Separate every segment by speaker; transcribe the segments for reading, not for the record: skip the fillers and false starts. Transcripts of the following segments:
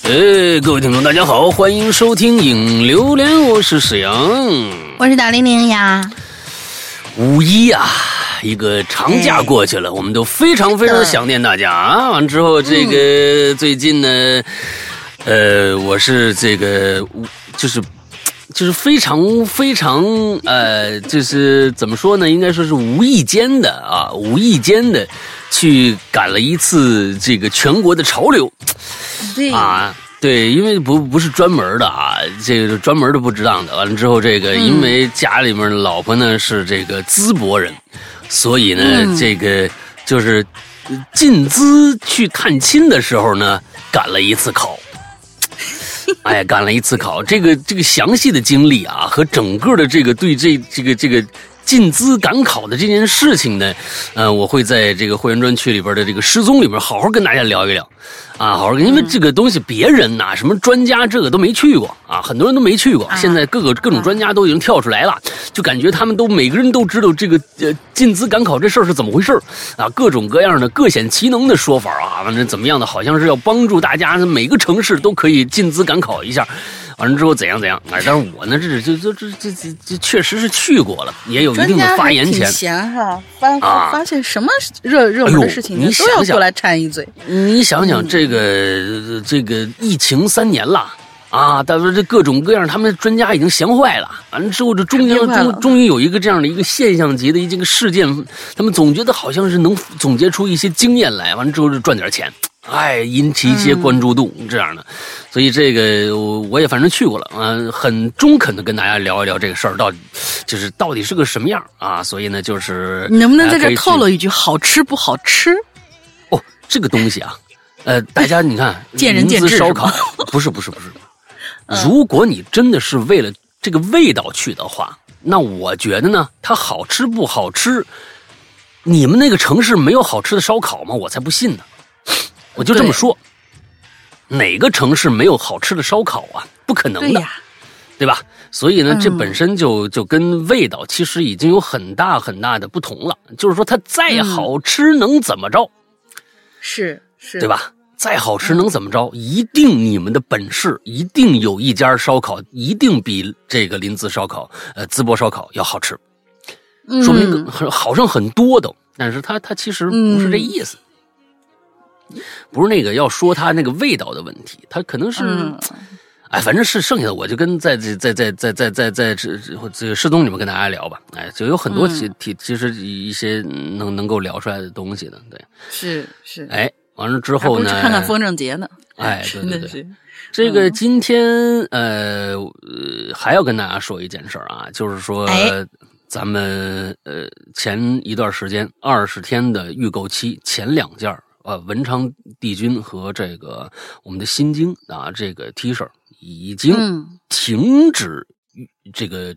Speaker 1: 各位听众大家好，欢迎收听影榴莲，我是沈阳，
Speaker 2: 我是大玲玲呀。
Speaker 1: 五一啊，一个长假过去了，我们都非常想念大家啊。完之后，这个最近呢，我是这个就是非常就是怎么说呢？应该说是无意间的去赶了一次这个全国的潮流。
Speaker 2: 对
Speaker 1: 啊，对，因为不是专门的啊，这个专门的不值当的。完了之后，这个因为家里面的老婆呢是这个淄博人，所以呢，这个就是进淄去探亲的时候呢，赶了一次考。哎，赶了一次考，这个详细的经历啊，和整个的这个对这个进淄赶考的这件事情呢，我会在这个会员专区里边的这个失踪里面好好跟大家聊一聊，啊，好好，因为这个东西别人呐，什么专家这个都没去过啊，很多人都没去过，现在各种专家都已经跳出来了，就感觉他们都每个人都知道这个进淄赶考这事儿是怎么回事啊，各种各样的各显其能的说法啊，反正怎么样的，好像是要帮助大家每个城市都可以进淄赶考一下。完了之后怎样，哎，但是我呢，这确实是去过了，也有一定的发言权。
Speaker 2: 挺闲哈，发现什么热门的事情，
Speaker 1: 你
Speaker 2: 都要过来掺一嘴。
Speaker 1: 你想想，这个疫情3年了啊，但是这各种各样，他们专家已经闲坏了。完了之后，这终于有一个这样的一个现象级的一个事件，他们总觉得好像是能总结出一些经验来，完了之后就赚点钱。哎，引起一些关注度这样的，所以这个我也反正去过了，很中肯的跟大家聊一聊这个事儿，到底是个什么样啊？所以呢，就是
Speaker 2: 你能不能在这透露一句好吃不好吃？
Speaker 1: 哦，这个东西啊，大家你看，
Speaker 2: 见仁见智。
Speaker 1: 烧烤不是，如果你真的是为了这个味道去的话，那我觉得呢，它好吃不好吃，你们那个城市没有好吃的烧烤吗？我才不信呢。我就这么说，哪个城市没有好吃的烧烤啊？不可能的，对吧？所以呢，这本身就跟味道其实已经有很大的不同了。就是说，它再好吃能怎么着？
Speaker 2: 是，
Speaker 1: 对吧？再好吃能怎么着？一定你们的本事，一定有一家烧烤，一定比这个临淄烧烤、淄博烧烤要好吃。说明好上很多都，但是它其实不是这意思。不是那个要说它那个味道的问题，它可能是，哎，反正是剩下的，我就跟在这个失踪里面跟大家聊吧，哎，就有很多其实一些能够聊出来的东西的，对，
Speaker 2: 是，
Speaker 1: 哎，完了之后呢，
Speaker 2: 看看风筝节呢，
Speaker 1: 哎，对，这个今天还要跟大家说一件事啊，就是说。咱们前一段时间20天的预购期，前2件文昌帝君和这个我们的心经啊，这个 T 恤已经停止这个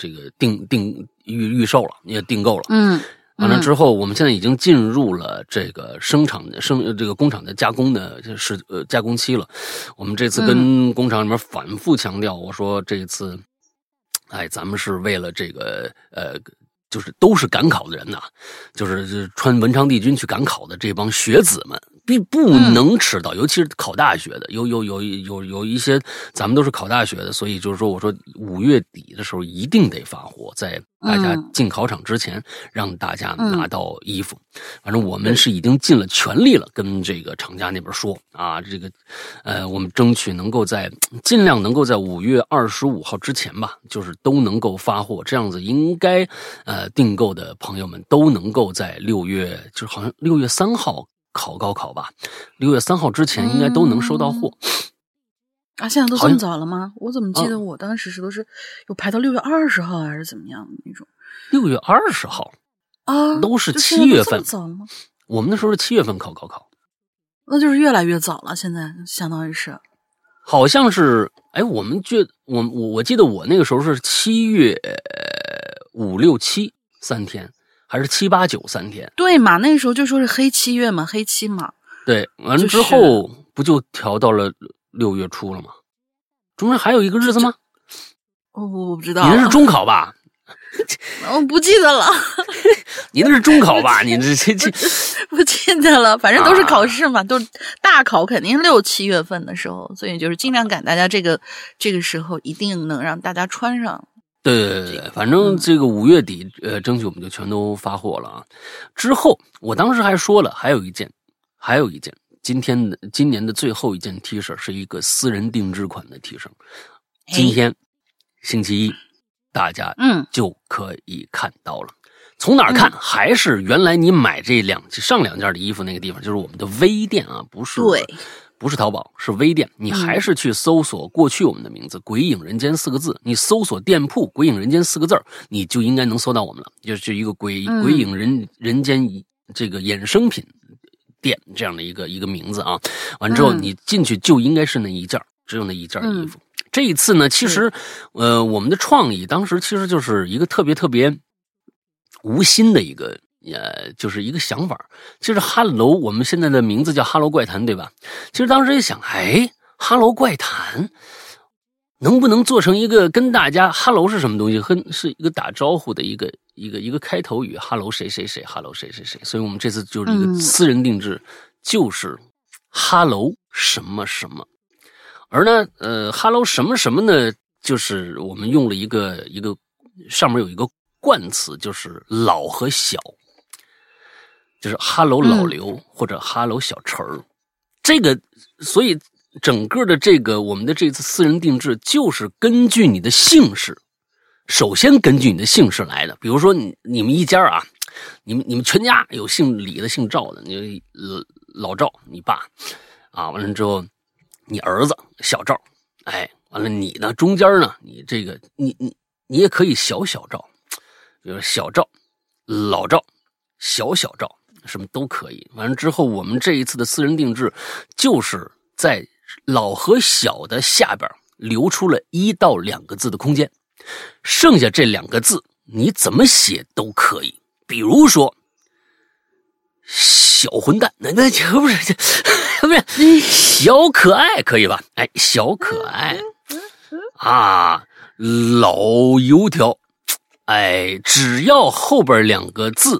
Speaker 1: 预售了，也订购了。完了之后，我们现在已经进入了这个这个工厂的加工的加工期了。我们这次跟工厂里面反复强调，我说这次。哎，咱们是为了这个就是都是赶考的人呐，就是穿文昌帝君去赶考的这帮学子们，不能迟到，尤其是考大学的，有一些咱们都是考大学的，所以就是说，我说5月底的时候一定得发货，在大家进考场之前，让大家拿到衣服。反正我们是已经尽了全力了，跟这个厂家那边说啊，这个我们争取能够尽量能够在5月25号之前吧，就是都能够发货，这样子应该订购的朋友们都能够在6月，就是好像6月3号考高考吧，6月3号之前应该都能收到货。
Speaker 2: 啊，现在都这么早了吗？我怎么记得我当时都是有排到6月20号还是怎么样的那种
Speaker 1: ？6月20号
Speaker 2: 啊，
Speaker 1: 都是7月份。
Speaker 2: 早了吗？
Speaker 1: 我们那时候是7月份考高考，
Speaker 2: 那就是越来越早了。现在相当于是，
Speaker 1: 好像是，哎，我记得我那个时候是7月5、6、7 3天，还是7、8、9 3天？
Speaker 2: 对嘛，那个时候就说是黑7月嘛，黑7嘛。
Speaker 1: 对，完了之后不就调到了6月初了吗？中间还有一个日子吗？
Speaker 2: 我不知道。
Speaker 1: 您是中考吧？
Speaker 2: 我不记得了。
Speaker 1: 你那是中考吧？你这
Speaker 2: 不记得了，反正都是考试嘛，都是大考，肯定6、7月份的时候，所以就是尽量赶大家这个时候一定能让大家穿上。
Speaker 1: 对，反正这个5月底，争取我们就全都发货了啊。之后，我当时还说了，还有一件，今年的最后一件 T 恤是一个私人定制款的 T 恤，今天星期一，大家就可以看到了。从哪儿看？还是原来你买上两件的衣服那个地方，就是我们的微店啊，不是淘宝，是微店。你还是去搜索过去我们的名字“鬼影人间”4个字，你搜索店铺“鬼影人间”4个字，你就应该能搜到我们了。就是一个鬼影人间这个衍生品店这样的一个名字啊。完之后你进去就应该是那一件，只有那一件衣服。这一次呢，其实我们的创意当时其实就是一个特别无心的一个就是一个想法。就是哈喽，我们现在的名字叫哈喽怪谈，对吧？其实当时也想，哈喽怪谈能不能做成一个跟大家哈喽是什么东西，是一个打招呼的一个开头语，哈喽谁谁谁，哈喽谁谁谁。所以我们这次就是一个私人定制，就是哈喽什么什么。而呢哈喽什么什么呢，就是我们用了一个上面有一个冠词，就是老和小，就是哈喽老刘或者哈喽小陈儿。这个所以整个的这个我们的这次私人定制就是根据你的姓氏，首先根据你的姓氏来的。比如说你们一家啊，你们全家有姓李的姓赵的，你老赵你爸啊，完了之后你儿子小赵，完了你呢中间呢你这个你也可以小赵，比如小赵、老赵、小赵，什么都可以。完了之后，我们这一次的私人定制，就是在老和小的下边留出了1到2个字的空间，剩下这2个字你怎么写都可以。比如说小混蛋，那不是小可爱，可以吧？小可爱啊，老油条。只要后边2个字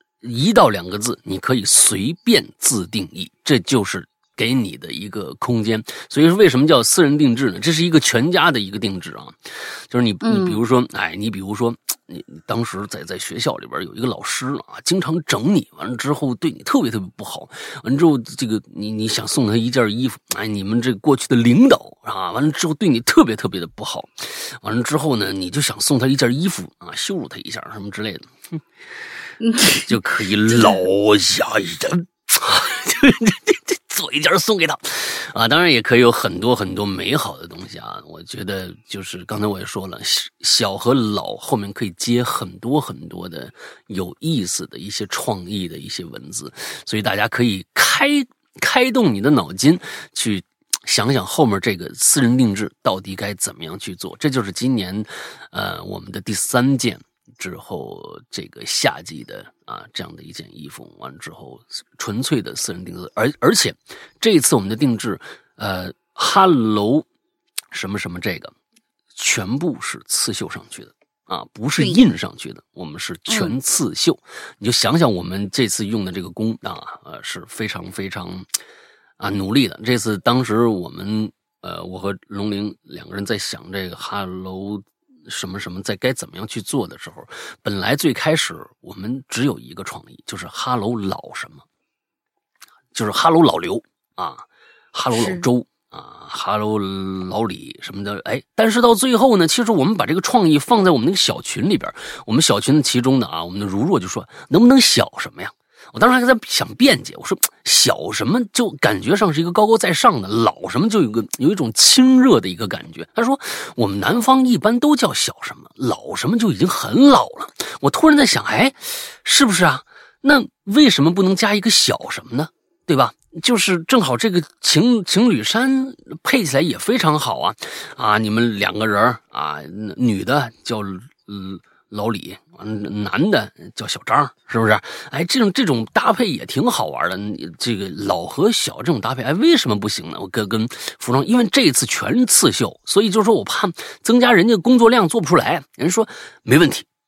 Speaker 1: ，1到2个字，你可以随便自定义，这就是给你的一个空间。所以说为什么叫私人定制呢？这是一个全家的一个定制啊，就是你比如说，你当时在学校里边有一个老师啊，经常整你，完了之后对你特别不好，完了之后这个你想送他一件衣服，你们这过去的领导啊，完了之后对你特别的不好，完了之后呢，你就想送他一件衣服啊，羞辱他一下什么之类的，就可以老下一点。做一件送给他啊，当然也可以有很多美好的东西啊。我觉得就是刚才我也说了，小和老后面可以接很多的有意思的一些创意的一些文字，所以大家可以开动你的脑筋去想想后面这个私人定制到底该怎么样去做。这就是今年我们的第3件之后这个夏季的这样的一件衣服，完了之后纯粹的私人定制，而且这一次我们的定制哈喽什么什么这个全部是刺绣上去的不是印上去的，我们是全刺绣。你就想想我们这次用的这个工是非常努力的。这次当时我们我和龙玲2个人在想这个哈喽什么什么在该怎么样去做的时候，本来最开始我们只有一个创意，就是哈喽老什么，就是哈喽老刘哈喽老周哈喽老李什么的。但是到最后呢，其实我们把这个创意放在我们那个小群里边，我们小群的其中的我们的如若就说能不能小什么呀？我当时还在想辩解，我说小什么就感觉上是一个高高在上的，老什么就有一种亲热的一个感觉。他说我们南方一般都叫小什么，老什么就已经很老了。我突然在想，是不是那为什么不能加一个小什么呢？对吧？就是正好这个情侣衫配起来也非常好你们2个人女的叫老李，男的叫小张，是不是？这种搭配也挺好玩的。这个老和小这种搭配，为什么不行呢？我跟服装，因为这一次全是刺绣，所以就是说我怕增加人家工作量做不出来。人说没问题，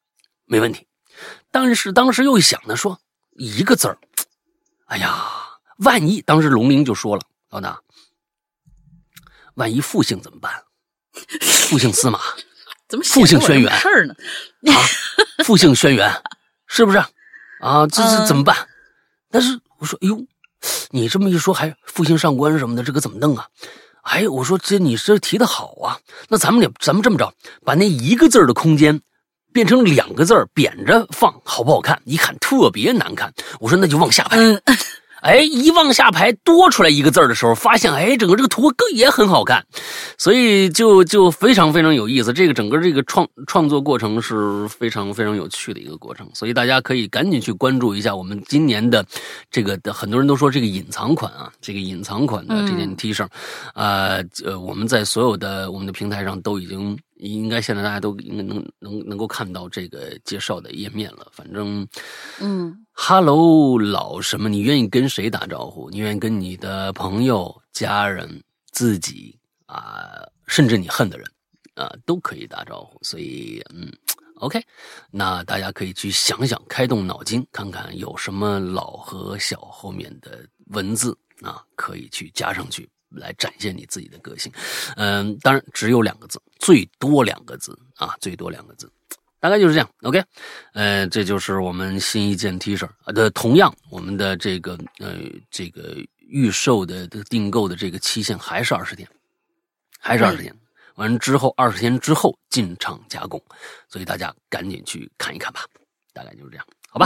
Speaker 1: 没问题。但是当时又想呢，说一个字儿，哎呀，万一当时龙鳞就说了，老大，万一复姓怎么办？复姓司马，
Speaker 2: 怎么
Speaker 1: 复姓轩辕
Speaker 2: 事儿呢？
Speaker 1: 啊，复姓轩辕，是不是啊？这怎么办？但是我说，哎呦，你这么一说，还复姓上官什么的，这个怎么弄啊？哎，我说你这提的好啊，那咱们这么着，把那一个字的空间变成2个字扁着放，好不好看？一看特别难看。我说那就往下排。哎，一往下排多出来一个字的时候，发现哎，整个这个图也很好看，所以就非常非常有意思。这个整个这个创作过程是非常非常有趣的一个过程，所以大家可以赶紧去关注一下我们今年的这个很多人都说这个隐藏款啊，这个隐藏款的这件 T 恤，我们在所有的我们的平台上都已经。应该现在大家都能够看到这个介绍的页面了。反正，Hello 老什么，你愿意跟谁打招呼？你愿意跟你的朋友、家人、自己甚至你恨的人都可以打招呼。所以OK， 那大家可以去想想，开动脑筋，看看有什么老和小后面的文字可以去加上去。来展现你自己的个性，当然只有2个字，最多2个字最多2个字，大概就是这样。OK， 这就是我们新一件 T 恤的，同样我们的这个预售的订购的这个期限还是20天，完之后20天之后进场加工，所以大家赶紧去看一看吧，大概就是这样，好吧。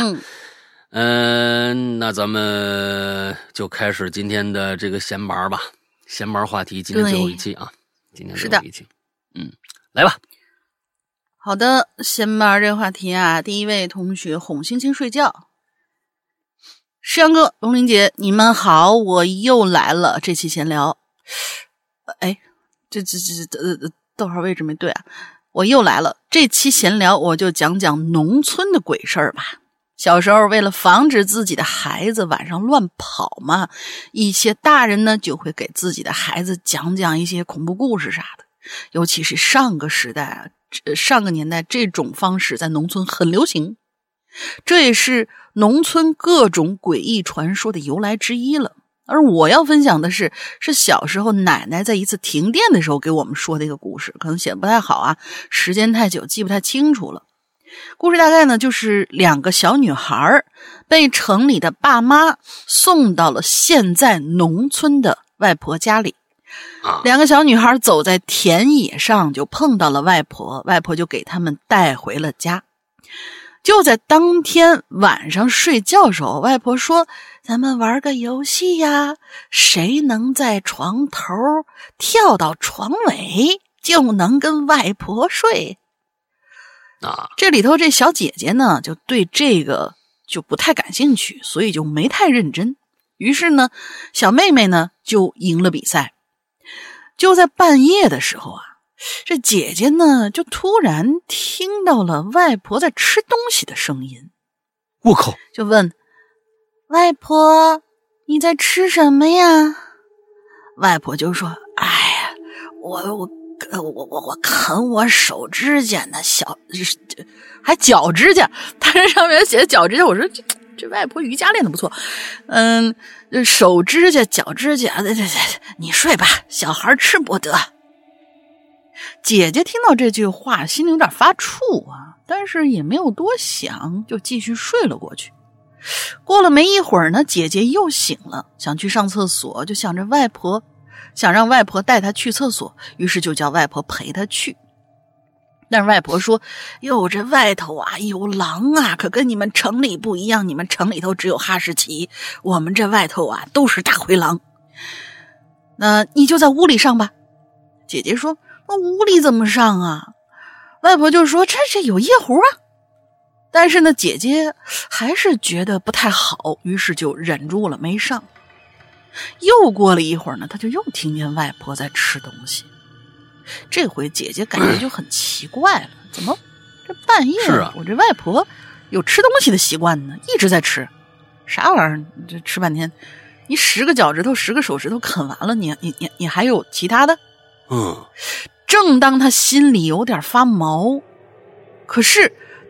Speaker 1: 那咱们就开始今天的这个闲玩吧。闲玩话题，今天最后一期啊，今天最后一期，来吧。
Speaker 2: 好的，闲玩这个话题第一位同学哄星星睡觉，石阳哥、龙玲姐，你们好，我又来了。这期闲聊，哎，这逗号位置没对啊，我又来了。这期闲聊我就讲讲农村的鬼事儿吧。小时候为了防止自己的孩子晚上乱跑嘛，一些大人呢就会给自己的孩子讲讲一些恐怖故事啥的。尤其是上个年代这种方式在农村很流行，这也是农村各种诡异传说的由来之一了。而我要分享的是小时候奶奶在一次停电的时候给我们说的一个故事，可能写得不太好时间太久记不太清楚了。故事大概呢就是2个小女孩被城里的爸妈送到了现在农村的外婆家里。2个小女孩走在田野上就碰到了外婆，外婆就给他们带回了家。就在当天晚上睡觉的时候，外婆说咱们玩个游戏呀，谁能在床头跳到床尾就能跟外婆睡。这里头这小姐姐呢就对这个就不太感兴趣，所以就没太认真。于是呢小妹妹呢就赢了比赛。就在半夜的时候这姐姐呢就突然听到了外婆在吃东西的声音。
Speaker 1: 我靠！
Speaker 2: 就问外婆你在吃什么呀？外婆就说哎呀我啃我手指甲呢，还脚指甲，他这上面写脚指甲，我说这外婆瑜伽练得不错，手指甲、脚指甲，你睡吧，小孩吃不得。姐姐听到这句话，心里有点发怵但是也没有多想，就继续睡了过去。过了没一会儿呢，姐姐又醒了，想去上厕所，就想让外婆带她去厕所，于是就叫外婆陪她去。但是外婆说哟，这外头有狼可跟你们城里不一样，你们城里头只有哈士奇，我们这外头都是大灰狼。那你就在屋里上吧。姐姐说那屋里怎么上外婆就说这有夜壶但是呢姐姐还是觉得不太好，于是就忍住了没上。又过了一会儿呢，她就又听见外婆在吃东西。这回姐姐感觉就很奇怪了，怎么这半夜我这外婆有吃东西的习惯呢？一直在吃啥玩意儿？这吃半天，你10个脚趾头10个手指头啃完了，你还有其他的？正当她心里有点发毛，可是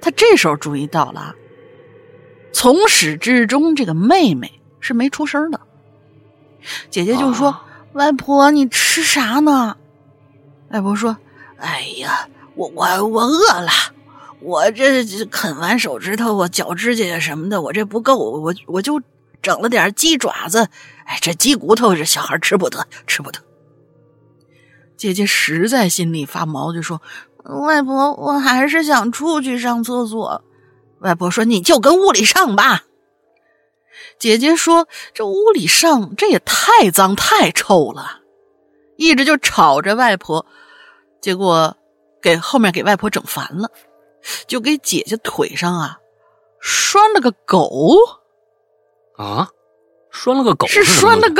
Speaker 2: 他这时候注意到了，从始至终这个妹妹是没出声的。姐姐就说：“外婆，你吃啥呢？”外婆说：“哎呀，我饿了，我这啃完手指头，我脚指甲什么的，我这不够，我就整了点鸡爪子。哎，这鸡骨头这小孩吃不得。”姐姐实在心里发毛，就说：“外婆，我还是想出去上厕所。”外婆说：“你就跟屋里上吧。”姐姐说：“这屋里上这也太脏太臭了。”一直就吵着外婆，结果后面给外婆整烦了，就给姐姐腿上啊拴了个狗。
Speaker 1: 啊，拴了个狗
Speaker 2: 是拴了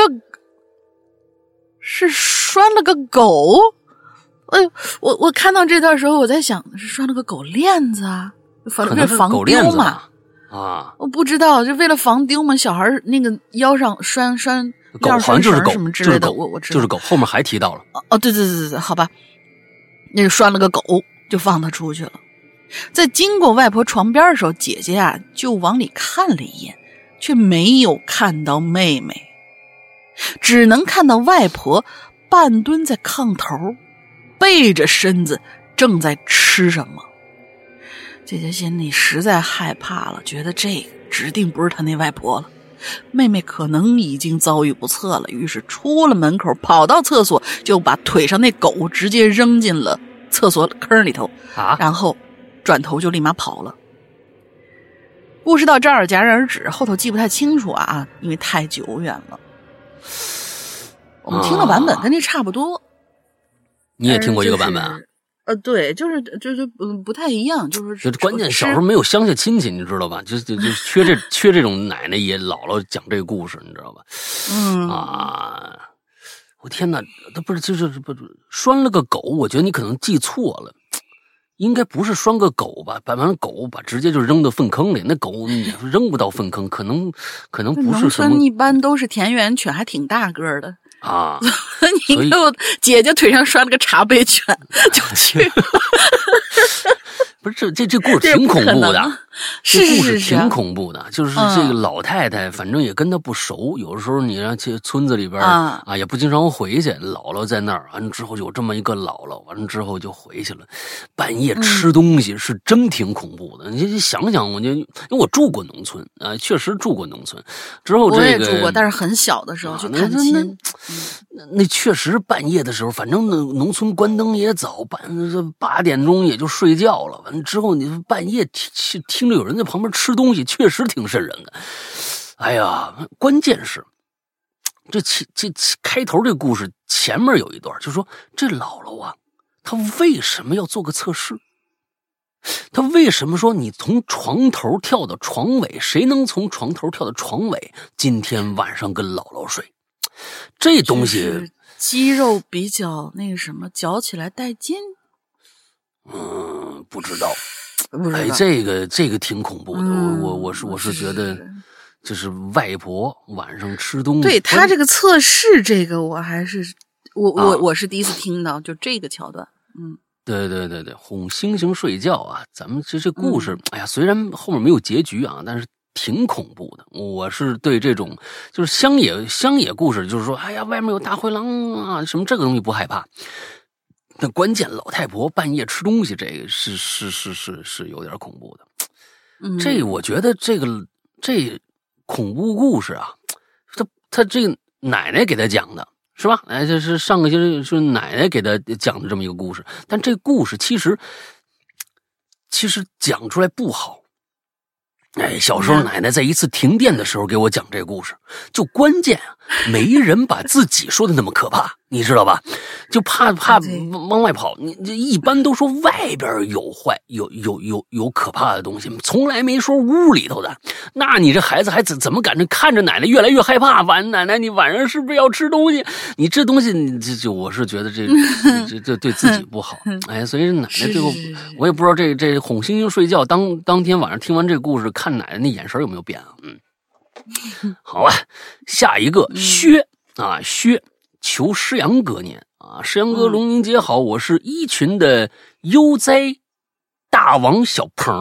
Speaker 2: 个狗。哎呦，我看到这段时候，我在想是拴了个狗链子啊，反正是防丢嘛。
Speaker 1: 啊，
Speaker 2: 我不知道，就为了防丢嘛，小孩那个腰上拴
Speaker 1: 狗，好像就是狗
Speaker 2: 什么之类的，我知道，
Speaker 1: 就是狗，后面还提到了。
Speaker 2: 哦，对，好吧，那就拴了个狗，就放他出去了。在经过外婆床边的时候，姐姐啊就往里看了一眼，却没有看到妹妹，只能看到外婆半蹲在炕头，背着身子正在吃什么。姐姐心里实在害怕了，觉得这个指定不是她那外婆了，妹妹可能已经遭遇不测了，于是出了门口，跑到厕所，就把腿上那狗直接扔进了厕所坑里头，然后转头就立马跑了。故事到这儿戛然而止，后头记不太清楚啊，因为太久远了。我们听的版本跟这差不多。
Speaker 1: 你也听过一个版本啊？
Speaker 2: 对，就是不太一样，就是
Speaker 1: 关键小时候没有乡下亲戚，你知道吧？就缺这种奶奶爷姥姥讲这个故事，你知道吧？我天哪，他不是拴了个狗，我觉得你可能记错了，应该不是拴个狗吧？把完狗直接就扔到粪坑里，那狗你扔不到粪坑，可能不是什么。农
Speaker 2: 村一般都是田园犬，还挺大个的。
Speaker 1: 啊！
Speaker 2: 你给我姐姐腿上拴了个茶杯犬就去，
Speaker 1: 不是这故事挺恐怖的，这故事挺恐怖的。就是这个老太太，反正也跟她不熟，有的时候你让去村子里边也不经常回去。姥姥在那儿，完了之后有这么一个姥姥，完了之后就回去了。半夜吃东西是真挺恐怖的。你想想，因为我住过农村啊，确实住过农村。之后
Speaker 2: 我也住过，但是很小的时候去探亲。
Speaker 1: 那确实半夜的时候，反正农村关灯也早，8点钟也就睡觉了。完了之后，你半夜听着有人在旁边吃东西，确实挺瘆人的。哎呀，关键是这开头这个故事前面有一段，就说这姥姥啊，她为什么要做个测试？他为什么说你从床头跳到床尾，谁能从床头跳到床尾？今天晚上跟姥姥睡。这东西
Speaker 2: 肌肉比较那个什么，嚼起来带劲。
Speaker 1: 不知道。哎，这个挺恐怖的。我是觉得，就是外婆晚上吃东西。
Speaker 2: 对他这个测试，这个我还是我是第一次听到，就这个桥段。
Speaker 1: 对，哄星星睡觉啊！咱们这故事，哎呀，虽然后面没有结局啊，但是挺恐怖的。我是对这种就是乡野故事，就是说，哎呀，外面有大灰狼啊，什么这个东西不害怕。那关键老太婆半夜吃东西，这个是有点恐怖的。这我觉得这恐怖故事啊，他这个奶奶给他讲的。是吧？哎，这是上个星期是奶奶给他讲的这么一个故事，但这故事其实讲出来不好。哎，小时候奶奶在一次停电的时候给我讲这个故事，就关键没人把自己说的那么可怕，你知道吧？就怕往外跑。你一般都说外边有可怕的东西，从来没说屋里头的。那你这孩子还怎么敢看着奶奶越来越害怕？奶奶，你晚上是不是要吃东西？你这东西，我是觉得这对自己不好。哎，所以奶奶最后我也不知道这哄星星睡觉当天晚上听完这个故事，看奶奶那眼神有没有变啊？好啊，下一个薛求师阳哥念啊，师阳哥龙宁姐好，我是一群的悠哉大王小鹏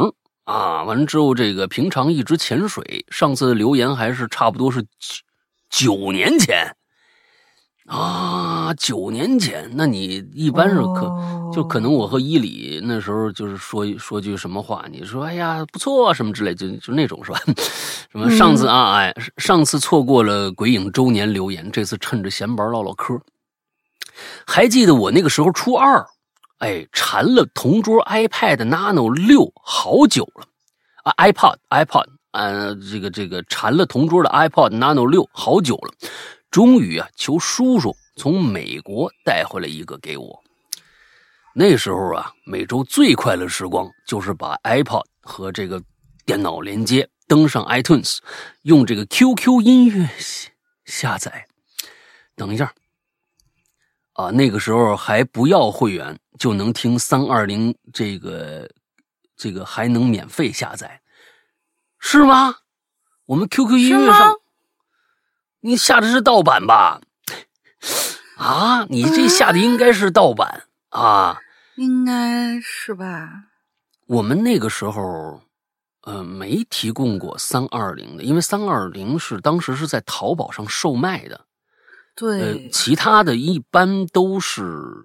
Speaker 1: 啊，完了之后这个平常一直潜水，上次留言还是差不多是9年前啊，9年前。那你一般是就可能我和伊里那时候就是说句什么话，你说哎呀不错什么之类，就那种是吧？什么上次上次错过了鬼影周年留言，这次趁着闲班唠唠嗑。还记得我那个时候初2，缠了同桌 iPad Nano 6好久了啊 ，iPod，这个缠了同桌的 iPod Nano 6好久了，终于啊求叔叔从美国带回来一个给我。那时候啊，每周最快乐时光就是把 iPod 和这个电脑连接，登上 iTunes， 用这个 QQ 音乐下载。等一下。啊，那个时候还不要会员就能听320，这个还能免费下载，是吗？我们 QQ 音乐上，你下的是盗版吧？啊，你这下的应该是盗版啊，
Speaker 2: 应该是吧？
Speaker 1: 我们那个时候，没提供过320的，因为320是当时是在淘宝上售卖的。
Speaker 2: 对，
Speaker 1: 其他的一般都是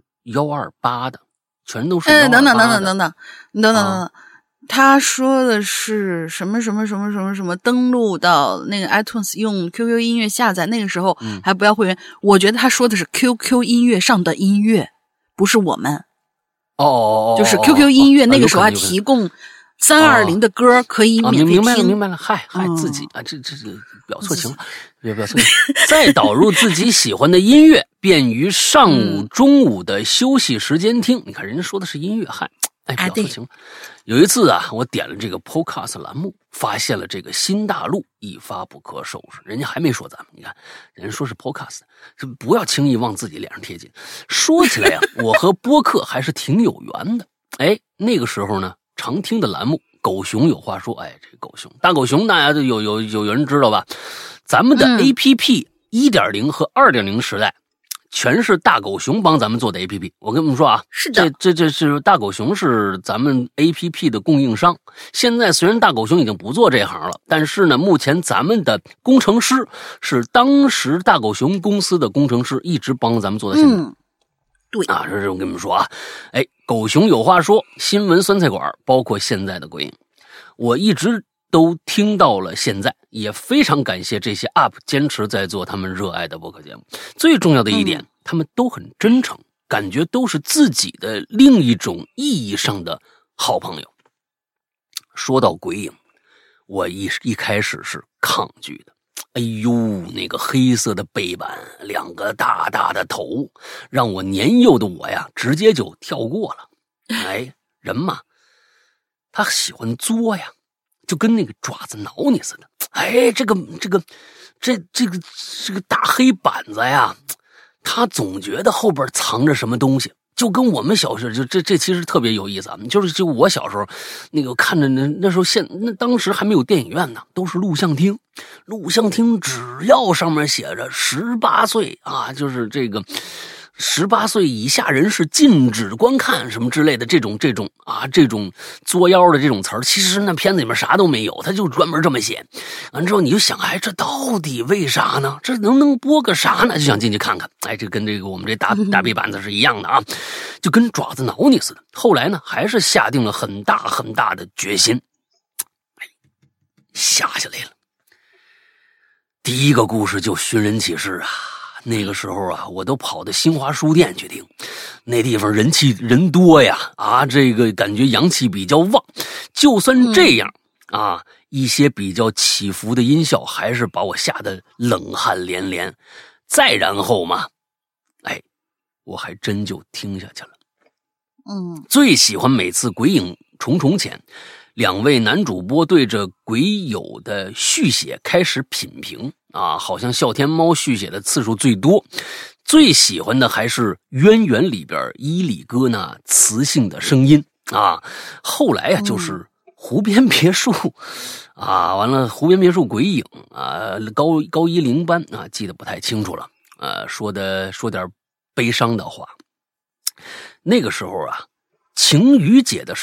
Speaker 1: 128的，全都是128的。
Speaker 2: 等，他说的是什么，登录到那个 iTunes 用 QQ 音乐下载，那个时候还不要会员。我觉得他说的是 QQ 音乐上的音乐，不是我们。就是 QQ 音乐那个时候还提供320的歌可以免费听。
Speaker 1: 明白了，嗨，自己啊，这表错情了，表错情。再导入自己喜欢的音乐，便于上午、中午的休息时间听。你看人家说的是音乐，嗨，表错情了。有一次啊，我点了这个 Podcast 栏目，发现了这个新大陆，一发不可收拾。人家还没说咱们，你看，人家说是 Podcast， 就不要轻易往自己脸上贴金。说起来呀，我和播客还是挺有缘的。那个时候呢，常听的栏目狗熊有话说，这狗熊大狗熊大家都有人知道吧？咱们的 APP 1.0 和 2.0 时代，全是大狗熊帮咱们做的 APP。我跟你们说啊，
Speaker 2: 是的，
Speaker 1: 这是大狗熊是咱们 APP 的供应商。现在虽然大狗熊已经不做这行了，但是呢，目前咱们的工程师是当时大狗熊公司的工程师，一直帮咱们做到现在。
Speaker 2: 对
Speaker 1: 啊，这是我跟你们说啊，狗熊有话说，新闻酸菜馆，包括现在的鬼影，我一直都听到了现在，也非常感谢这些 UP 坚持在做他们热爱的播客节目。最重要的一点，他们都很真诚，感觉都是自己的另一种意义上的好朋友。说到鬼影，我一开始是抗拒的。哎呦，那个黑色的背板，2个大大的头，让我年幼的我呀，直接就跳过了。人嘛，他喜欢作呀，就跟那个爪子挠你似的。这个大黑板子呀，他总觉得后边藏着什么东西。就跟我们小时候，就这其实特别有意思啊！就我小时候，那个看着那时候当时还没有电影院呢，都是录像厅。录像厅只要上面写着18岁啊，就是这个18岁以下人士禁止观看什么之类的这种作妖的这种词儿，其实那片子里面啥都没有，他就专门这么写。完之后你就想，这到底为啥呢？这能播个啥呢？就想进去看看。这跟这个我们这大背板子是一样的啊，就跟爪子挠你似的。后来呢，还是下定了很大很大的决心，下来了。第一个故事就寻人启事啊。那个时候啊，我都跑到新华书店去听，那地方人多呀，这个感觉阳气比较旺。就算这样啊，一些比较起伏的音效还是把我吓得冷汗连连。再然后嘛，我还真就听下去了。最喜欢每次鬼影重重前，2位男主播对着鬼友的续写开始品评啊，好像笑天猫续写的次数最多。最喜欢的还是渊源里边伊里哥那磁性的声音啊。后来啊，就是湖边别墅啊，完了湖边别墅鬼影啊，高一零班啊，记得不太清楚了。说点悲伤的话。那个时候啊，晴雨姐的事儿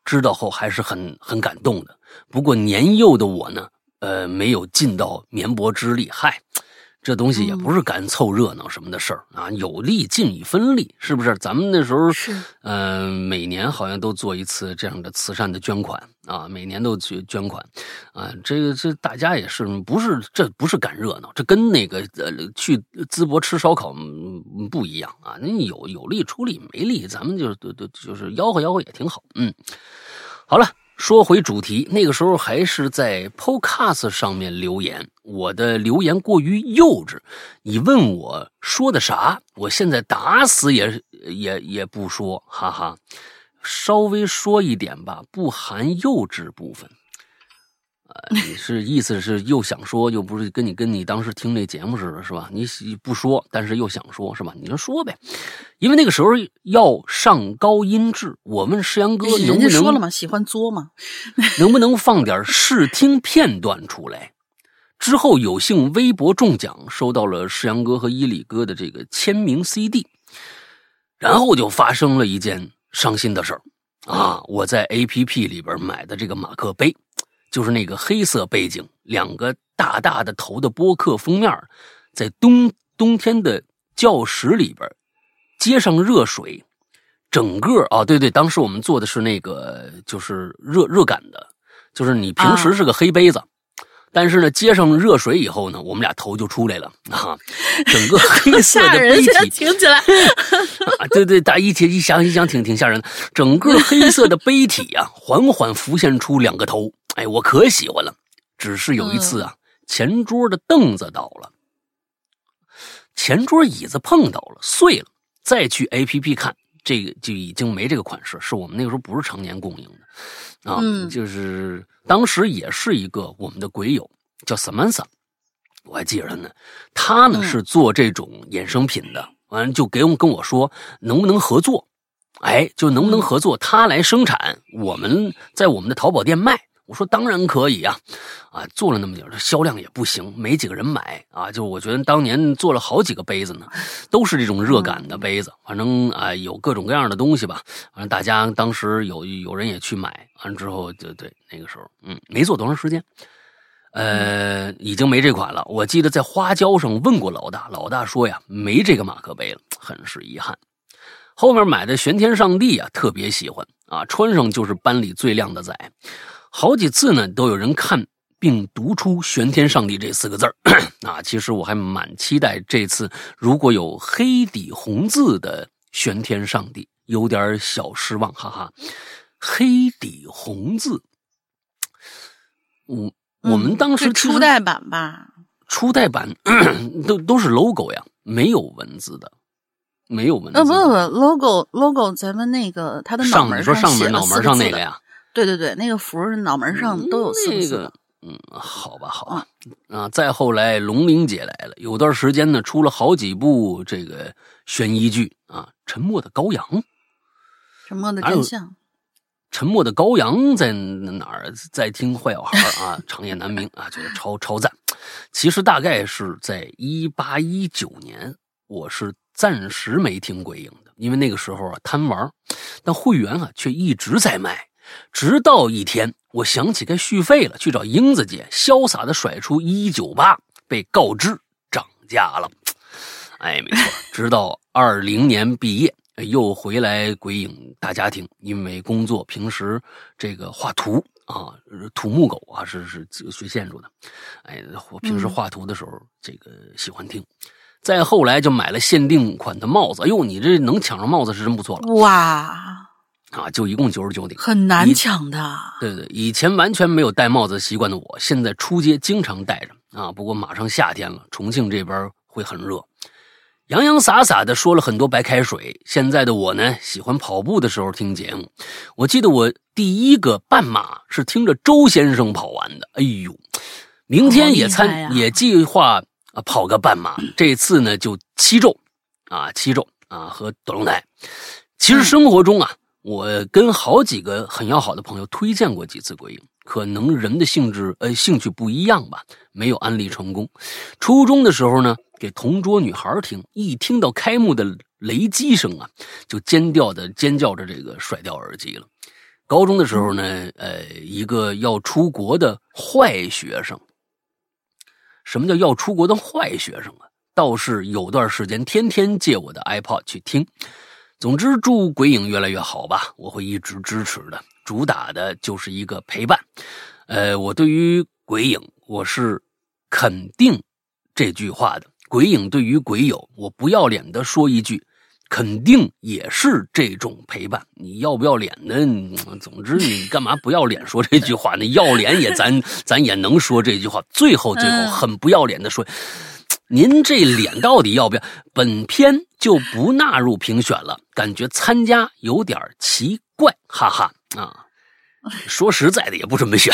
Speaker 1: 知道后还是很感动的。不过年幼的我呢，没有尽到绵薄之力。嗨，这东西也不是赶凑热闹什么的事儿啊，有力尽一分力，是不是？咱们那时候每年好像都做一次这样的慈善的捐款啊，每年都去捐款啊。这大家也是这不是赶热闹，这跟那个去淄博吃烧烤不一样啊。那有力出力，没力咱们就是吆喝吆喝也挺好。好了。说回主题，那个时候还是在 Podcast 上面留言，我的留言过于幼稚，你问我说的啥，我现在打死也不说，哈哈，稍微说一点吧，不含幼稚部分。你是意思是又想说，又不是跟你当时听那节目似的，是吧？你不说，但是又想说，是吧？你就说呗，因为那个时候要上高音质，我问石阳哥能不能，
Speaker 2: 人家说了嘛，喜欢作嘛，
Speaker 1: 能不能放点试听片段出来？之后有幸微博中奖，收到了石阳哥和伊里哥的这个签名 CD， 然后就发生了一件伤心的事儿啊！我在 APP 里边买的这个马克杯。就是那个黑色背景，两个大大的头的播客封面，在冬天的教室里边接上热水，整个对，当时我们做的是那个就是热感的，就是你平时是个黑杯子，但是呢接上热水以后呢，我们俩头就出来了啊，整个黑色的杯体
Speaker 2: 听起来
Speaker 1: 对，大家一想挺吓人的，整个黑色的杯体啊，缓缓浮现出两个头。哎，我可喜欢了，只是有一次啊，前桌的凳子倒了，前桌椅子碰倒了，碎了。再去 APP 看，这个就已经没这个款式，是我们那个时候不是常年供应的啊。就是当时也是一个我们的鬼友叫 Samantha， 我还记着呢。他呢是做这种衍生品的，完了就跟我说能不能合作，就能不能合作，他来生产，我们在我们的淘宝店卖。我说当然可以啊，做了那么点，销量也不行，没几个人买啊。就我觉得当年做了好几个杯子呢，都是这种热感的杯子，反正有各种各样的东西吧。反正大家当时有人也去买，完了之后就对那个时候，没做多长时间，已经没这款了。我记得在花椒上问过老大，老大说呀没这个马克杯了，很是遗憾。后面买的玄天上帝啊，特别喜欢啊，穿上就是班里最靓的仔。好几次呢，都有人看并读出玄天上帝这4个字啊，其实我还蛮期待这次如果有黑底红字的玄天上帝，有点小失望，哈哈。黑底红字，我们当时
Speaker 2: 初代版吧，
Speaker 1: 初代版都是 logo 呀，没有文字的。没有文字
Speaker 2: 不 logo 咱们那个它的脑门
Speaker 1: 上写了4个字，脑门上那个呀，
Speaker 2: 对，那个符脑门上都有4个字。
Speaker 1: 好吧再后来龙玲姐来了，有段时间呢出了好几部这个悬疑剧啊，沉默的羔羊，
Speaker 2: 沉默的真相，
Speaker 1: 沉默的羔羊在哪儿？在听坏小孩啊，长夜难明啊，觉得超赞。其实大概是在18、19年，我是暂时没听鬼影的，因为那个时候贪玩，但会员却一直在卖。直到一天，我想起该续费了，去找英子姐，潇洒的甩出198，被告知涨价了。没错，直到20年毕业，又回来鬼影大家庭，因为工作平时这个画图啊，土木狗啊是学建筑的，我平时画图的时候这个喜欢听。再后来就买了限定款的帽子，你这能抢上帽子是真不错了。
Speaker 2: 哇！
Speaker 1: 就一共99顶，
Speaker 2: 很难抢的。
Speaker 1: 对，以前完全没有戴帽子习惯的我，现在出街经常戴着啊。不过马上夏天了，重庆这边会很热。洋洋洒洒的说了很多白开水。现在的我呢，喜欢跑步的时候听节目。我记得我第一个半马是听着周先生跑完的。哎呦，明天也计划跑个半马。这次呢就7周和斗龙台。其实生活中我跟好几个很要好的朋友推荐过几次鬼影，可能人的兴趣不一样吧，没有安利成功。初中的时候呢，给同桌女孩听，一听到开幕的雷击声就尖叫着这个甩掉耳机了。 高中的时候呢，一个要出国的坏学生。什么叫要出国的坏学生啊？倒是有段时间天天借我的 iPod 去听。总之，祝鬼影越来越好吧，我会一直支持的。主打的就是一个陪伴。我对于鬼影，我是肯定这句话的。鬼影对于鬼友，我不要脸的说一句，肯定也是这种陪伴。你要不要脸呢？总之你干嘛不要脸说这句话呢？要脸也咱也能说这句话。最后很不要脸的说，您这脸到底要不要？本片就不纳入评选了，感觉参加有点奇怪，哈哈啊！说实在的，也不准备选。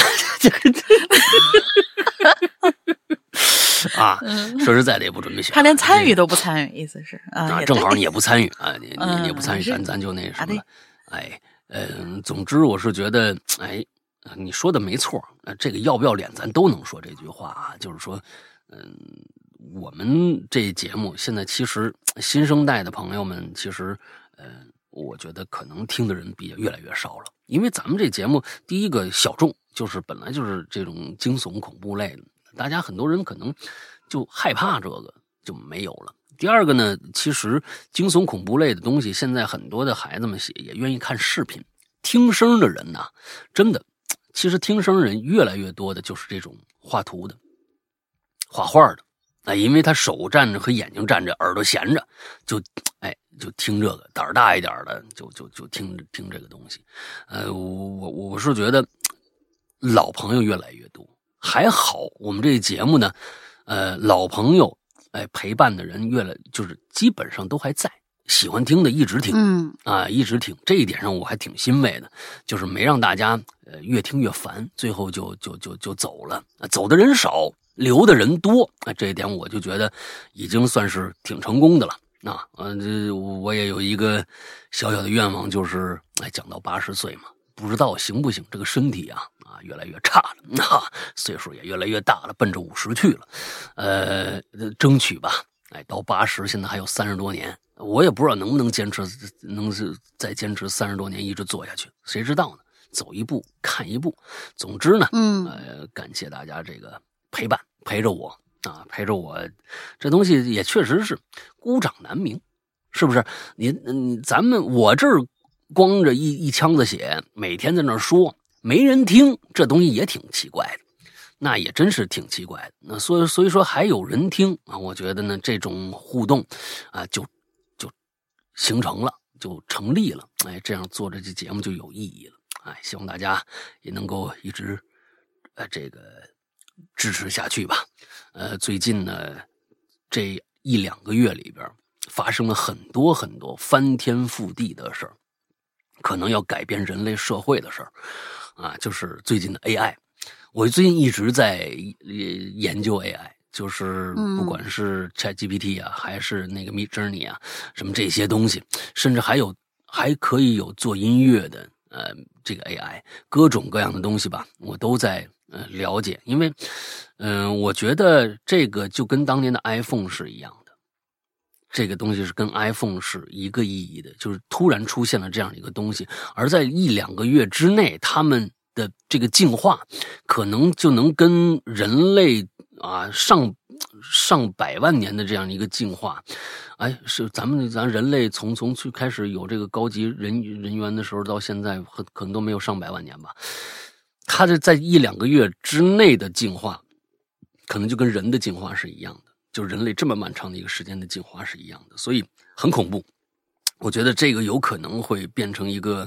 Speaker 1: 啊，说实在的也不准备选，
Speaker 2: 他连参与都不参与，意思是
Speaker 1: 啊，正好你也不参与啊，你也不参与，咱就那什么了，哎，总之我是觉得，哎，你说的没错，这个要不要脸咱都能说这句话啊，就是说，我们这节目现在其实新生代的朋友们，其实我觉得可能听的人越来越少了，因为咱们这节目第一个小众，就是本来就是这种惊悚恐怖类的。大家很多人可能就害怕这个就没有了。第二个呢，其实惊悚恐怖类的东西，现在很多的孩子们也愿意看视频，听声的人呐，真的，其实听声人越来越多的就是这种画图的、画画的，因为他手站着和眼睛站着，耳朵闲着，就听这个，胆儿大一点的就听这个东西。我是觉得老朋友越来越多。还好，我们这个节目呢，老朋友，陪伴的人就是基本上都还在，喜欢听的一直听，一直听，这一点上我还挺欣慰的，就是没让大家越听越烦，最后就走了，走的人少，留的人多，这一点我就觉得已经算是挺成功的了。我也有一个小小的愿望，就是讲到80岁嘛。不知道行不行，这个身体啊越来越差了，岁数也越来越大了，奔着50去了，争取吧，到80现在还有30多年，我也不知道能不能再坚持30多年一直做下去，谁知道呢？走一步看一步，总之呢，感谢大家这个陪伴，陪着我，这东西也确实是孤掌难鸣，是不是？我这儿。光着一腔子血，每天在那说，没人听，这东西也挺奇怪的，那也真是挺奇怪的。那所以说还有人听啊，我觉得呢这种互动啊就形成了，就成立了，这样做这期节目就有意义了，希望大家也能够一直这个支持下去吧。最近呢这1-2个月里边发生了很多很多翻天覆地的事儿。可能要改变人类社会的事儿，就是最近的 AI。我最近一直在研究 AI，就是不管是 ChatGPT 啊，还是那个 Midjourney 啊，什么这些东西，甚至还可以有做音乐的这个 AI， 各种各样的东西吧，我都在了解。因为我觉得这个就跟当年的 iPhone 是一样的。这个东西是跟 iPhone 是一个意义的，就是突然出现了这样一个东西，而在1-2个月之内，他们的这个进化可能就能跟人类上百万年的这样一个进化，是咱人类从最开始有这个高级人员的时候到现在，可能都没有上百万年吧。它这在1-2个月之内的进化，可能就跟人的进化是一样的。就人类这么漫长的一个时间的进化是一样的，所以很恐怖。我觉得这个有可能会变成一个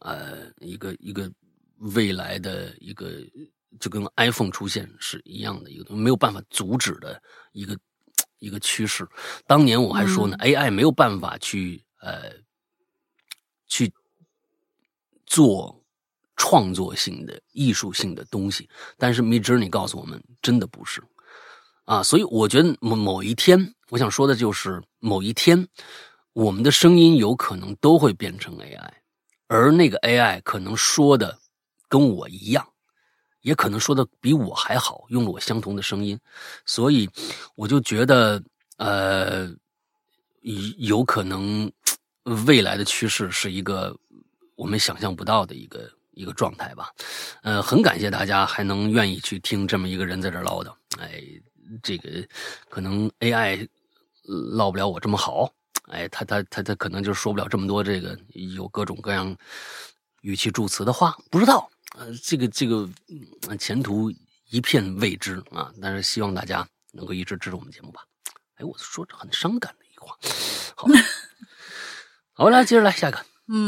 Speaker 1: 未来的一个，就跟 iPhone 出现是一样的一个东西，没有办法阻止的一个趋势。当年我还说呢，AI 没有办法去做创作性的艺术性的东西，但是 Midjourney 告诉我们，真的不是。所以我觉得某一天，我想说的就是某一天，我们的声音有可能都会变成 AI， 而那个 AI 可能说的跟我一样，也可能说的比我还好，用了我相同的声音，所以我就觉得有可能未来的趋势是一个我们想象不到的一个状态吧。很感谢大家还能愿意去听这么一个人在这唠叨。哎，这个可能 AI 唠不了我这么好，哎，他可能就说不了这么多这个有各种各样语气助词的话，不知道。这个前途一片未知啊！但是希望大家能够一直支持我们节目吧。哎，我说这很伤感的一个话。好吧，好，来接着来下一个。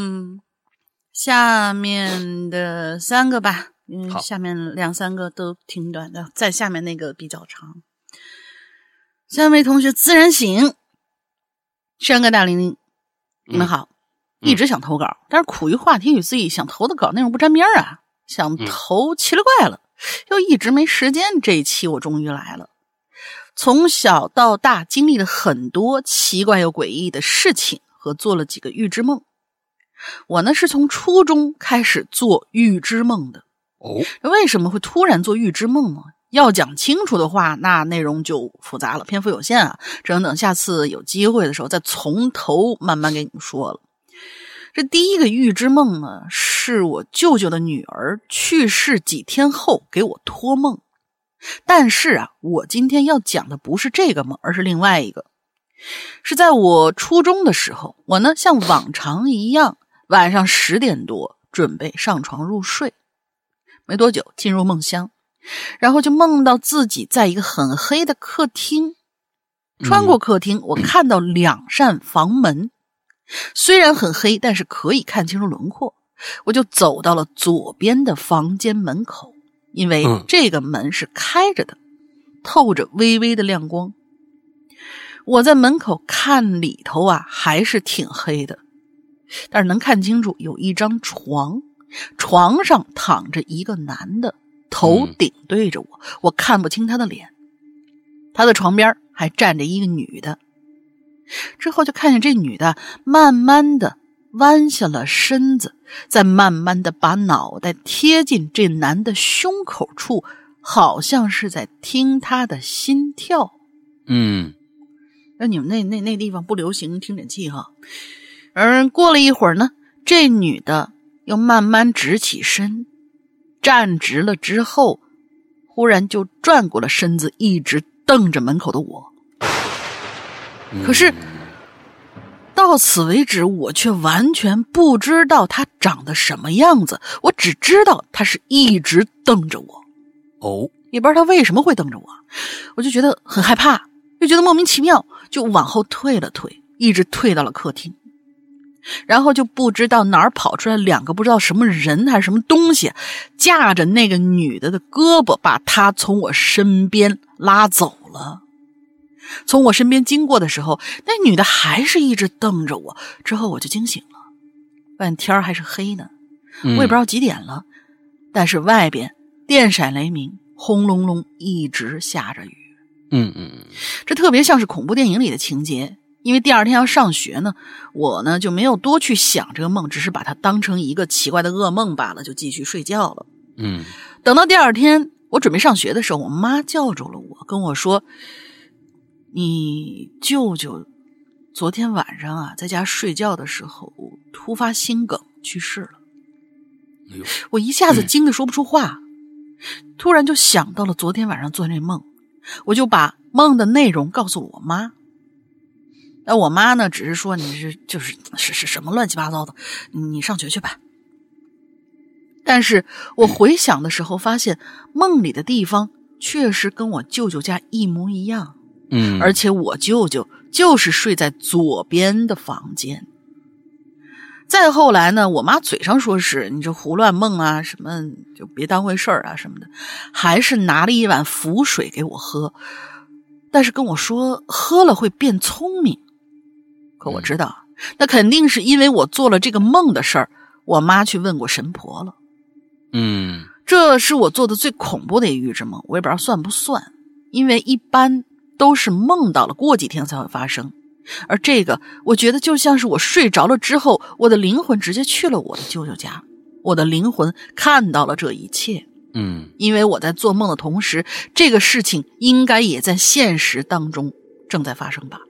Speaker 2: 下面的3个吧，因为下面2、3个都挺短的，在下面那个比较长。3位同学自然醒，山哥大玲玲，你们好。一直想投稿，但是苦于话题与自己想投的稿内容不沾边啊，想投奇了怪了，又一直没时间。这一期我终于来了。从小到大经历了很多奇怪又诡异的事情和做了几个预知梦。我呢是从初中开始做预知梦的。为什么会突然做预知梦呢？要讲清楚的话，那内容就复杂了，篇幅有限啊，只能等下次有机会的时候再从头慢慢给你们说了。这第一个预知梦呢，是我舅舅的女儿去世几天后给我托梦。但是啊，我今天要讲的不是这个梦，而是另外一个。是在我初中的时候，我呢像往常一样，晚上10点多准备上床入睡，没多久进入梦乡，然后就梦到自己在一个很黑的客厅，穿过客厅，我看到2扇房门，虽然很黑，但是可以看清楚轮廓。我就走到了左边的房间门口，因为这个门是开着的，透着微微的亮光。我在门口看里头啊，还是挺黑的，但是能看清楚有一张床，床上躺着一个男的，头顶对着我，我看不清他的脸。他的床边还站着一个女的。之后就看见这女的慢慢的弯下了身子，再慢慢的把脑袋贴近这男的胸口处，好像是在听他的心跳。那你们那地方不流行听诊器哈。而过了一会儿呢，这女的又慢慢直起身，站直了之后，忽然就转过了身子，一直瞪着门口的我。可是到此为止，我却完全不知道他长得什么样子，我只知道他是一直瞪着我。也不知道他为什么会瞪着我，我就觉得很害怕，又觉得莫名其妙，就往后退了退，一直退到了客厅。然后就不知道哪儿跑出来2个不知道什么人还是什么东西，架着那个女的胳膊，把她从我身边拉走了。从我身边经过的时候，那女的还是一直瞪着我。之后我就惊醒了，外面天还是黑呢，我也不知道几点了，但是外边电闪雷鸣，轰隆隆一直下着雨。这特别像是恐怖电影里的情节。因为第2天要上学呢，我呢就没有多去想这个梦，只是把它当成一个奇怪的噩梦罢了，就继续睡觉了。等到第2天我准备上学的时候，我妈叫住了我，跟我说，你舅舅昨天晚上啊在家睡觉的时候突发心梗去世了。我一下子惊得说不出话，突然就想到了昨天晚上做那梦，我就把梦的内容告诉了我妈。那我妈呢只是说，你是什么乱七八糟的，你上学去吧。但是我回想的时候发现，梦里的地方确实跟我舅舅家一模一样。而且我舅舅就是睡在左边的房间。再后来呢，我妈嘴上说是你这胡乱梦啊，什么就别当回事儿啊什么的，还是拿了一碗符水给我喝，但是跟我说喝了会变聪明。可我知道，那肯定是因为我做了这个梦的事儿，我妈去问过神婆了。这是我做的最恐怖的一个预知梦，我也不知道算不算，因为一般都是梦到了过几天才会发生，而这个我觉得就像是我睡着了之后，我的灵魂直接去了我的舅舅家，我的灵魂看到了这一切。因为我在做梦的同时，这个事情应该也在现实当中正在发生吧。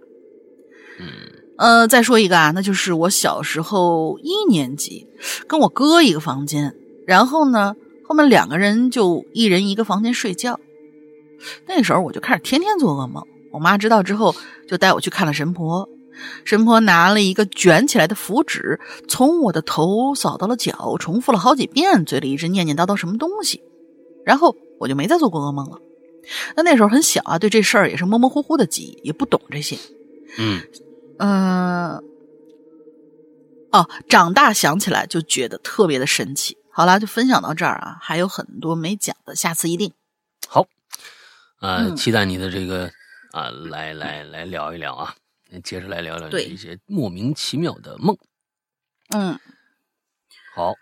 Speaker 2: 再说一个啊，那就是我小时候1年级跟我哥一个房间， 然后呢，后面2个人就一人一个房间睡觉。那时候我就开始天天做噩梦，我妈知道之后就带我去看了神婆。神婆拿了一个卷起来的符纸，从我的头扫到了脚，重复了好几遍，嘴里一直念念叨叨什么东西。然后我就没再做过噩梦了。那时候很小啊，对这事儿也是模模糊糊的记忆，也不懂这些。长大想起来就觉得特别的神奇。好啦，就分享到这儿啊，还有很多没讲的，下次一定。
Speaker 1: 好，期待你的这个来聊一聊啊，接着来聊聊一些莫名其妙的梦。好，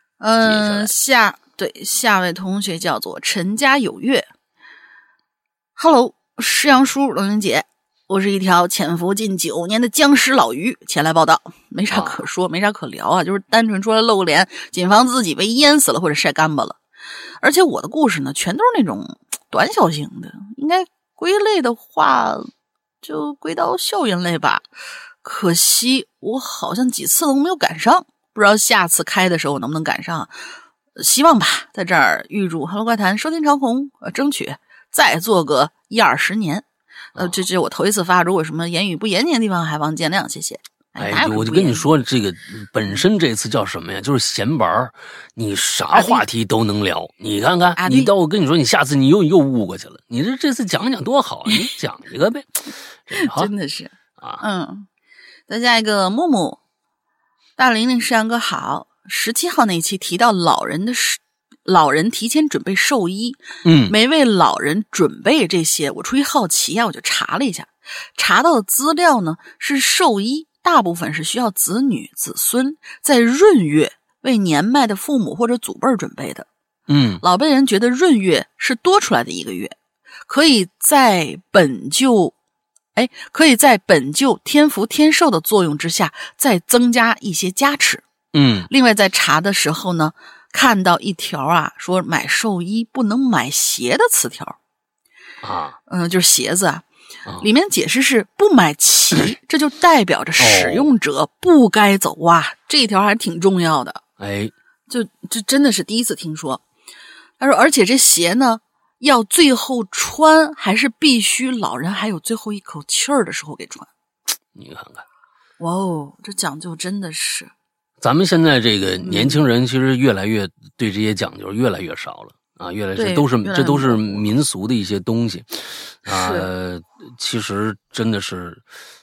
Speaker 1: 下位同学叫做陈家有月。Hello， 师阳叔，龙云姐，我是一条潜伏近9年的僵尸老鱼，前来报道。没啥可说，没啥可聊啊，就是单纯出来露个脸，谨防自己被淹死了或者晒干巴了。而且我的故事呢，全都是那种短小型的，应该归类的话就归到校园类吧。可惜我好像几次都没有赶上，不知道下次开的时候能不能赶上，希望吧。在这儿预祝Hello怪谈收听长虹，争取再做个10-20年。这是我头一次发，如果什么言语不严谨的地方，还望见谅，谢谢。 我就跟你说，这个本身这次叫什么呀？就是闲玩，你啥话题都能聊。你看看，我跟你说，你下次你又误过去了。你这次讲讲多好啊！你讲一个呗，
Speaker 2: 真的是啊。再下一个木木，大玲师阳哥好。17号那一期提到老人提前准备寿衣，每位老人准备这些，我出于好奇啊，我就查了一下，查到的资料呢是寿衣大部分是需要子女子孙在闰月为年迈的父母或者祖辈准备的。老辈人觉得闰月是多出来的一个月，可以在本就天福天寿的作用之下再增加一些加持。另外在查的时候呢，看到一条啊，说买寿衣不能买鞋的词条就是鞋子啊。里面解释是不买齐，这就代表着使用者不该走这一条还挺重要的。这真的是第一次听说。他说，而且这鞋呢，要最后穿，还是必须老人还有最后一口气儿的时候给穿。
Speaker 1: 你看看，
Speaker 2: 哇哦，这讲究真的是。
Speaker 1: 咱们现在这个年轻人其实越来越对这些讲究越来越少了啊，这都是民俗的一些东西其实真的是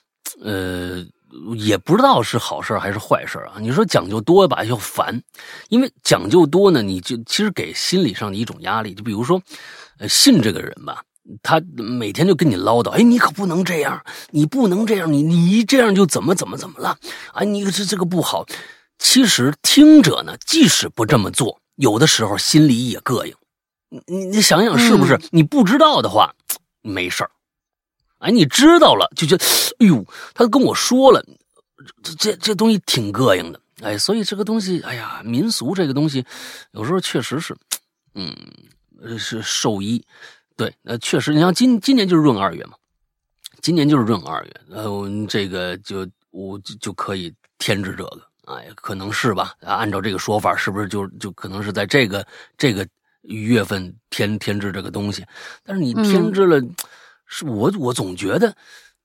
Speaker 1: 也不知道是好事还是坏事啊。你说讲究多吧又烦，因为讲究多呢，你就其实给心理上的一种压力。就比如说信这个人吧，他每天就跟你唠叨，你可不能这样，你不能这样，你这样就怎么了啊，你这个不好。其实听者呢，即使不这么做，有的时候心里也膈应。你想想是不是？你不知道的话没事儿，你知道了就觉得哎呦，他跟我说了，这东西挺膈应的。所以这个东西，民俗这个东西有时候确实是是寿衣。对，确实你像今年就是闰2月嘛，今年就是闰2月，这个我就可以添置这个。可能是吧，按照这个说法，是不是就可能是在这个月份添置这个东西？但是你添置了，是我总觉得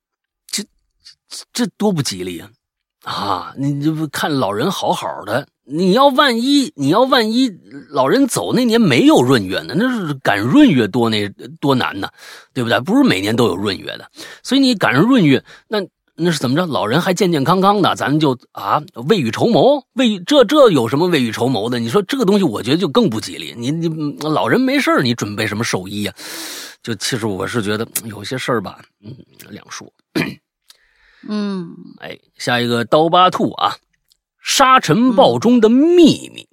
Speaker 1: 这多不吉利啊！你就看老人好好的，你要万一老人走那年没有闰月呢，那是赶闰月多难呢，对不对？不是每年都有闰月的，所以你赶上闰月那是怎么着？老人还健健康康的，咱就未雨绸缪，这有什么未雨绸缪的？你说这个东西，我觉得就更不吉利。你老人没事你准备什么寿衣啊？其实我是觉得有些事儿吧，两说。下一个刀疤兔啊，沙尘暴中的秘密。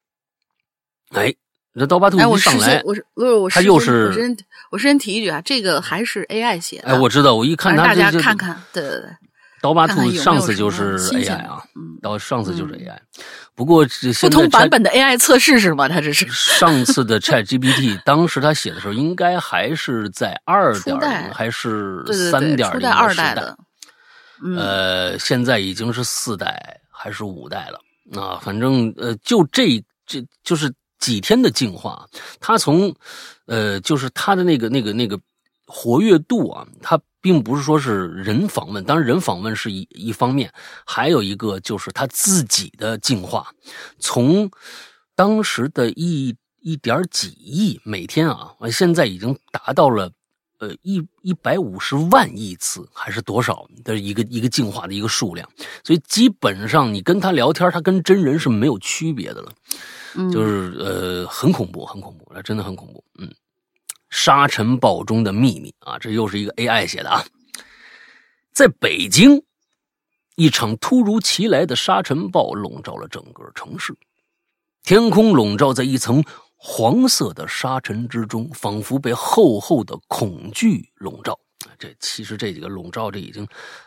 Speaker 1: 这刀疤兔一上来，他又是
Speaker 2: 我先提一句啊，这个还是 AI 写的。
Speaker 1: 我知道，我一看他
Speaker 2: 大家看看，对。
Speaker 1: 刀疤兔上次就是 AI 啊，上次就是 AI。不过
Speaker 2: 不同版本的 AI 测试是吗？它这是
Speaker 1: 上次的 ChatGPT， 当时他写的时候应该还是在2.0还是3.0
Speaker 2: 初代2代的。
Speaker 1: 现在已经是4代还是5代了啊？反正就是几天的净化，他从就是他的那个活跃度啊，他并不是说是人访问，当然人访问是一方面，还有一个就是他自己的净化，从当时的一点几亿每天啊，现在已经达到了150万亿次还是多少的一个净化的一个数量，所以基本上你跟他聊天，他跟真人是没有区别的了，就是很恐怖，很恐怖，真的很恐怖。沙尘暴中的秘密啊，这又是一个 AI 写的啊。在北京，一场突如其来的沙尘暴笼罩了整个城市，天空笼罩在一层黄色的沙尘之中，仿佛被厚厚的恐惧笼罩。其实这几个笼罩，这已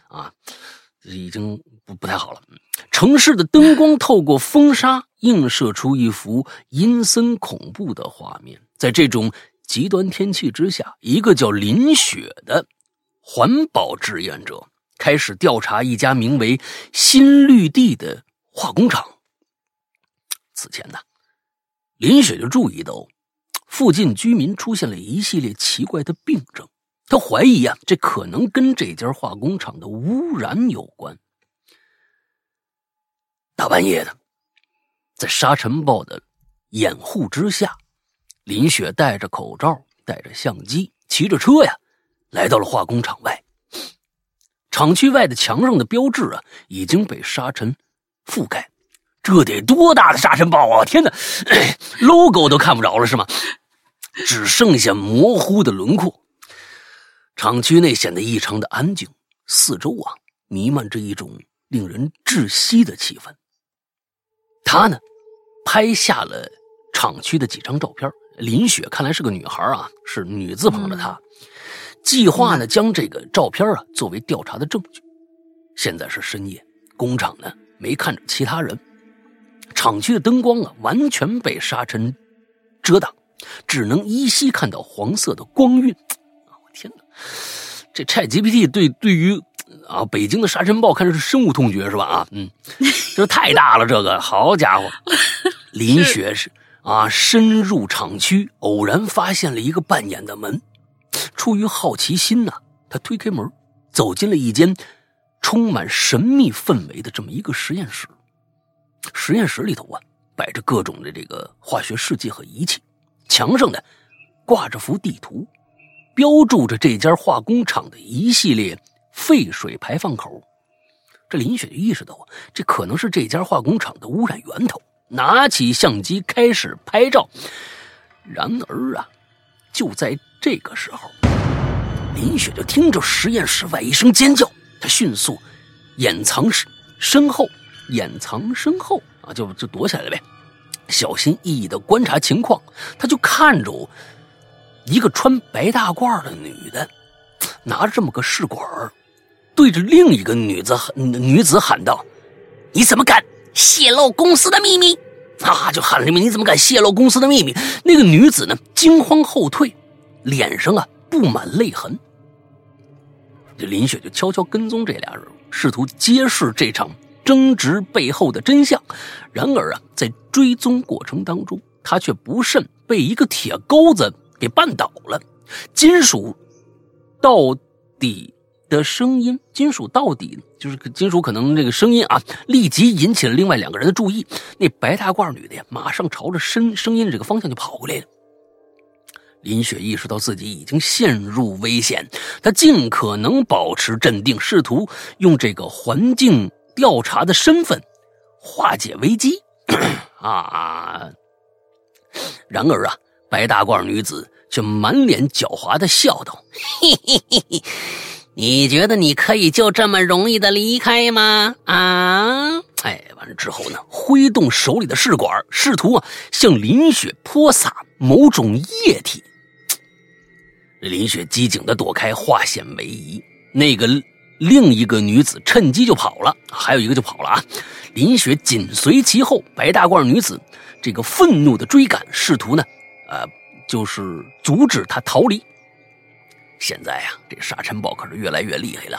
Speaker 1: 经不太好了。城市的灯光透过风沙映射出一幅阴森恐怖的画面。在这种极端天气之下，一个叫林雪的环保志愿者开始调查一家名为新绿地的化工厂。此前呢，林雪就注意到附近居民出现了一系列奇怪的病症，他怀疑啊，这可能跟这家化工厂的污染有关。大半夜的，在沙尘暴的掩护之下，林雪戴着口罩，带着相机，骑着车呀，来到了化工厂外。厂区外的墙上的标志啊，已经被沙尘覆盖。这得多大的沙尘暴啊！天哪，logo 都看不着了是吗？只剩下模糊的轮廓。厂区内显得异常的安静，四周啊弥漫着一种令人窒息的气氛。他呢，拍下了厂区的几张照片。林雪看来是个女孩啊，是女字旁的她。计划呢，将这个照片啊作为调查的证据。现在是深夜，工厂呢没看着其他人，厂区的灯光啊完全被沙尘遮挡，只能依稀看到黄色的光晕。我天哪，这 ChatGPT 对于啊北京的沙尘暴看着是深恶痛绝是吧？这太大了，这个好家伙！林雪是深入厂区，偶然发现了一个半掩的门。出于好奇心呢，他推开门，走进了一间充满神秘氛围的这么一个实验室。实验室里头啊，摆着各种的这个化学试剂和仪器，墙上呢挂着幅地图，标注着这家化工厂的一系列废水排放口。这林雪就意识到啊，这可能是这家化工厂的污染源头，拿起相机开始拍照。然而啊，就在这个时候，林雪就听着实验室外一声尖叫，她迅速掩藏身后啊，就躲起来了呗。小心翼翼的观察情况，她就看着一个穿白大褂的女的，拿着这么个试管，对着另一个女子喊道：“你怎么敢泄露公司的秘密？”就喊了这么，你怎么敢泄露公司的秘密？那个女子呢，惊慌后退，脸上啊布满泪痕。这林雪就悄悄跟踪这俩人，试图揭示这场争执背后的真相。然而啊，在追踪过程当中，他却不慎被一个铁钩子给绊倒了。金属到底的声音，金属到底就是金属可能这个声音啊，立即引起了另外两个人的注意。那白大褂女的呀，马上朝着声音这个方向就跑过来了。林雪意识到自己已经陷入危险，她尽可能保持镇定，试图用这个环境调查的身份化解危机。然而啊，白大褂女子却满脸狡猾地笑道：“嘿嘿嘿嘿，你觉得你可以就这么容易的离开吗？完了之后呢，挥动手里的试管，试图向林雪泼洒某种液体。林雪机警的躲开，化险为夷。另一个女子趁机就跑了，还有一个就跑了啊！林雪紧随其后，白大褂女子这个愤怒的追赶，试图呢，就是阻止她逃离。现在啊，这沙尘暴可是越来越厉害了。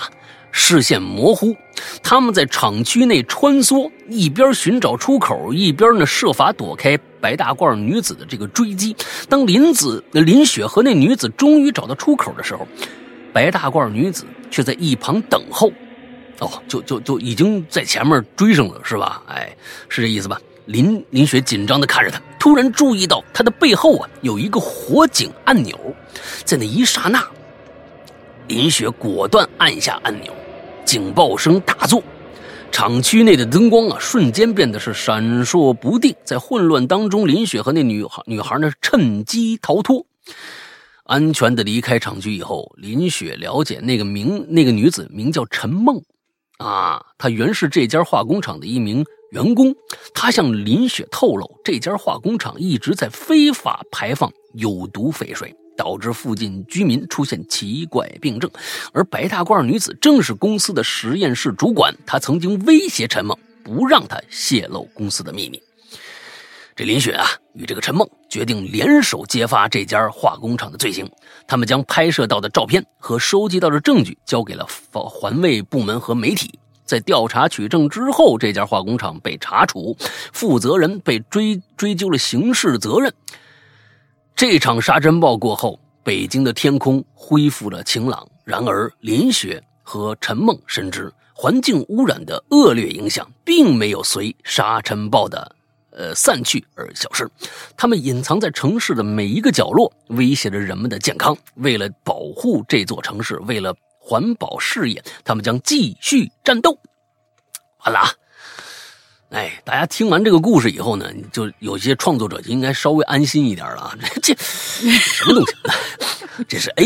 Speaker 1: 视线模糊，他们在厂区内穿梭，一边寻找出口，一边呢设法躲开白大褂女子的这个追击。当林雪和那女子终于找到出口的时候，白大褂女子却在一旁等候。就已经在前面追上了，是吧？哎，是这意思吧？林雪紧张地看着他，突然注意到他的背后有一个火警按钮，在那一刹那，林雪果断按下按钮，警报声大作，厂区内的灯光瞬间变得是闪烁不定。在混乱当中，林雪和那女孩呢趁机逃脱。安全的离开厂区以后，林雪了解那个女子名叫陈梦她原是这家化工厂的一名员工。她向林雪透露，这家化工厂一直在非法排放有毒废水，导致附近居民出现奇怪病症。而白大褂女子正是公司的实验室主管，她曾经威胁陈梦，不让她泄露公司的秘密。这林雪与这个陈梦决定联手揭发这家化工厂的罪行。他们将拍摄到的照片和收集到的证据交给了环卫部门和媒体。在调查取证之后，这家化工厂被查处，负责人被追究了刑事责任。这场沙尘暴过后，北京的天空恢复了晴朗。然而林雪和陈梦深知，环境污染的恶劣影响并没有随沙尘暴的散去而消失，他们隐藏在城市的每一个角落，威胁着人们的健康。为了保护这座城市，为了环保事业，他们将继续战斗。完了大家听完这个故事以后呢，就有些创作者就应该稍微安心一点了这什么东西？这是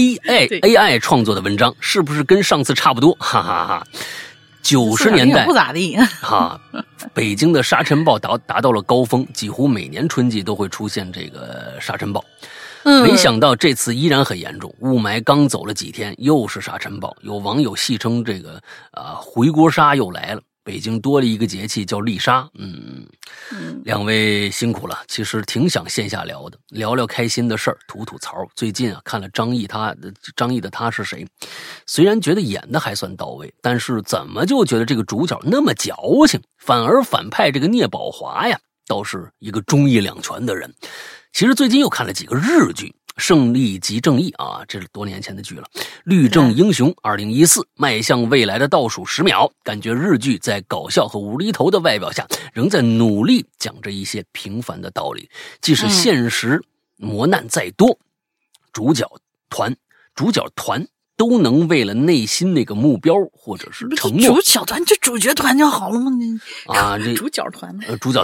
Speaker 1: AI 创作的文章，是不是跟上次差不多？哈哈哈。90年代
Speaker 2: 不咋地
Speaker 1: 北京的沙尘暴达到了高峰，几乎每年春季都会出现这个沙尘暴。没想到这次依然很严重，雾霾刚走了几天，又是沙尘暴。有网友戏称这个回锅沙又来了。北京多了一个节气叫丽莎。两位辛苦了，其实挺想线下聊的，聊聊开心的事儿，吐吐槽。最近看了张译的他是谁，虽然觉得演的还算到位，但是怎么就觉得这个主角那么矫情，反而反派这个聂宝华倒是一个忠义两全的人。其实最近又看了几个日剧，胜利即正义这是多年前的剧了。律政英雄2014，迈向未来的倒数10秒，感觉日剧在搞笑和无厘头的外表下，仍在努力讲着一些平凡的道理。即使现实磨难再多，主角团都能为了内心那个目标或者是承诺。
Speaker 2: 主角团就主角团就好了吗？
Speaker 1: 这
Speaker 2: 主角团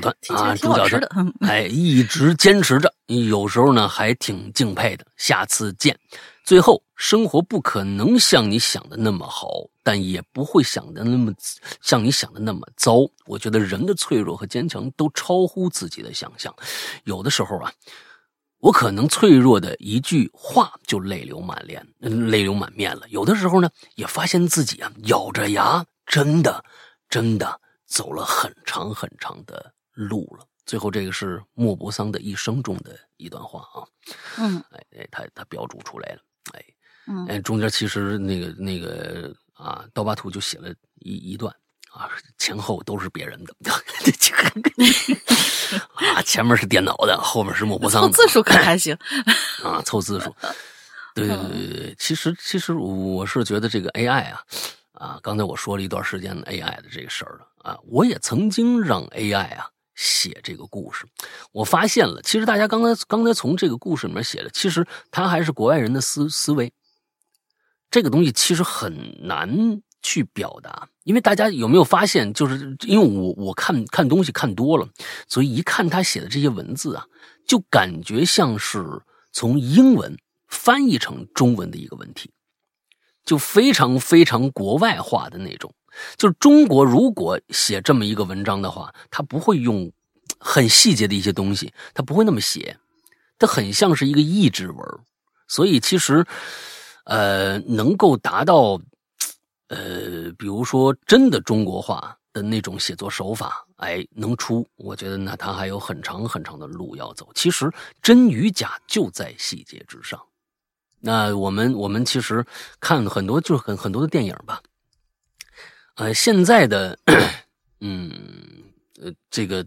Speaker 1: 一直坚持着，有时候呢还挺敬佩的。下次见。最后，生活不可能像你想的那么好，但也不会像你想的那么糟。我觉得人的脆弱和坚强都超乎自己的想象。有的时候我可能脆弱的一句话就泪流满面了。有的时候呢，也发现自己咬着牙，真的走了很长很长的路了。最后这个是莫泊桑的一生中的一段话他标注出来了。中间其实那个刀疤兔就写了一段前后都是别人的前面是电脑的，后面是莫泊桑的。
Speaker 2: 凑字数可还行
Speaker 1: 凑字数。对，其实我是觉得这个 AI 刚才我说了一段时间 AI 的这个事儿了我也曾经让 AI 写这个故事。我发现了，其实大家刚才从这个故事里面写的，其实它还是国外人的思维。这个东西其实很难去表达，因为大家有没有发现，就是因为我看东西看多了，所以一看他写的这些文字就感觉像是从英文翻译成中文的一个问题，就非常非常国外化的那种。就是中国如果写这么一个文章的话，他不会用很细节的一些东西，他不会那么写，它很像是一个译制文。所以其实能够达到比如说真的中国化的那种写作手法能出，我觉得那他还有很长很长的路要走。其实真与假就在细节之上。那我们其实看很多就是很多的电影吧， 现在的这个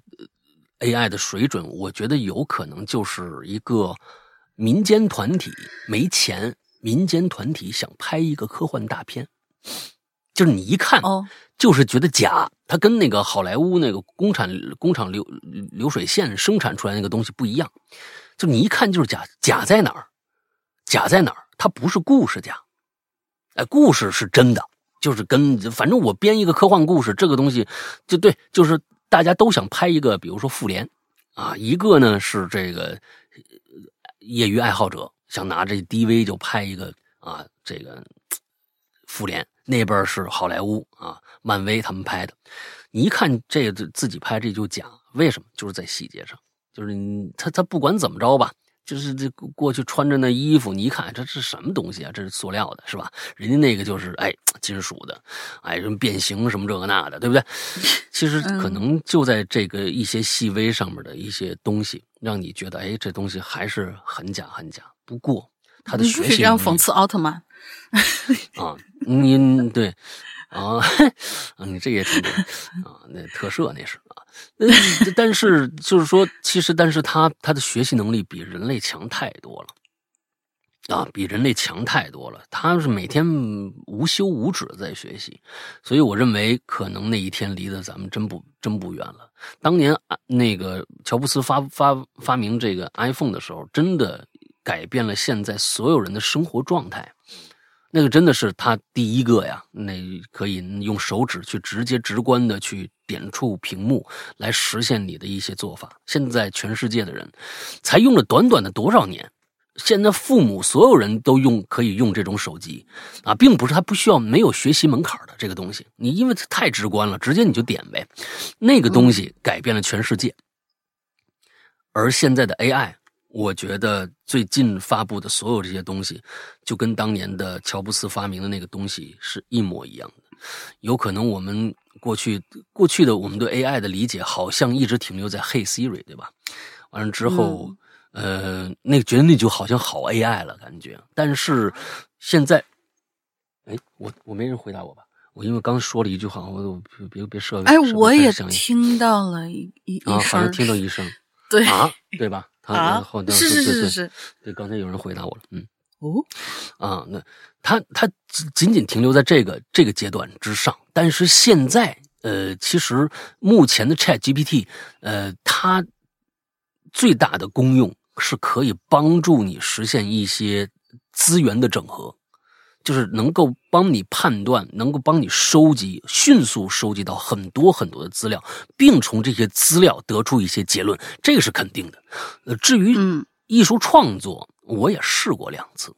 Speaker 1: AI 的水准，我觉得有可能就是一个民间团体没钱，民间团体想拍一个科幻大片，就是你一看就是觉得假，它跟那个好莱坞那个工厂流水线生产出来那个东西不一样，就你一看就是假，假在哪儿？假在哪儿？它不是故事假，故事是真的，就是反正我编一个科幻故事，这个东西就对，就是大家都想拍一个，比如说复联啊，一个呢是这个业余爱好者想拿着 DV 就拍一个啊，这个复联，那边是好莱坞啊，漫威他们拍的，你一看这个自己拍这就假，为什么？就是在细节上，就是他不管怎么着吧。就是这过去穿着那衣服，你一看这是什么东西啊？这是塑料的，是吧？人家那个就是金属的，什么变形什么这个那的，对不对？其实可能就在这个一些细微上面的一些东西，让你觉得这东西还是很假很假。不过他的学习能力，
Speaker 2: 你不是这样讽刺奥特曼
Speaker 1: 啊？你对啊，你这也挺对啊，那特摄那是啊。但是就是说，其实但是他的学习能力比人类强太多了啊，比人类强太多了。他是每天无休无止的在学习，所以我认为可能那一天离得咱们真不远了。当年那个乔布斯发明这个 iPhone 的时候，真的改变了现在所有人的生活状态。那个真的是他第一个呀，那可以用手指去直观的去点触屏幕来实现你的一些做法。现在全世界的人才用了短短的多少年，现在父母所有人都可以用这种手机啊，并不是他不需要没有学习门槛的这个东西，你因为它太直观了，直接你就点呗。那个东西改变了全世界。而现在的 AI，我觉得最近发布的所有这些东西，就跟当年的乔布斯发明的那个东西是一模一样的。有可能我们过去的我们对 AI 的理解，好像一直停留在 Hey Siri， 对吧？完了之后，那觉得那就好像好 AI 了感觉。但是现在，我没人回答我吧？我因为刚说了一句话，我别设。
Speaker 2: 我也听到了一声，
Speaker 1: 好像听到一声，
Speaker 2: 对
Speaker 1: 对吧？是，对，刚才有人回答我了，那他仅仅停留在这个阶段之上，但是现在其实目前的 ChatGPT，它最大的功用是可以帮助你实现一些资源的整合。就是能够帮你判断，能够帮你迅速收集到很多很多的资料，并从这些资料得出一些结论，这个是肯定的。至于艺术创作，我也试过2次，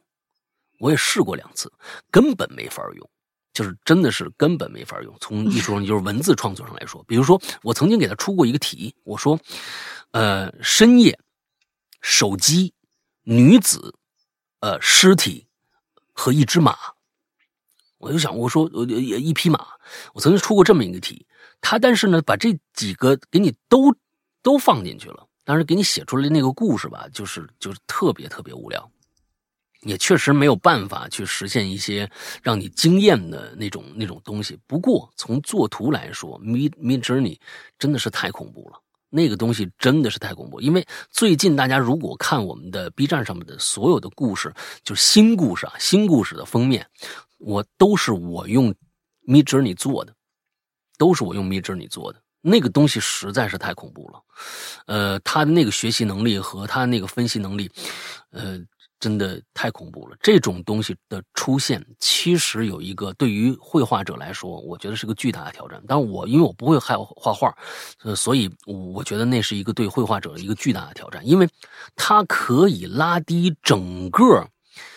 Speaker 1: 根本没法用，就是真的是根本没法用。从艺术上，就是文字创作上来说，比如说我曾经给他出过一个题，我说，深夜、手机、女子、尸体。和一只马，我就想，我说一匹马，我曾经出过这么一个题，但是呢，把这几个给你都放进去了，但是给你写出来那个故事吧，就是特别特别无聊，也确实没有办法去实现一些让你惊艳的那种东西。不过从作图来说 ，Midjourney 真的是太恐怖了。那个东西真的是太恐怖，因为最近大家如果看我们的 B 站上面的所有的故事，就是新故事的封面，都是我用 Midjourney 做的，那个东西实在是太恐怖了，他的那个学习能力和他那个分析能力，真的太恐怖了。这种东西的出现，其实有一个对于绘画者来说，我觉得是个巨大的挑战。但因为我不会画画，所以我觉得那是一个对绘画者一个巨大的挑战，因为它可以拉低整个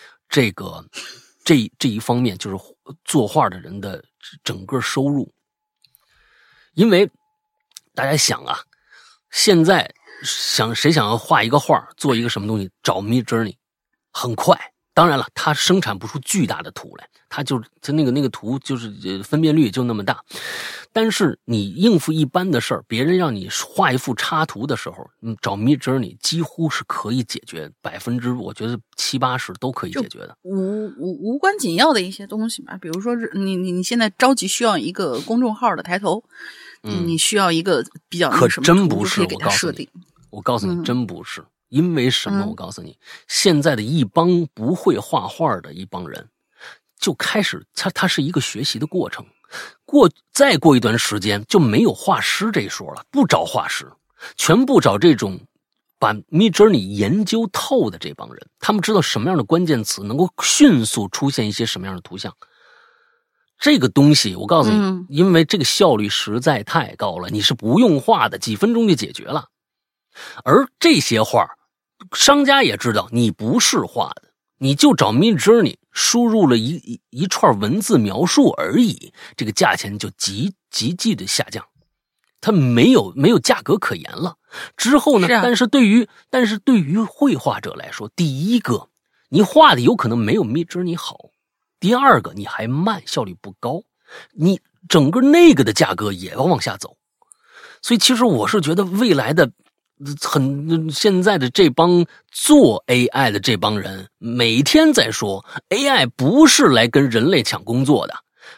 Speaker 1: 这一方面，就是作画的人的整个收入。因为大家想啊，现在谁想要画一个画，做一个什么东西，找 Midjourney。很快， 当然了，它生产不出巨大的图来，它那个图就是分辨率就那么大。但是你应付一般的事儿，别人让你画一幅插图的时候，找 Midjourney 几乎是可以解决我觉得70-80%都可以解决的，
Speaker 2: 无关紧要的一些东西嘛，比如说你现在着急需要一个公众号的抬头，你需要一个比较
Speaker 1: 可真不是，
Speaker 2: 给它设定。
Speaker 1: 我告诉你，真不是。因为什么？我告诉你，现在的一帮不会画画的一帮人，就开始它是一个学习的过程。再过一段时间就没有画师这一说了，不找画师，全部找这种把 Midjourney 研究透的这帮人，他们知道什么样的关键词能够迅速出现一些什么样的图像。这个东西我告诉你，因为这个效率实在太高了，你是不用画的，几分钟就解决了。而这些画商家也知道你不是画的，你就找 Midjourney 输入了一串文字描述而已，这个价钱就急剧的下降，它没有价格可言了。之后呢，但是对于绘画者来说，第一个，你画的有可能没有 Midjourney 好；第二个，你还慢，效率不高，你整个那个的价格也要往下走。所以其实我是觉得未来的现在的这帮做 AI 的这帮人每天在说 AI 不是来跟人类抢工作的，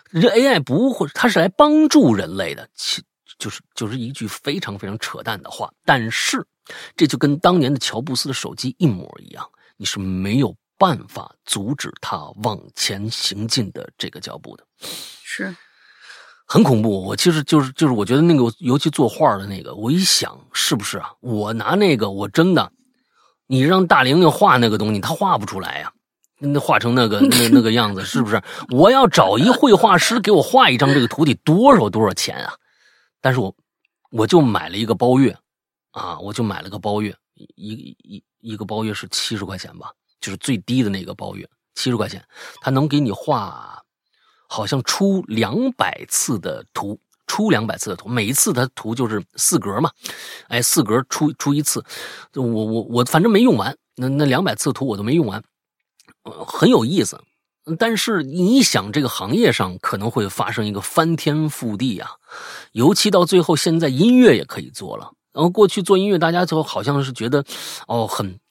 Speaker 1: AI 不会，它是来帮助人类的，就是一句非常非常扯淡的话。但是这就跟当年的乔布斯的手机一模一样，你是没有办法阻止它往前行进的这个脚步的。
Speaker 2: 是
Speaker 1: 很恐怖。我其实就是我觉得那个尤其作画的那个，我一想是不是啊，我拿那个我真的，你让大玲玲画那个东西她画不出来呀，那画成那个样子是不是？我要找一绘画师给我画一张这个图得多少钱啊。但是我就买了一个包月啊，我就买了个包月，一个包月是70块钱吧，就是最低的那个包月70块钱，他能给你画好像出200次的图，每一次它图就是4格嘛，4格出一次，我反正没用完，那200次的图我都没用完，很有意思。但是你一想这个行业上可能会发生一个翻天覆地啊，尤其到最后现在音乐也可以做了，然后过去做音乐大家就好像是觉得很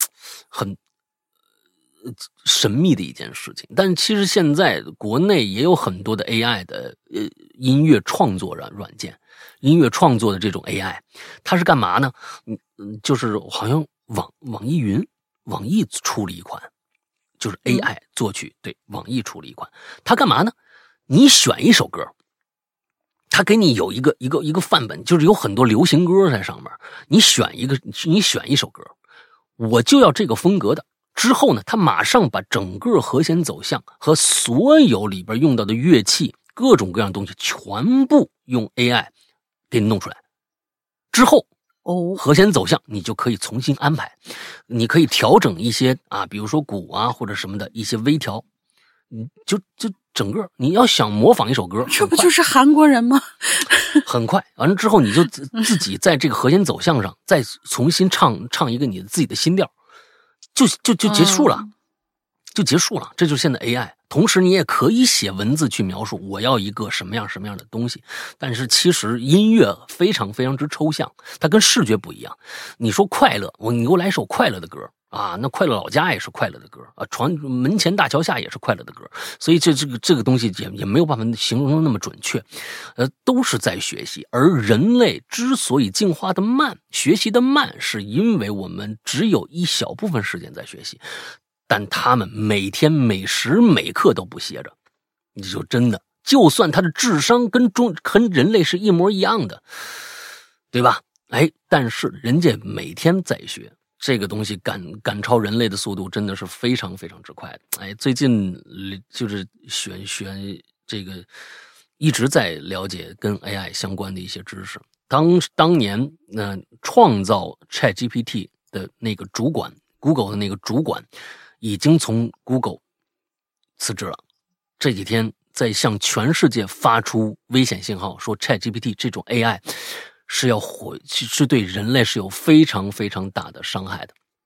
Speaker 1: 神秘的一件事情，但其实现在国内也有很多的 AI 的音乐创作软件，音乐创作的这种 AI， 它是干嘛呢？就是好像网易出了一款，就是 AI 作曲，对，网易出了一款，它干嘛呢？你选一首歌，它给你有一个范本，就是有很多流行歌在上面，你选一首歌，我就要这个风格的。之后呢，他马上把整个和弦走向和所有里边用到的乐器各种各样的东西全部用 AI 给你弄出来。之后和弦走向你就可以重新安排，你可以调整一些比如说鼓啊或者什么的一些微调，就整个你要想模仿一首歌，
Speaker 2: 这不就是韩国人吗？
Speaker 1: 很快完了之后你就自己在这个和弦走向上再重新唱一个你自己的新调，就结束了，就结束了。这就是现在 AI。同时你也可以写文字去描述我要一个什么样的东西，但是其实音乐非常非常之抽象，它跟视觉不一样。你说快乐，你给我来一首快乐的歌啊，那快乐老家也是快乐的歌啊，门前大桥下也是快乐的歌，所以这个东西也没有办法形容的那么准确，都是在学习。而人类之所以进化的慢，学习的慢，是因为我们只有一小部分时间在学习，但他们每天每时每刻都不歇着，你就真的，就算他的智商跟人类是一模一样的，对吧？但是人家每天在学。这个东西赶超人类的速度真的是非常非常之快的。最近就是学这个一直在了解跟 AI 相关的一些知识。当年创造 ChatGPT 的那个主管 Google 的那个主管已经从 Google 辞职了，这几天在向全世界发出危险信号，说 ChatGPT 这种 AI是对人类是有非常非常大的伤害的。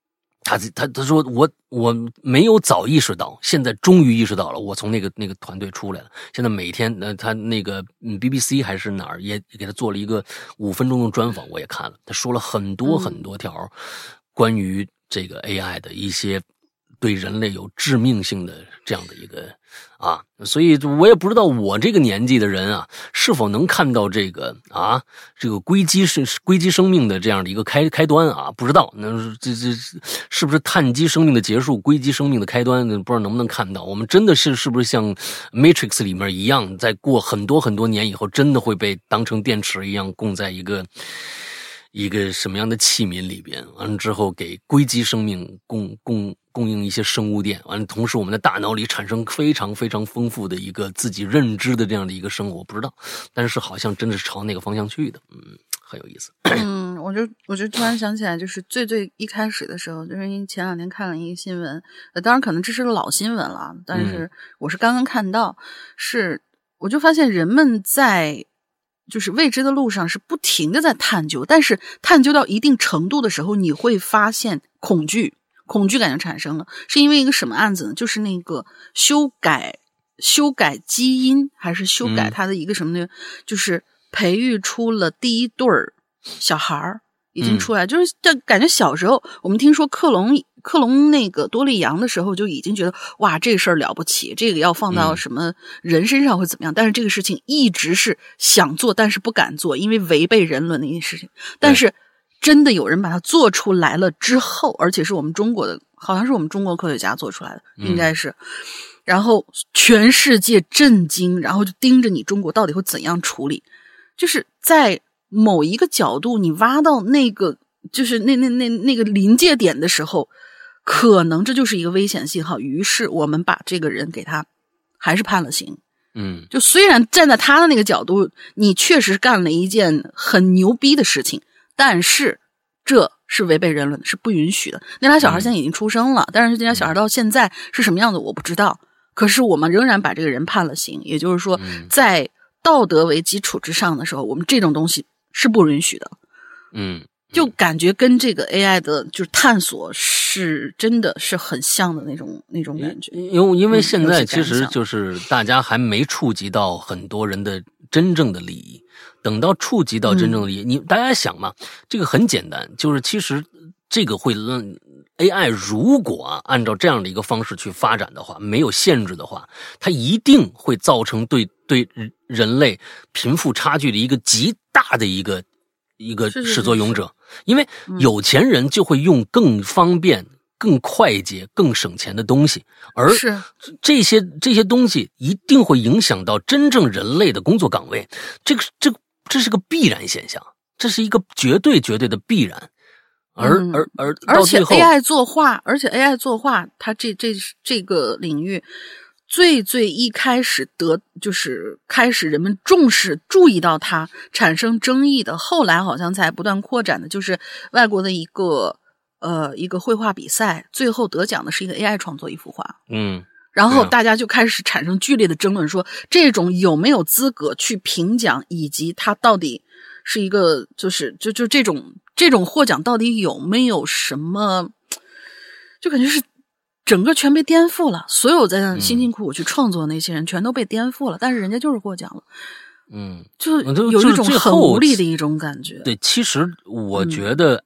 Speaker 1: 他说我没有早意识到，现在终于意识到了。我从那个团队出来了，现在每天他那个BBC 还是哪儿也给他做了一个5分钟的专访，我也看了，他说了很多很多条关于这个 AI 的一些对人类有致命性的这样的一个所以我也不知道我这个年纪的人啊，是否能看到这个硅基生命的这样的一个开端啊，不知道那这是不是碳基生命的结束，硅基生命的开端，不知道能不能看到。我们真的是不是像 Matrix 里面一样，在过很多很多年以后，真的会被当成电池一样供在一个什么样的器皿里边，完了之后给硅基生命供应一些生物电，完了同时我们的大脑里产生非常非常丰富的一个自己认知的这样的一个生活，不知道，但是好像真的是朝那个方向去的，很有意思。
Speaker 2: 我就突然想起来，就是最一开始的时候，就是前2天看了一个新闻，当然可能这是个老新闻了，但是我是刚刚看到，我就发现人们在就是未知的路上是不停的在探究，但是探究到一定程度的时候，你会发现恐惧感就产生了，是因为一个什么案子呢？就是那个修改基因，还是修改它的一个什么呢？就是培育出了第一对小孩已经出来，就是这感觉小时候我们听说克隆那个多利羊的时候，就已经觉得哇，这事儿了不起，这个要放到什么人身上会怎么样？但是这个事情一直是想做，但是不敢做，因为违背人伦的一件事情。但是真的有人把它做出来了之后，而且是我们中国的，好像是我们中国科学家做出来的，应该是。然后全世界震惊，然后就盯着你中国到底会怎样处理。就是在某一个角度，你挖到那个就是那个临界点的时候，可能这就是一个危险信号。于是我们把这个人给他还是判了刑。就虽然站在他的那个角度，你确实干了一件很牛逼的事情，但是这是违背人伦的，是不允许的。那俩小孩现在已经出生了，但是这俩小孩到现在是什么样子我不知道。可是我们仍然把这个人判了刑，也就是说，在道德为基础之上的时候，我们这种东西是不允许的。就感觉跟这个 AI 的就是探索是真的是很像的那种感觉。
Speaker 1: 因为现在其实就是大家还没触及到很多人的真正的利益，等到触及到真正的利益，大家想嘛，这个很简单，就是其实这个会让 AI 如果按照这样的一个方式去发展的话，没有限制的话，它一定会造成对人类贫富差距的一个极大的一个始作俑者。因为有钱人就会用更方便、更快捷、更省钱的东西，而这些东西一定会影响到真正人类的工作岗位。这是个必然现象，这是一个绝对的必然。而到最后
Speaker 2: AI 作画，它这个领域最一开始就是开始人们注意到它产生争议的，后来好像才不断扩展的，就是外国的一个绘画比赛，最后得奖的是一个 AI 创作一幅画。然后大家就开始产生剧烈的争论，说这种有没有资格去评奖，以及它到底是一个就这种获奖到底有没有什么，就感觉是整个全被颠覆了，所有在辛辛苦苦去创作的那些人全都被颠覆了，但是人家就是获奖了。就有一种很无力的一种感觉。
Speaker 1: 对，其实我觉得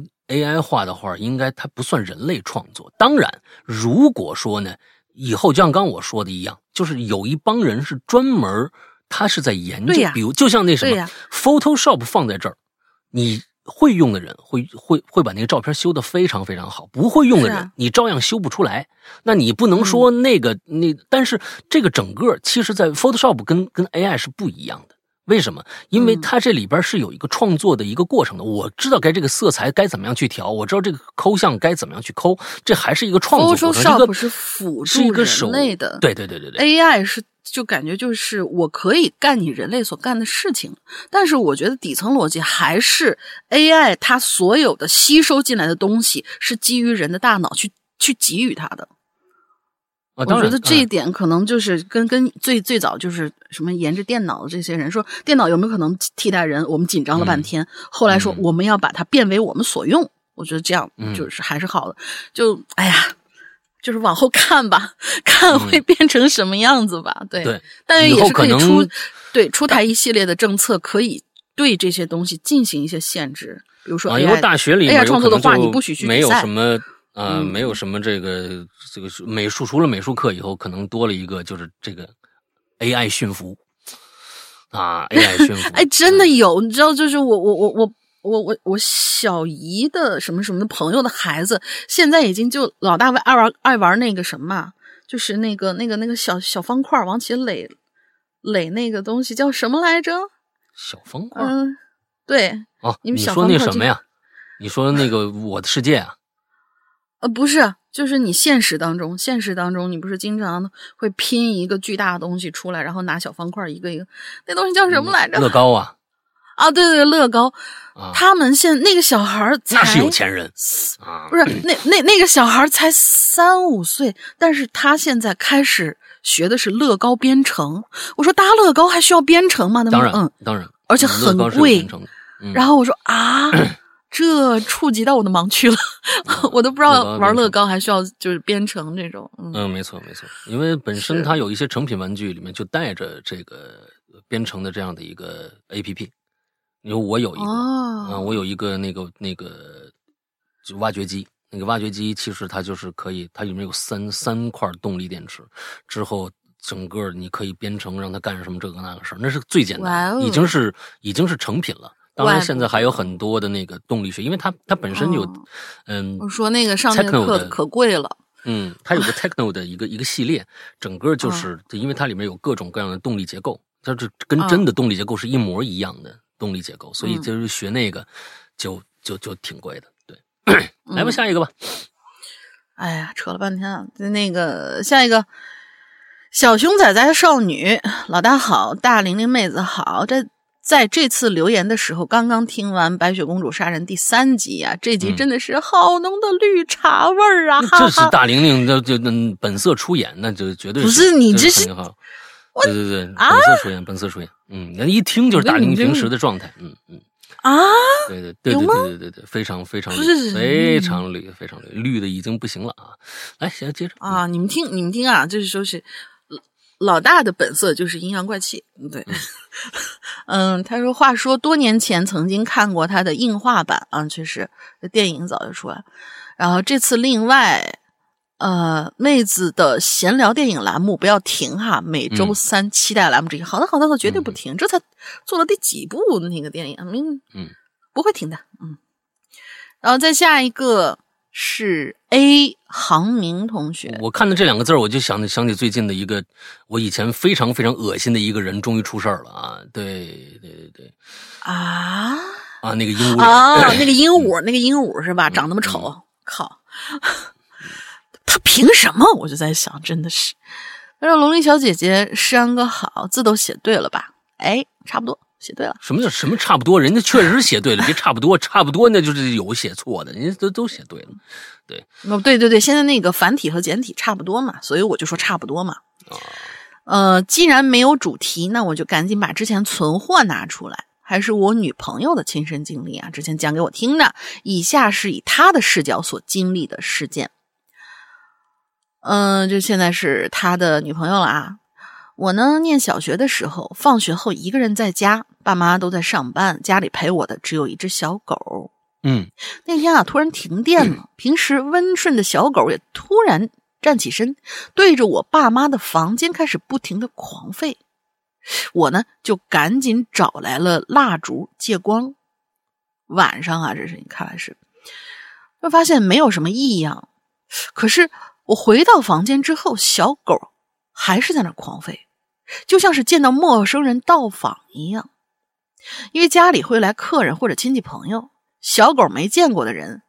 Speaker 1: AI 画的画应该它不算人类创作。当然如果说呢，以后就像刚我说的一样，就是有一帮人是专门他是在研究，比如就像那什么 Photoshop 放在这儿，你会用的人会把那个照片修得非常非常好，不会用的人你照样修不出来。那你不能说但是这个整个其实在 Photoshop 跟 AI 是不一样的。为什么？因为它这里边是有一个创作的一个过程的。我知道该这个色彩该怎么样去调，我知道这个抠像该怎么样去抠，这还是一个创作过程。
Speaker 2: Photoshop 是辅助人类的，
Speaker 1: 对。
Speaker 2: AI 是就感觉就是我可以干你人类所干的事情，但是我觉得底层逻辑还是 AI 它所有的吸收进来的东西是基于人的大脑去给予它的。我觉得这一点可能就是跟最早就是什么研制电脑的这些人说，电脑有没有可能替代人，我们紧张了半天，后来说我们要把它变为我们所用， 我觉得这样就是还是好的。就哎呀，就是往后看吧，看会变成什么样子吧。对，但也是可以出台一系列的政策，可以对这些东西进行一些限制，比如说 AI，
Speaker 1: 以后大学里面
Speaker 2: AI 创作的话，你不许去
Speaker 1: 没有什么没有什么这个美术，除了美术课以后，可能多了一个就是这个 AI 驯服啊 ，AI 驯服。
Speaker 2: 哎，真的有，你知道，就是我小姨的什么什么的朋友的孩子，现在已经就老大爱玩那个什么，就是那个小方块往起垒那个东西叫什么来着？
Speaker 1: 小方块。
Speaker 2: 对。
Speaker 1: 哦，
Speaker 2: 你
Speaker 1: 说那什么呀？你说那个我的世界啊？
Speaker 2: 不是，就是你现实当中，你不是经常会拼一个巨大的东西出来，然后拿小方块一个一个，那东西叫什么来着？
Speaker 1: 乐高啊！
Speaker 2: 啊，对，乐高。他们那个小孩才
Speaker 1: 那是有钱人啊，
Speaker 2: 不是那个小孩才3-5岁，但是他现在开始学的是乐高编程。我说搭乐高还需要编程吗？
Speaker 1: 当然，
Speaker 2: 而且很贵。然后我说啊。这触及到我的盲区了，我都不知道玩乐高还需要就是编程这种。
Speaker 1: 没错，因为本身它有一些成品玩具里面就带着这个编程的这样的一个 APP。因为我有一个我有一个那个就挖掘机，那个挖掘机其实它就是可以，它里面有三块动力电池，之后整个你可以编程让它干什么这个那个事儿，那是最简单，已经是成品了。当然，现在还有很多的那个动力学，因为它本身有，
Speaker 2: 我说那个上面的课可贵了，
Speaker 1: 它有个 Techno 的一个系列，整个就是因为它里面有各种各样的动力结构，它是跟真的动力结构是一模一样的动力结构，所以就是学那个就挺贵的。对，来吧，下一个吧。
Speaker 2: 哎呀，扯了半天啊，那个下一个小熊仔仔少女老大好，大玲玲妹子好，在这次留言的时候，刚刚听完《白雪公主杀人》第3集啊，这集真的是好浓的绿茶味儿啊！
Speaker 1: 这是大玲玲就本色出演，那就绝对
Speaker 2: 不是你这是
Speaker 1: 对，本色出演，那一听就是大玲玲平时的状态，对，非常绿，非常绿的已经不行了啊！来，先接着
Speaker 2: 啊，你们听啊，就是说是。老大的本色就是阴阳怪气，对，他说，话说多年前曾经看过他的映画版啊，确实电影早就出来，然后这次另外，妹子的闲聊电影栏目不要停哈，每周3期待栏目之一，好的，绝对不停，这才做了第几部那个电影，不会停的，然后再下一个。是 A 航明同学，
Speaker 1: 我看到这2个字我就想起最近的一个我以前非常恶心的一个人终于出事了啊！对那个鹦鹉
Speaker 2: 那个鹦鹉是吧？长那么丑，靠！他凭什么？我就在想，真的是。他说：“龙鳞小姐姐，诗安哥好，字都写对了吧？”哎，差不多。写对了，
Speaker 1: 什么差不多？人家确实写对了，别差不多那就是有写错的，人家都写对了。
Speaker 2: 对，现在那个繁体和简体差不多嘛，所以我就说差不多嘛。既然没有主题，那我就赶紧把之前存货拿出来，还是我女朋友的亲身经历啊，之前讲给我听的。以下是以她的视角所经历的事件。就现在是她的女朋友了啊。我呢，念小学的时候，放学后一个人在家，爸妈都在上班，家里陪我的只有一只小狗。那天啊，突然停电了，平时温顺的小狗也突然站起身，对着我爸妈的房间开始不停的狂吠。我呢，就赶紧找来了蜡烛借光。晚上啊，这是你看来是，就发现没有什么异样。可是我回到房间之后，小狗还是在那狂吠。就像是见到陌生人到访一样，因为家里会来客人或者亲戚朋友，小狗没见过的人，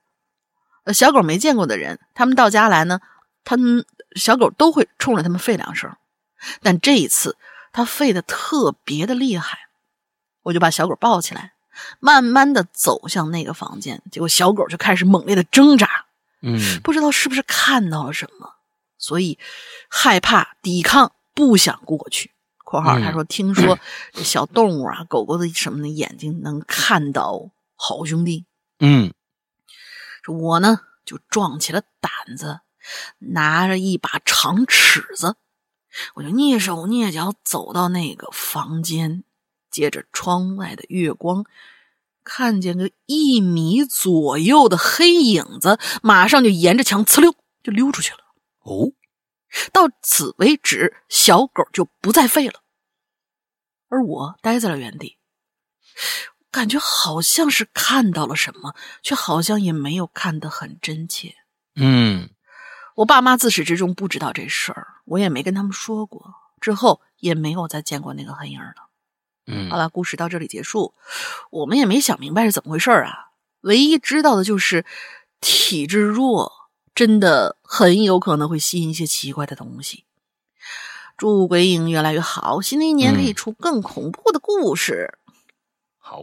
Speaker 2: 他们到家来呢，小狗都会冲着他们吠2声，但这一次它吠得特别的厉害，我就把小狗抱起来，慢慢的走向那个房间，结果小狗就开始猛烈的挣扎，不知道是不是看到了什么，所以害怕抵抗。不想过去（括号他说听说这小动物啊，狗狗的什么的眼睛能看到好兄弟）。 这我呢就壮起了胆子，拿着一把长尺子，我就蹑手蹑脚走到那个房间，借着窗外的月光，看见个1米左右的黑影子，马上就沿着墙呲溜就溜出去了。
Speaker 1: 哦，
Speaker 2: 到此为止，小狗就不再吠了，而我待在了原地，感觉好像是看到了什么，却好像也没有看得很真切。我爸妈自始至终不知道这事儿，我也没跟他们说过，之后也没有再见过那个黑影了。好了，故事到这里结束。我们也没想明白是怎么回事啊，唯一知道的就是体质弱真的很有可能会吸引一些奇怪的东西。祝鬼影越来越好，新的一年可以出更恐怖的故事。
Speaker 1: 好，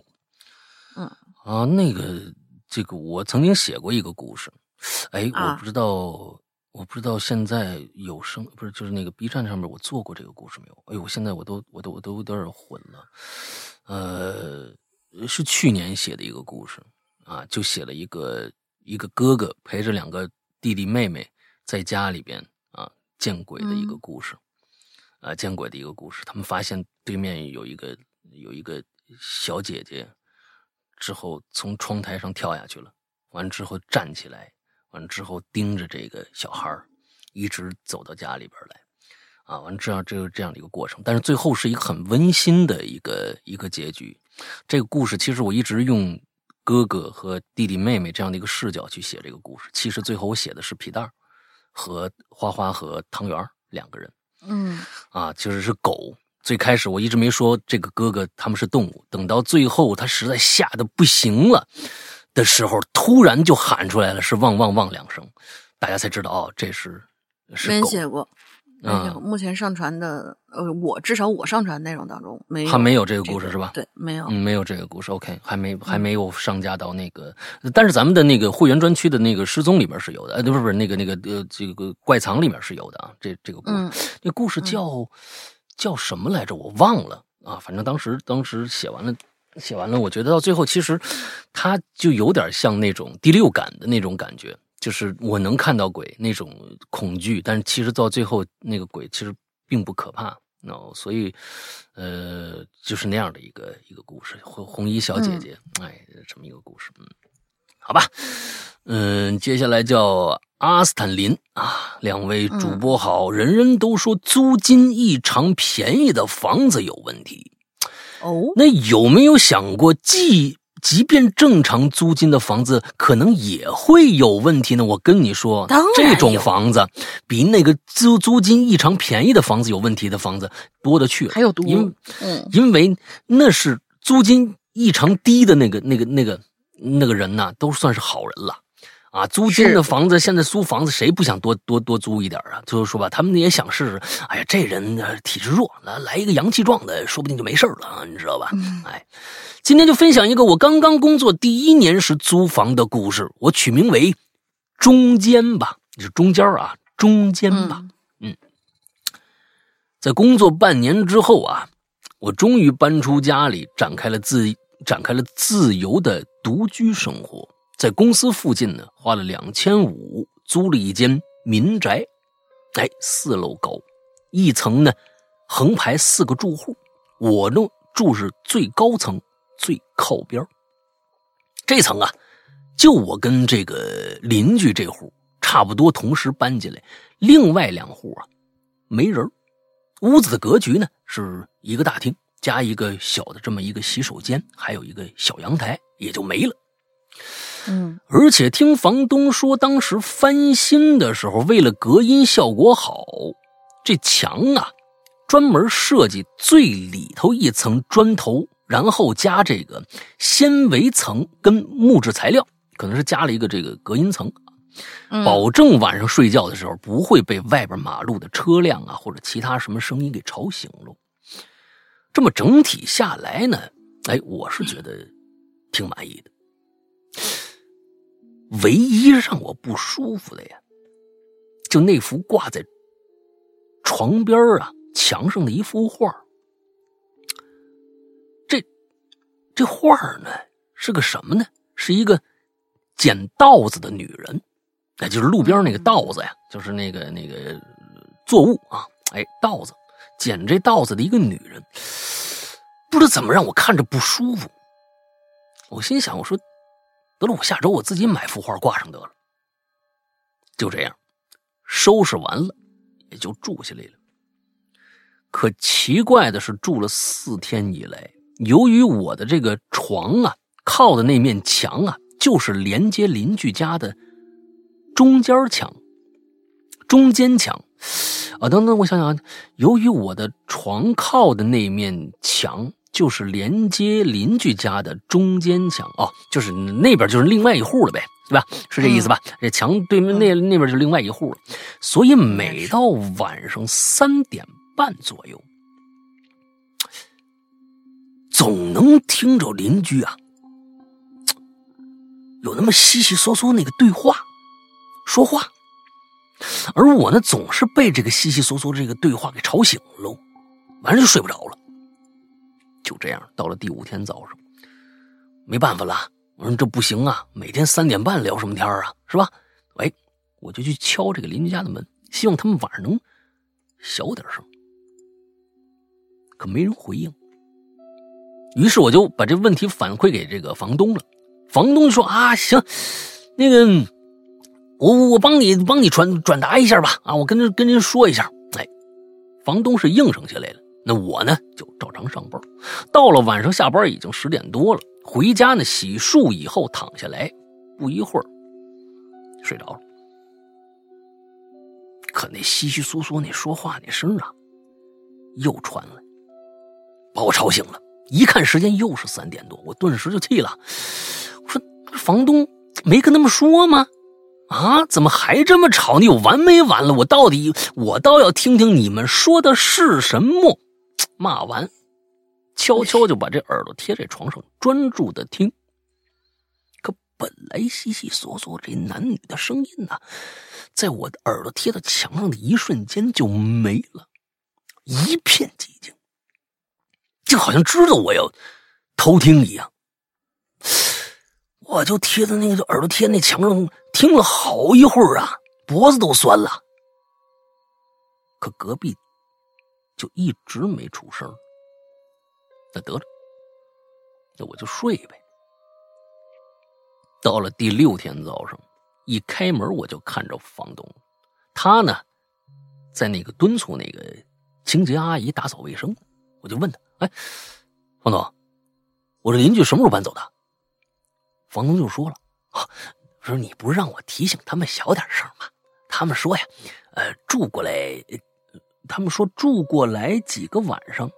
Speaker 1: 这个我曾经写过一个故事，我不知道现在有不是就是那个 B 站上面我做过这个故事没有？哎呦，现在我都有点混了。是去年写的一个故事啊，就写了一个哥哥陪着2个弟弟妹妹在家里边啊见鬼的一个故事。见鬼的一个故事，他们发现对面有一个小姐姐，之后从窗台上跳下去了，完之后站起来，完之后盯着这个小孩一直走到家里边来，完这样的一个过程，但是最后是一个很温馨的一个结局。这个故事其实我一直用哥哥和弟弟妹妹这样的一个视角去写这个故事，其实最后我写的是皮蛋和花花和汤圆2个人。其实是狗。最开始我一直没说这个哥哥他们是动物，等到最后他实在吓得不行了的时候，突然就喊出来了，是汪汪汪2声，大家才知道这是狗。
Speaker 2: 没写过。目前上传的至少我上传内容当中没有，
Speaker 1: 还没有这个故事是吧？
Speaker 2: 对，没有，
Speaker 1: 没有这个故事。OK， 还没有上架到那个，但是咱们的那个会员专区的那个失踪里面是有的，不是那个这个怪藏里面是有的啊。这个故事，那故事叫什么来着？我忘了啊。反正当时写完了，我觉得到最后其实它就有点像那种第6感的那种感觉。就是我能看到鬼那种恐惧，但是其实到最后那个鬼其实并不可怕，所以就是那样的一个故事，红衣小姐姐，这么一个故事，好吧，接下来叫阿斯坦林啊，2位主播好，人人都说租金异常便宜的房子有问题，那有没有想过即便正常租金的房子可能也会有问题呢？我跟你说，这种房子比那个租金异常便宜的房子有问题的房子多得去了，
Speaker 2: 还有多。
Speaker 1: 因为那是租金异常低的那个人呐，都算是好人了啊。租金的房子，现在租房子谁不想多租一点啊？就是说吧，他们也想试试，哎呀，这人体质弱，来一个阳气壮的，说不定就没事了，你知道吧？今天就分享一个我刚刚工作第1年时租房的故事，我取名为中间吧，就是中间啊，中间吧。在工作半年之后啊，我终于搬出家里，展开了自由的独居生活。在公司附近呢，花了2500租了一间民宅，4楼高，1层呢横排4个住户，我呢住是最高层最靠边。这层啊，就我跟这个邻居这户差不多同时搬进来，另外2户啊没人。屋子的格局呢是一个大厅加一个小的这么一个洗手间，还有一个小阳台，也就没了。而且听房东说，当时翻新的时候，为了隔音效果好，这墙啊专门设计最里头1层砖头，然后加这个纤维层跟木质材料，可能是加了一个这个隔音层，保证晚上睡觉的时候不会被外边马路的车辆啊或者其他什么声音给吵醒了。这么整体下来呢，我是觉得挺满意的。唯一让我不舒服的呀，就那幅挂在床边啊墙上的一幅画。这画呢是个什么呢？是一个捡稻子的女人，哎，就是路边那个稻子呀，就是那个作物啊，哎，稻子，捡这稻子的一个女人，不知道怎么让我看着不舒服。我心想，我说得了，我下周我自己买幅画挂上得了。就这样，收拾完了也就住下来了。可奇怪的是，住了4天以来，由于我的这个床啊靠的那面墙啊，就是连接邻居家的中间墙啊。等等，我想想，由于我的床靠的那面墙就是连接邻居家的中间墙哦，就是那边就是另外一户了呗，对吧？是这意思吧？这墙对面那边就是另外一户了，所以每到晚上3点半左右，总能听着邻居啊有那么稀稀嗦嗦那个对话说话，而我呢总是被这个稀稀嗦嗦这个对话给吵醒了，晚上就睡不着了。就这样，到了第5天早上，没办法了，我说这不行啊，每天3点半聊什么天啊，是吧？哎，我就去敲这个邻居家的门，希望他们晚上能小点声。可没人回应，于是我就把这问题反馈给这个房东了。房东说啊，行，那个我帮你转达一下吧，啊，我跟人说一下。哎，房东是应承下来了。那我呢就照常上班，到了晚上下班已经10点多了，回家呢洗漱以后躺下来，不一会儿睡着了。可那稀稀疏疏那说话那声啊又传来，把我吵醒了。一看时间又是3点多，我顿时就气了。我说房东没跟他们说吗？啊，怎么还这么吵？你有完没完了？我倒要听听你们说的是什么。骂完，悄悄就把这耳朵贴在床上，专注的听。可本来稀稀嗦嗦这男女的声音呢，在我的耳朵贴到墙上的一瞬间就没了，一片寂静，就好像知道我要偷听一样。我就贴在那个耳朵贴那墙上听了好一会儿啊，脖子都酸了。可隔壁就一直没出声，那得了，那我就睡呗。到了第6天早上，一开门我就看着房东，他呢在那个敦促那个清洁阿姨打扫卫生。我就问他，哎，房东，我这邻居什么时候搬走的？房东就说了，说你不是让我提醒他们小点声吗？他们说呀，住过来几个晚上，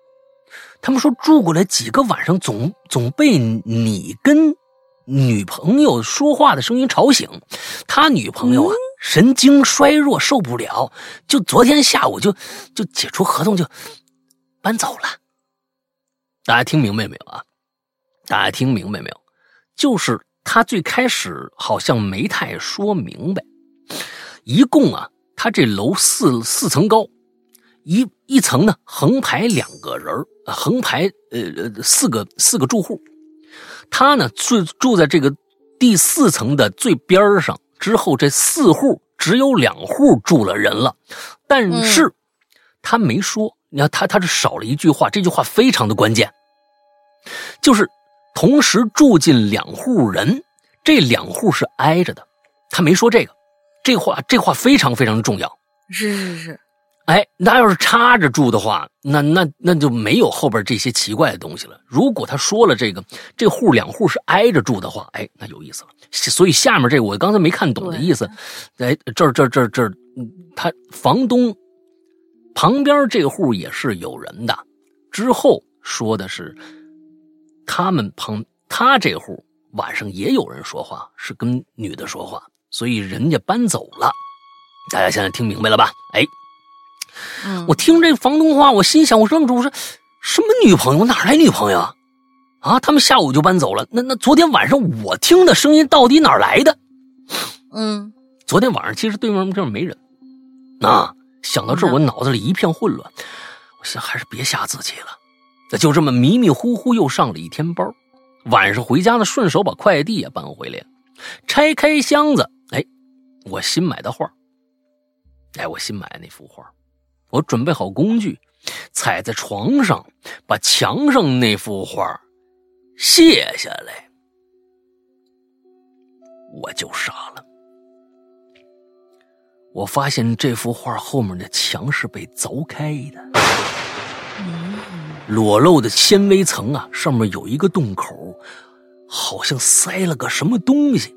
Speaker 1: 总被你跟女朋友说话的声音吵醒，他女朋友啊神经衰弱受不了，就昨天下午就解除合同就搬走了。大家听明白没有啊？大家听明白没有？就是他最开始好像没太说明白，一共啊，他这楼四层高，一层呢横排2个人，横排四个住户。他呢住在这个第4层的最边上，之后这4户只有2户住了人了，但是他没说，你看他是少了一句话，这句话非常的关键，就是同时住进2户人，这2户是挨着的，他没说这个，这话非常非常的重要。
Speaker 2: 是，
Speaker 1: 哎，那要是插着住的话，那就没有后边这些奇怪的东西了。如果他说了这2户是挨着住的话，哎，那有意思了。所以下面这个我刚才没看懂的意思，哎，这儿，他房东旁边这户也是有人的，之后说的是他这户晚上也有人说话，是跟女的说话，所以人家搬走了。大家现在听明白了吧？哎，我听这房东话，我心想，我愣住，我说什么女朋友？哪来女朋友啊？他们下午就搬走了。那昨天晚上我听的声音到底哪来的？昨天晚上其实对面这没人。想到这儿，我脑子里一片混乱。我想还是别吓自己了。那就这么迷迷糊糊又上了1天班，晚上回家呢，顺手把快递也搬回来了。 拆开箱子，我新买的画，我新买的那幅画，我准备好工具，踩在床上，把墙上那幅画卸下来，我就傻了。我发现这幅画后面的墙是被凿开的，裸露的纤维层啊，上面有一个洞口，好像塞了个什么东西。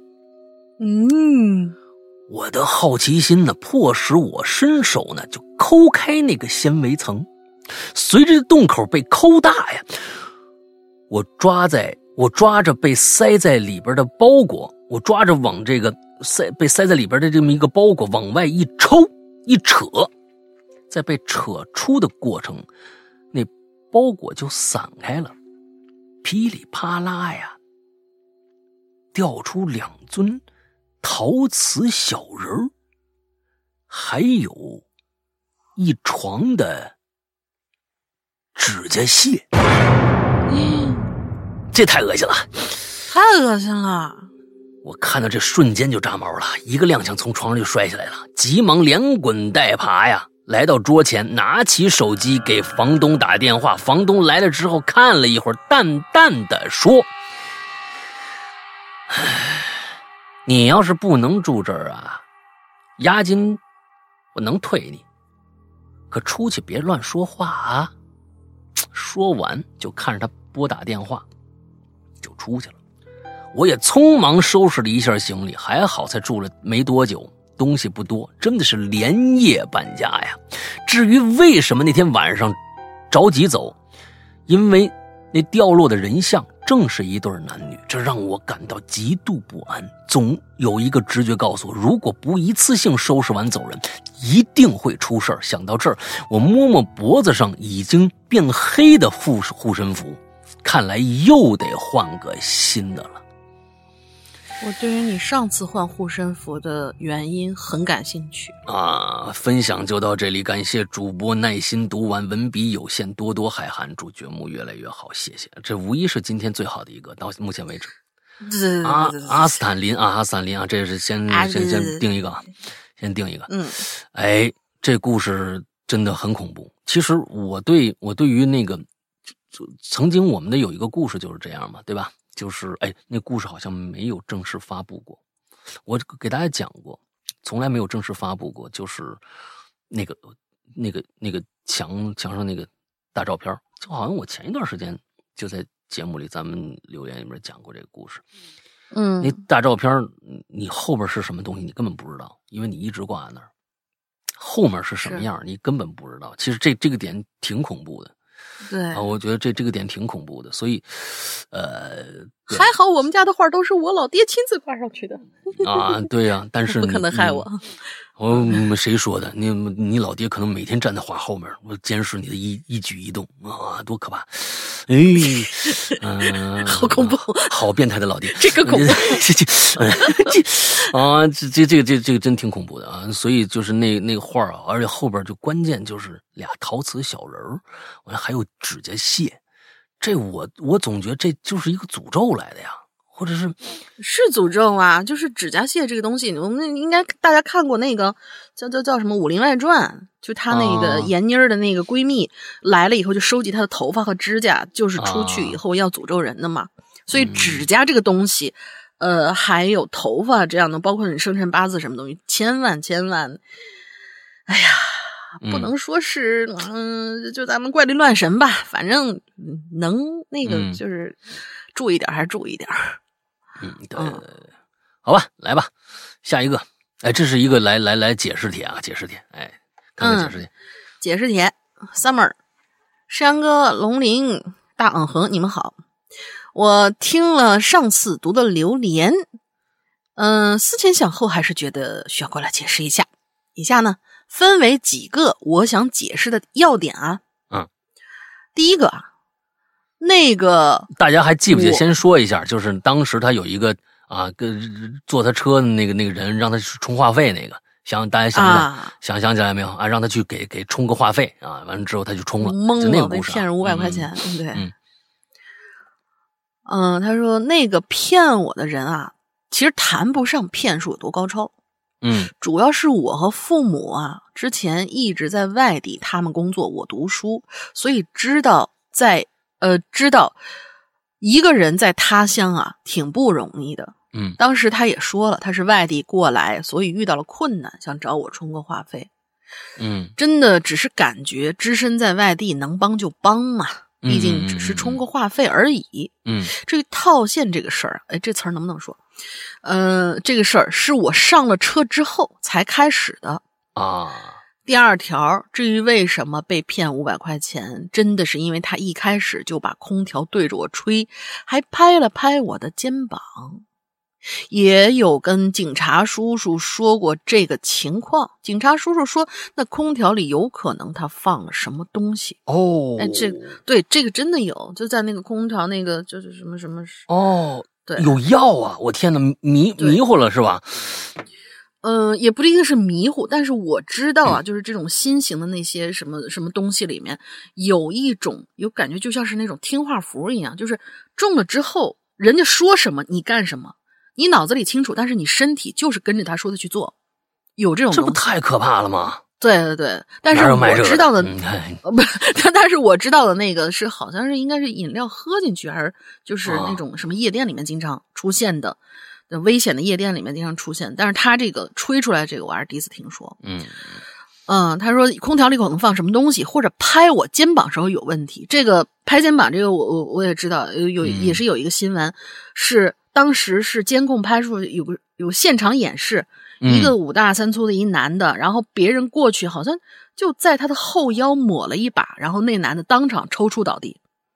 Speaker 1: 我的好奇心呢，迫使我伸手呢就抠开那个纤维层。随着洞口被抠大呀，我抓着被塞在里边的包裹，我抓着往这个被塞在里边的这么一个包裹往外一抽一扯，在被扯出的过程，那包裹就散开了，噼里啪啦呀，掉出2尊陶瓷小人，还有一床的指甲屑。这太恶心了，
Speaker 2: 太恶心了！
Speaker 1: 我看到这瞬间就炸毛了，一个踉跄从床上就摔下来了，急忙连滚带爬呀，来到桌前，拿起手机给房东打电话。房东来了之后看了一会儿，淡淡的说：你要是不能住这儿啊，押金我能退你，可出去别乱说话啊。说完就看着他拨打电话就出去了。我也匆忙收拾了一下行李，还好才住了没多久，东西不多，真的是连夜搬家呀。至于为什么那天晚上着急走，因为那掉落的人像正是一对男女，这让我感到极度不安。总有一个直觉告诉我，如果不一次性收拾完走人，一定会出事儿。想到这儿，我摸摸脖子上已经变黑的护身符，看来又得换个新的了。
Speaker 2: 我对于你上次换护身符的原因很感兴趣
Speaker 1: 啊！分享就到这里，感谢主播耐心读完，文笔有限，多多海涵，祝节目越来越好，谢谢。这无疑是今天最好的一个，到目前为止。阿斯坦林啊，这是先定一个，先定一个。这故事真的很恐怖。其实我对于那个，曾经我们的有一个故事就是这样嘛，对吧？就是那故事好像没有正式发布过，我给大家讲过，从来没有正式发布过，就是那个墙上那个大照片，就好像我前一段时间就在节目里咱们留言里面讲过这个故事。那大照片你后边是什么东西你根本不知道，因为你一直挂在那儿，后面是什么样你根本不知道。其实这个点挺恐怖的。
Speaker 2: 对
Speaker 1: 啊，我觉得这个点挺恐怖的，所以，
Speaker 2: 还好我们家的画都是我老爹亲自挂上去的
Speaker 1: 啊，对呀，但是
Speaker 2: 不可能害我。
Speaker 1: 谁说的？你老爹可能每天站在画后面，我监视你的一举一动啊，多可怕！
Speaker 2: 好恐怖，
Speaker 1: 好变态的老爹，
Speaker 2: 这个恐怖，
Speaker 1: 这个真挺恐怖的啊！所以就是那个画啊，而且后边就关键就是俩陶瓷小人儿，完了还有指甲屑，这我总觉得这就是一个诅咒来的呀。或者是
Speaker 2: 诅咒啊，就是指甲屑这个东西，我们应该大家看过那个叫什么《武林外传》，就她那个闫妮儿的那个闺蜜来了以后，就收集她的头发和指甲，就是出去以后要诅咒人的嘛。所以指甲这个东西，还有头发这样的，包括你生辰八字什么东西，千万，哎呀，不能说是就咱们怪力乱神吧，反正能那个就是注意点还是注意点。
Speaker 1: 对，好吧，来吧，下一个。这是一个来解释帖啊，解释帖。看看解释帖。
Speaker 2: 解释帖 ，Summer， 山哥、龙鳞、大恒，你们好。我听了上次读的留言，思前想后，还是觉得需要过来解释一下。以下呢，分为几个我想解释的要点啊。第一个啊。那个
Speaker 1: 大家还记不记得？先说一下，就是当时他有一个坐他车的那个人，让他充话费那个，大家想起来没有啊？让他去给充个话费啊，完了之后他就充了，
Speaker 2: 懵
Speaker 1: 了，那个故事
Speaker 2: 骗人500块钱，对。他说那个骗我的人啊， 其实谈不上骗术有多高超，主要是我和父母啊之前一直在外地，他们工作，我读书，所以知道一个人在他乡啊挺不容易的。当时他也说了，他是外地过来，所以遇到了困难，想找我充个话费。真的只是感觉只身在外地能帮就帮嘛，毕竟只是充个话费而已。至于套现这个事儿，这词儿能不能说？这个事儿是我上了车之后才开始的
Speaker 1: 啊。
Speaker 2: 第二条，至于为什么被骗500块钱，真的是因为他一开始就把空调对着我吹，还拍了拍我的肩膀。也有跟警察叔叔说过这个情况，警察叔叔说那空调里有可能他放了什么东西。这个真的有，就在那个空调那个就是什么对，
Speaker 1: 有药啊！我天哪，迷糊了是吧？
Speaker 2: 也不一定是迷糊，但是我知道啊，就是这种新型的那些什么东西里面有一种有感觉，就像是那种听话符一样，就是中了之后人家说什么你干什么。你脑子里清楚，但是你身体就是跟着他说的去做，有这种东西，
Speaker 1: 这不太可怕了吗？
Speaker 2: 对，但是我知道的，但是我知道的那个是好像是应该是饮料喝进去，还是就是那种什么夜店里面经常出现的，危险的夜店里面经常出现。但是他这个吹出来这个我还是第一次听说。他说空调里可能放什么东西，或者拍我肩膀时候有问题。这个拍肩膀这个我也知道，也是有一个新闻是。当时是监控拍出有现场演示，一个5大3粗的一男的，然后别人过去好像就在他的后腰抹了一把，然后那男的当场抽搐倒地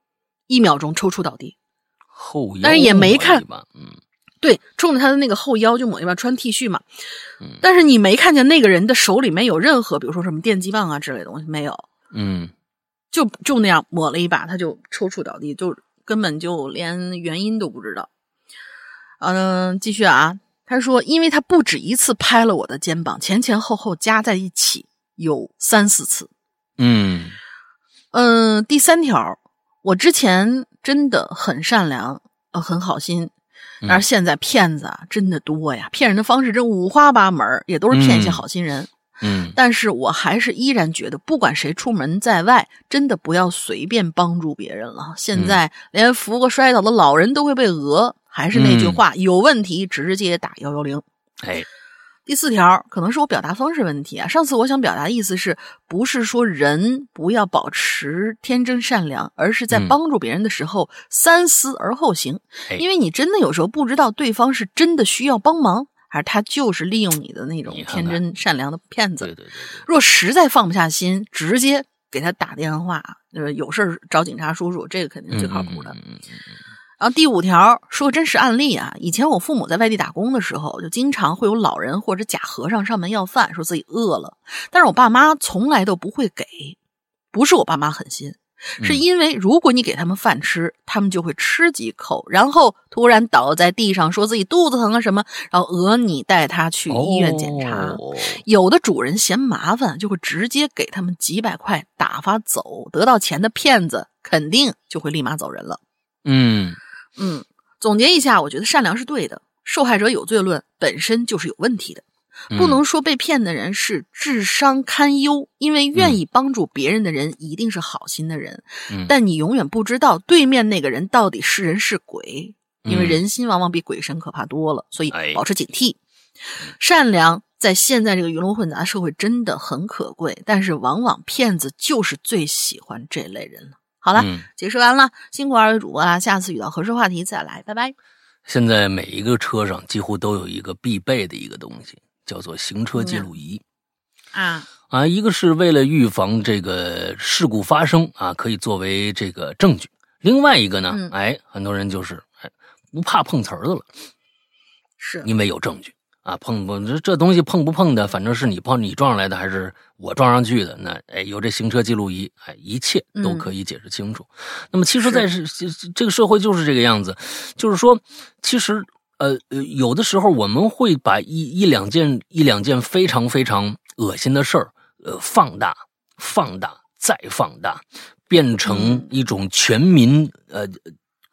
Speaker 2: ，1秒钟抽搐倒地，
Speaker 1: 后腰，
Speaker 2: 但是也没看，对，冲着他的那个后腰就抹一把，穿 T 恤嘛，但是你没看见那个人的手里没有任何，比如说什么电击棒啊之类的东西没有，就那样抹了一把，他就抽搐倒地，就根本就连原因都不知道。继续啊，他说因为他不止一次拍了我的肩膀，前前后后加在一起有3-4次。第3条，我之前真的很善良，很好心，但是现在骗子啊真的多呀，骗人的方式真五花八门，也都是骗一些好心人。但是我还是依然觉得，不管谁出门在外，真的不要随便帮助别人了。现在连扶个摔倒的老人都会被讹。还是那句话，有问题直接打110。第4条，可能是我表达方式问题啊。上次我想表达的意思是不是说人不要保持天真善良，而是在帮助别人的时候三思而后行。因为你真的有时候不知道对方是真的需要帮忙，还是他就是利用你的那种天真善良的骗子。
Speaker 1: 对。
Speaker 2: 若实在放不下心，直接给他打电话，有事找警察叔叔，这个肯定是最靠谱的。然后第5条，说个真实案例啊，以前我父母在外地打工的时候，就经常会有老人或者假和尚上门要饭，说自己饿了，但是我爸妈从来都不会给。不是我爸妈狠心，是因为如果你给他们饭吃，他们就会吃几口，然后突然倒在地上说自己肚子疼啊什么，然后讹你带他去医院检查。有的主人嫌麻烦，就会直接给他们几百块打发走，得到钱的骗子肯定就会立马走人了。总结一下，我觉得善良是对的，受害者有罪论本身就是有问题的，不能说被骗的人是智商堪忧，因为愿意帮助别人的人一定是好心的人，但你永远不知道对面那个人到底是人是鬼，因为人心往往比鬼神可怕多了，所以保持警惕。善良在现在这个鱼龙混杂社会真的很可贵，但是往往骗子就是最喜欢这类人了。好了，解释完了，辛苦2位主播啦，下次遇到合适话题再来，拜拜。
Speaker 1: 现在每一个车上几乎都有一个必备的一个东西，叫做行车记录仪。一个是为了预防这个事故发生啊，可以作为这个证据。另外一个呢，很多人就是不怕碰瓷儿的了，
Speaker 2: 是
Speaker 1: 因为有证据啊，这东西碰不碰的，反正是你撞上来的还是我撞上去的，那有这行车记录仪，一切都可以解释清楚。那么其实在这个社会就是这个样子，就是说其实有的时候我们会把一两件非常非常恶心的事儿放大再放大，变成一种全民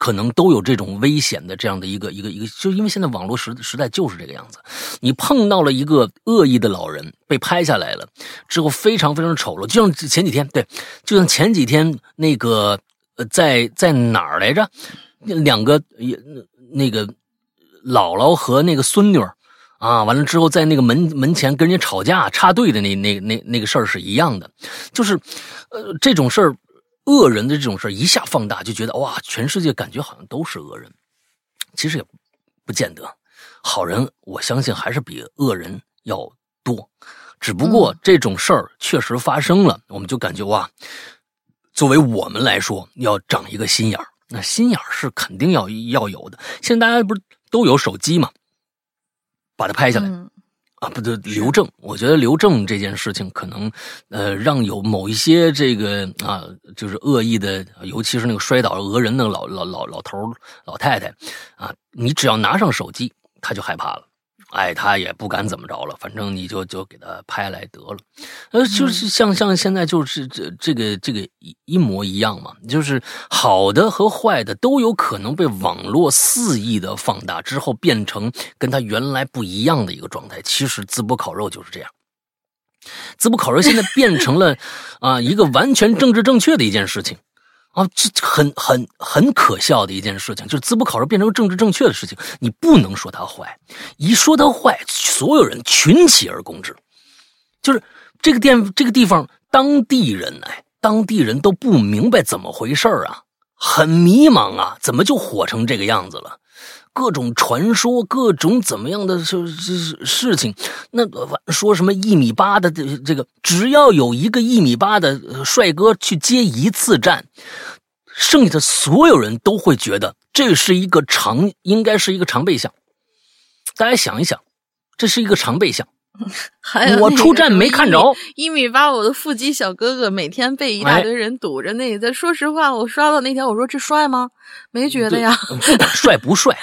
Speaker 1: 可能都有这种危险的这样的一个，就因为现在网络时代就是这个样子。你碰到了一个恶意的老人被拍下来了之后，非常非常丑陋，就像前几天，对，就像前几天那个在哪儿来着？两个那个姥姥和那个孙女啊，完了之后在那个门前跟人家吵架插队的那个事儿是一样的，就是这种事儿。恶人的这种事一下放大，就觉得哇，全世界感觉好像都是恶人，其实也不见得，好人我相信还是比恶人要多，只不过这种事儿确实发生了，我们就感觉哇，作为我们来说要长一个心眼儿，那心眼儿是肯定要有的。现在大家不是都有手机嘛，把它拍下来。啊，不对，留证。我觉得留证这件事情，可能，让有某一些这个啊，就是恶意的，尤其是那个摔倒讹人的老头老太太，啊，你只要拿上手机，他就害怕了。哎，他也不敢怎么着了，反正你就给他拍来得了。就是像现在就是这个一模一样嘛，就是好的和坏的都有可能被网络肆意的放大之后变成跟他原来不一样的一个状态。其实淄博烤肉就是这样，淄博烤肉现在变成了啊一个完全政治正确的一件事情。啊，这很可笑的一件事情，就是淄博烤肉变成政治正确的事情，你不能说它坏，一说它坏，所有人群起而攻之。就是这个地方，当地人都不明白怎么回事啊，很迷茫啊，怎么就火成这个样子了？各种传说，各种怎么样的事情，那说什么1.8米的这个，只要有一个1.8米的帅哥去接一次战，剩下的所有人都会觉得这是一个应该是一个常备项。大家想一想，这是一个常备项。我出战没看着
Speaker 2: 1.8米，我的腹肌小哥哥每天被一大堆人堵着那个。说实话，我刷到那条，我说这帅吗？没觉得呀。
Speaker 1: 不管帅不帅，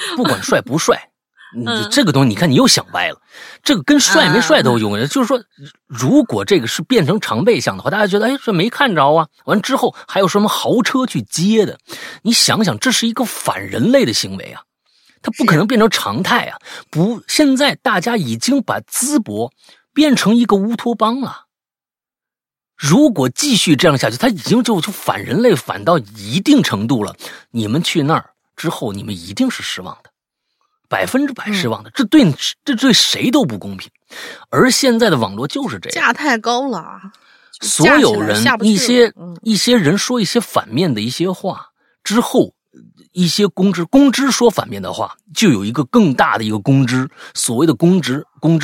Speaker 1: 这个东西你看你又想歪了。这个跟帅没帅都有关系。就是说，如果这个是变成常备项的话，大家觉得哎这没看着啊。完之后还有什么豪车去接的？你想想，这是一个反人类的行为啊。它不可能变成常态啊！不，现在大家已经把淄博变成一个乌托邦了。如果继续这样下去，它已经就反人类反到一定程度了。你们去那儿之后，你们一定是失望的，100%失望的。这对谁都不公平。而现在的网络就是这样，
Speaker 2: 价太高了，
Speaker 1: 所有人一些人说一些反面的一些话之后。一些公知说反面的话，就有一个更大的一个公知，所谓的公知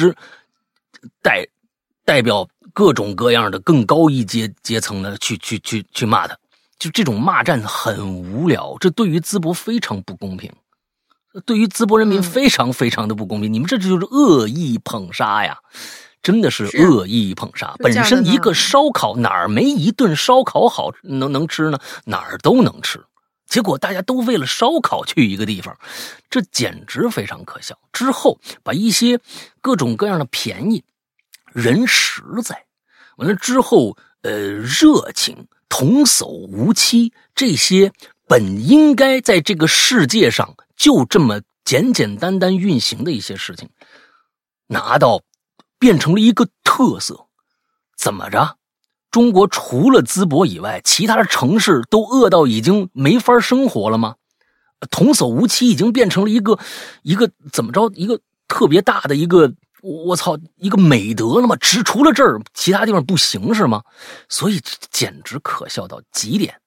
Speaker 1: 代表各种各样的更高一阶层的去骂他，就这种骂战很无聊，这对于淄博非常不公平，对于淄博人民非常非常的不公平。你们这就是恶意捧杀呀！真的是恶意捧杀。本身一个烧烤哪儿没一顿烧烤好能吃呢？哪儿都能吃。结果大家都为了烧烤去一个地方，这简直非常可笑。之后把一些各种各样的便宜、人实在，完了之后，热情、童叟无欺，这些本应该在这个世界上就这么简简单单运行的一些事情，拿到变成了一个特色。怎么着？中国除了淄博以外，其他的城市都饿到已经没法生活了吗？童叟无欺已经变成了一个怎么着？一个特别大的一个一个美德了吗？除了这儿，其他地方不行是吗？所以简直可笑到极点，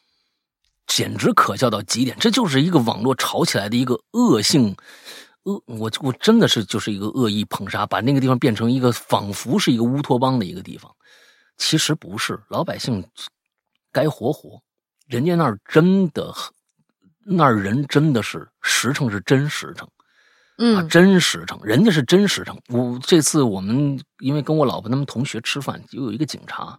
Speaker 1: 这就是一个网络炒起来的一个恶性。我真的是就是一个恶意捧杀，把那个地方变成一个仿佛是一个乌托邦的一个地方。其实不是，老百姓该活，人家那儿人真的是实诚是真实诚，真实诚，人家是真实诚。这次我们因为跟我老婆他们同学吃饭，就有一个警察，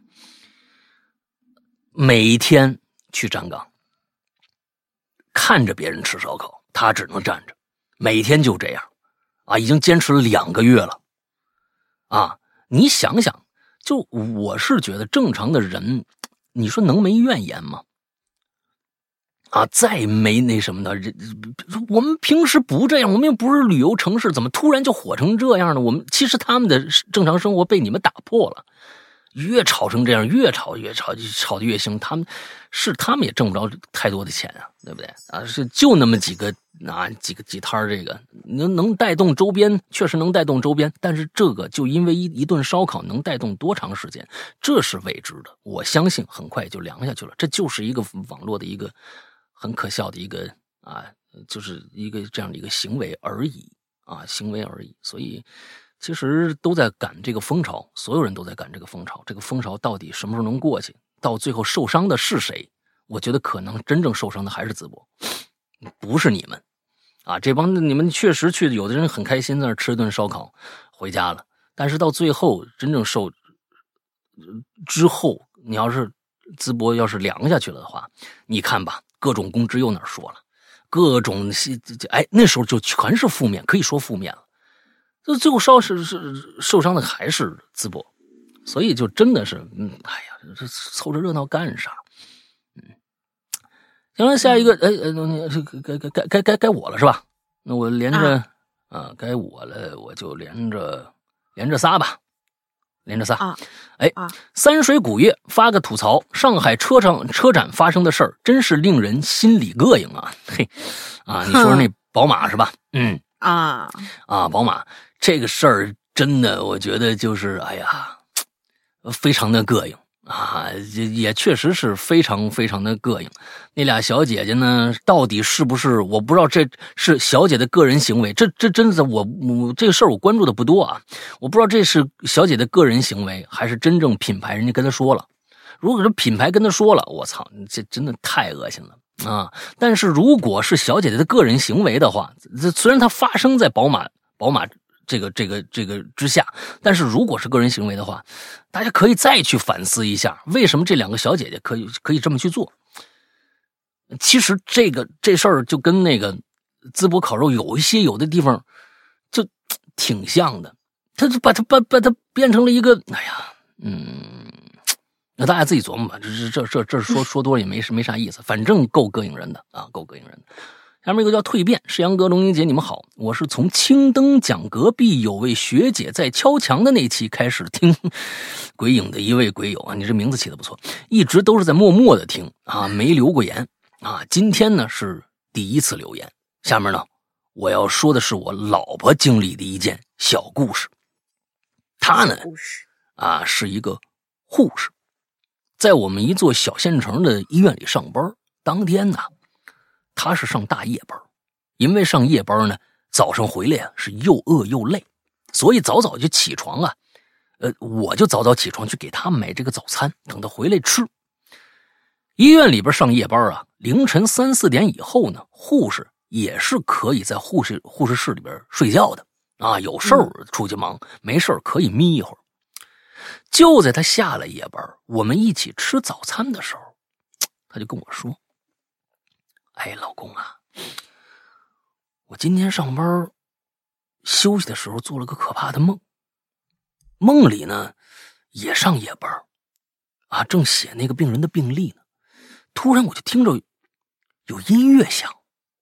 Speaker 1: 每天去站岗，看着别人吃烧烤，他只能站着，每天就这样，啊，已经坚持了2个月了，啊，你想想。就我是觉得正常的人，你说能没怨言吗？ 啊，再没那什么的，我们平时不这样，我们又不是旅游城市，怎么突然就火成这样呢？我们其实他们的正常生活被你们打破了，越吵成这样，越吵吵得越凶。他们也挣不着太多的钱啊，对不对啊？是就那么几个几摊这个能带动周边，确实能带动周边，但是这个就因为一顿烧烤能带动多长时间，这是未知的。我相信很快就凉下去了，这就是一个网络的一个很可笑的一个就是一个这样的一个行为而已啊，行为而已。所以其实都在赶这个风潮，所有人都在赶这个风潮。这个风潮到底什么时候能过去？到最后受伤的是谁？我觉得可能真正受伤的还是淄博，不是你们啊！这帮你们确实去，有的人很开心在那吃一顿烧烤回家了，但是到最后真正之后，你要是淄博要是凉下去了的话，你看吧，各种公知又哪说了，各种那时候就全是负面，可以说负面了。最后受伤的还是淄博，所以就真的是，哎呀，这凑着热闹干啥？行了，下一个，该我了是吧？那我连着该我了，我就连着仨吧，连着仨。三水古月发个吐槽：上海车展发生的事儿，真是令人心里膈应啊！嘿，你说那宝马是吧？宝马这个事儿真的，我觉得就是哎呀，非常的膈应。也确实是非常非常的膈应。那俩小姐姐呢，到底是不是我不知道，这是小姐的个人行为，这真的我这个事儿我关注的不多啊，我不知道这是小姐的个人行为还是真正品牌人家跟她说了。如果是品牌跟她说了，我操，这真的太恶心了啊！但是如果是小姐姐的个人行为的话，虽然它发生在宝马这个之下，但是如果是个人行为的话，大家可以再去反思一下，为什么这两个小姐姐可以这么去做？其实这事儿就跟那个淄博烤肉有的地方就挺像的，他就把它变成了一个，哎呀，那大家自己琢磨吧，这说多了也没啥意思，反正够膈应人的啊，够膈应人的。下面一个叫蜕变，世阳哥、龙英杰，你们好，我是从青灯讲隔壁有位学姐在敲墙的那期开始听鬼影的一位鬼友啊，你这名字起得不错，一直都是在默默的听啊，没留过言啊，今天呢是第一次留言。下面呢，我要说的是我老婆经历的一件小故事。她呢是一个护士，在我们一座小县城的医院里上班。当天呢，他是上大夜班，因为上夜班呢，早上回来是又饿又累，所以早早就起床啊。我就早早起床去给他买这个早餐，等他回来吃。医院里边上夜班啊，凌晨3、4点以后呢，护士也是可以在护士室里边睡觉的啊，有事儿出去忙，没事儿可以眯一会儿。就在他下了夜班，我们一起吃早餐的时候，他就跟我说：“哎，老公啊，我今天上班休息的时候做了个可怕的梦，梦里呢也上夜班啊，正写那个病人的病历呢，突然我就听着有音乐响。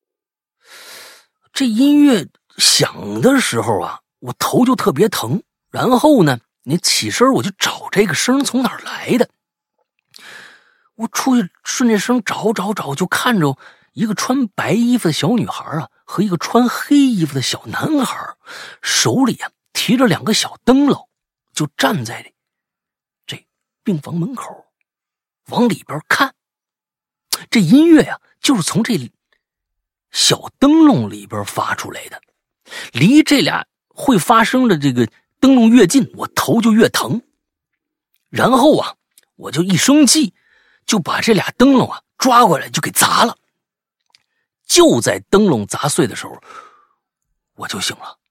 Speaker 1: 这音乐响的时候啊，我头就特别疼，然后呢，你起身我就找这个声从哪儿来的。我出去顺着声找，就看着一个穿白衣服的小女孩啊，和一个穿黑衣服的小男孩，手里啊提着2个小灯笼，就站在这病房门口，往里边看。这音乐啊，就是从这小灯笼里边发出来的。离这俩会发生的这个灯笼越近，我头就越疼。然后啊，我就一生气，就把这俩灯笼啊抓过来就给砸了。就在灯笼砸碎的时候，我就醒了。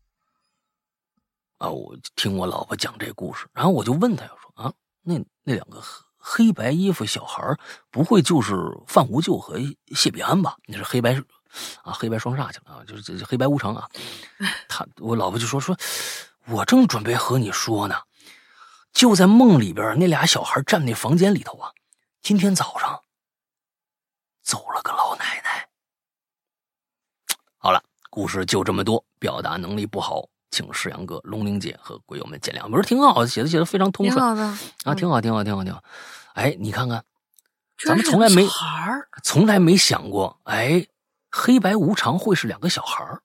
Speaker 1: 我听我老婆讲这故事，然后我就问她，说啊，那2个黑白衣服小孩不会就是范无救和谢必安吧？那是黑白双煞去了啊，就是黑白无常啊。我老婆就说，我正准备和你说呢，就在梦里边，那俩小孩站那房间里头啊，今天早上走了个老奶奶。好了，故事就这么多，表达能力不好，请世阳哥、龙玲姐和鬼友们见谅。不是挺好的，写的非常通顺，
Speaker 2: 挺好的
Speaker 1: 啊，挺好，挺好，挺好，挺好。哎，你看看，咱们
Speaker 2: 居然是两个小孩儿，
Speaker 1: 从来没想过，哎，黑白无常会是两个小孩儿。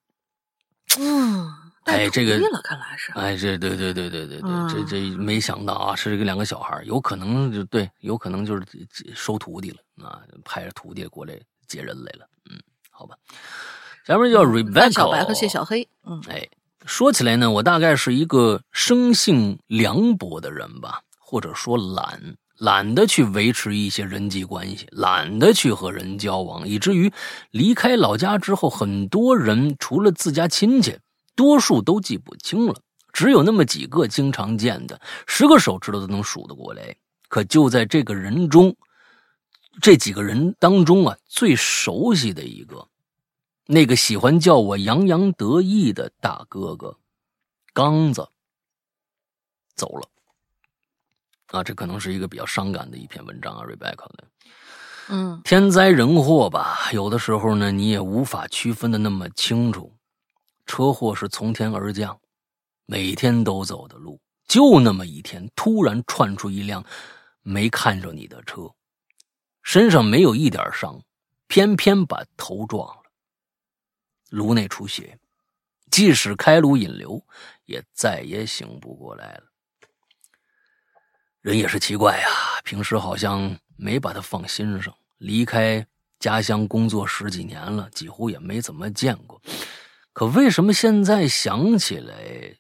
Speaker 1: 哎，这个
Speaker 2: 了，看来是，
Speaker 1: 哎，这对，这没想到啊，是这个两个小孩，有可能就对，有可能就是收徒弟了啊，派着徒弟过来接人来了。好吧，下面叫 Rebecca
Speaker 2: 小白和谢小黑。
Speaker 1: 哎，说起来呢，我大概是一个生性凉薄的人吧，或者说懒得去维持一些人际关系，懒得去和人交往，以至于离开老家之后，很多人除了自家亲戚，多数都记不清了，只有那么几个经常见的，10个手指头都能数得过来。可就在这几个人当中啊，最熟悉的一个，那个喜欢叫我洋洋得意的大哥哥刚子走了啊，这可能是一个比较伤感的一篇文章啊 ，Rebecca 的。天灾人祸吧，有的时候呢，你也无法区分的那么清楚。车祸是从天而降，每天都走的路，就那么一天，突然窜出一辆没看着你的车，身上没有一点伤，偏偏把头撞了，颅内出血，即使开颅引流，也再也醒不过来了。人也是奇怪啊，平时好像没把他放心上，离开家乡工作10几年了，几乎也没怎么见过。可为什么现在想起来，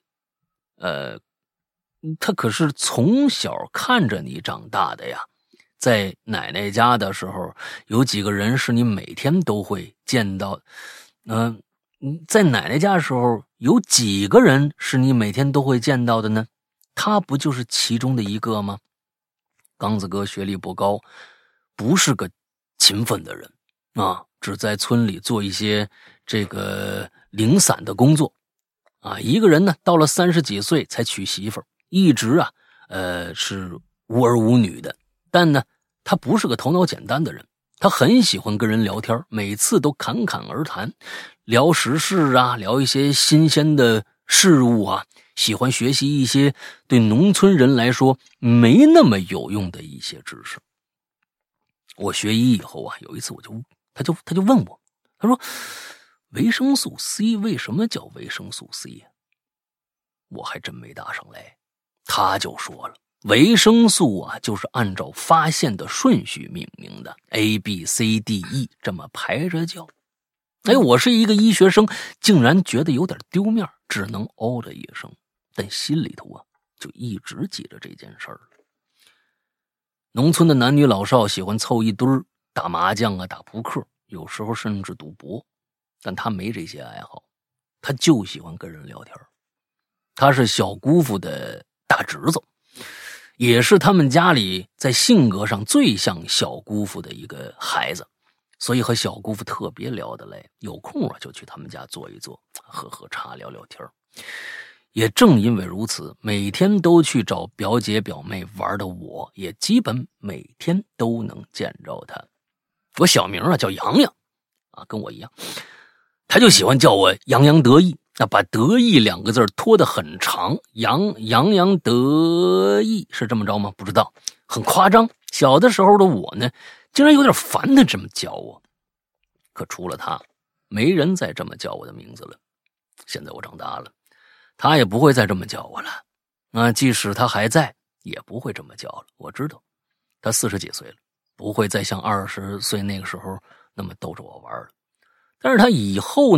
Speaker 1: 他可是从小看着你长大的呀。在奶奶家的时候，有几个人是你每天都会见到，在奶奶家的时候，有几个人是你每天都会见到的呢？他不就是其中的一个吗？刚子哥学历不高，不是个勤奋的人啊，只在村里做一些这个零散的工作啊。一个人呢，到了30几岁才娶媳妇儿，一直啊，是无儿无女的。但呢，他不是个头脑简单的人，他很喜欢跟人聊天，每次都侃侃而谈，聊时事啊，聊一些新鲜的事物啊，喜欢学习一些对农村人来说没那么有用的一些知识。我学医以后啊，有一次他就问我，他说维生素 C 为什么叫维生素 C 呀？我还真没答上来，他就说了，维生素啊，就是按照发现的顺序命名的 ，A、B、C、D、E 这么排着叫。哎，我是一个医学生，竟然觉得有点丢面，只能哦了一声，但心里头啊，就一直记着这件事儿。农村的男女老少喜欢凑一堆儿打麻将啊，打扑克，有时候甚至赌博，但他没这些爱好，他就喜欢跟人聊天。他是小姑父的大侄子，也是他们家里在性格上最像小姑父的一个孩子，所以和小姑父特别聊得来，有空啊就去他们家坐一坐，喝喝茶，聊聊天。也正因为如此，每天都去找表姐表妹玩的我，也基本每天都能见着他。我小名啊叫洋洋啊，跟我一样，他就喜欢叫我洋洋得意，那把得意2个字拖得很长，洋洋得意是这么着吗？不知道，很夸张。小的时候的我呢，竟然有点烦他这么叫我。可除了他，没人再这么叫我的名字了。现在我长大了，他也不会再这么叫我了。即使他还在，也不会这么叫了。我知道，他40几岁了，不会再像20岁那个时候那么逗着我玩了。但是他以后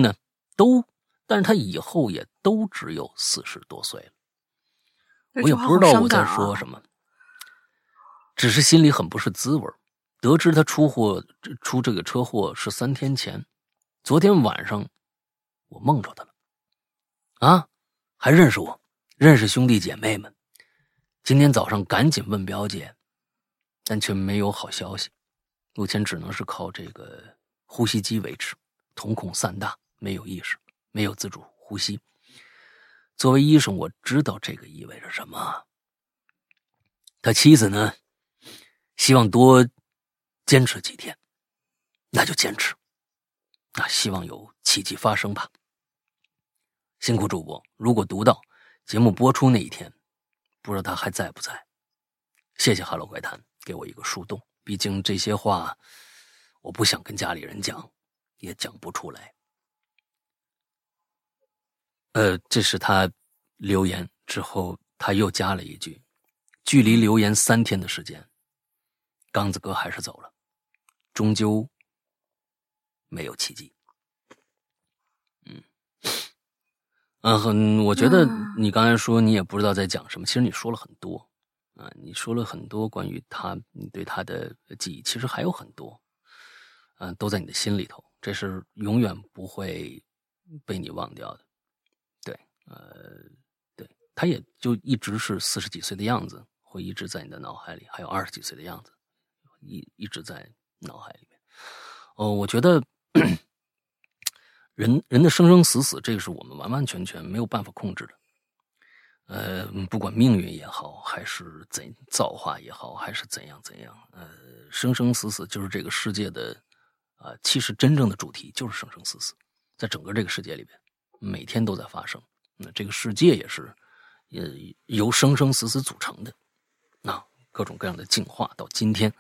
Speaker 1: 也都只有40多岁了。我也不知道我在说什么，只是心里很不是滋味。得知他出这个车祸是3天前，昨天晚上我梦着他了啊，还认识我，认识兄弟姐妹们。今天早上赶紧问表姐，但却没有好消息，目前只能是靠这个呼吸机维持，瞳孔散大，没有意识，没有自主呼吸。作为医生，我知道这个意味着什么。他妻子呢，希望多坚持几天， 那就坚持。希望有奇迹发生吧。辛苦主播，如果读到节目播出那一天，不知道他还在不在。谢谢哈喽怪谈给我一个树洞，毕竟这些话我不想跟家里人讲，也讲不出来。这是他留言之后，他又加了一句：距离留言3天的时间，刚子哥还是走了，终究没有奇迹。我觉得你刚才说你也不知道在讲什么，其实你说了很多你说了很多关于他，你对他的记忆，其实还有很多都在你的心里头，这是永远不会被你忘掉的。对，对，他也就一直是40几岁的样子，会一直在你的脑海里，还有20几岁的样子，一直在脑海里面。我觉得人的生生死死，这个是我们完完全全没有办法控制的。不管命运也好，还是造化也好，还是怎样，生生死死就是这个世界的其实真正的主题就是生生死死，在整个这个世界里边，每天都在发生。那这个世界也是由生生死死组成的，各种各样的进化到今天。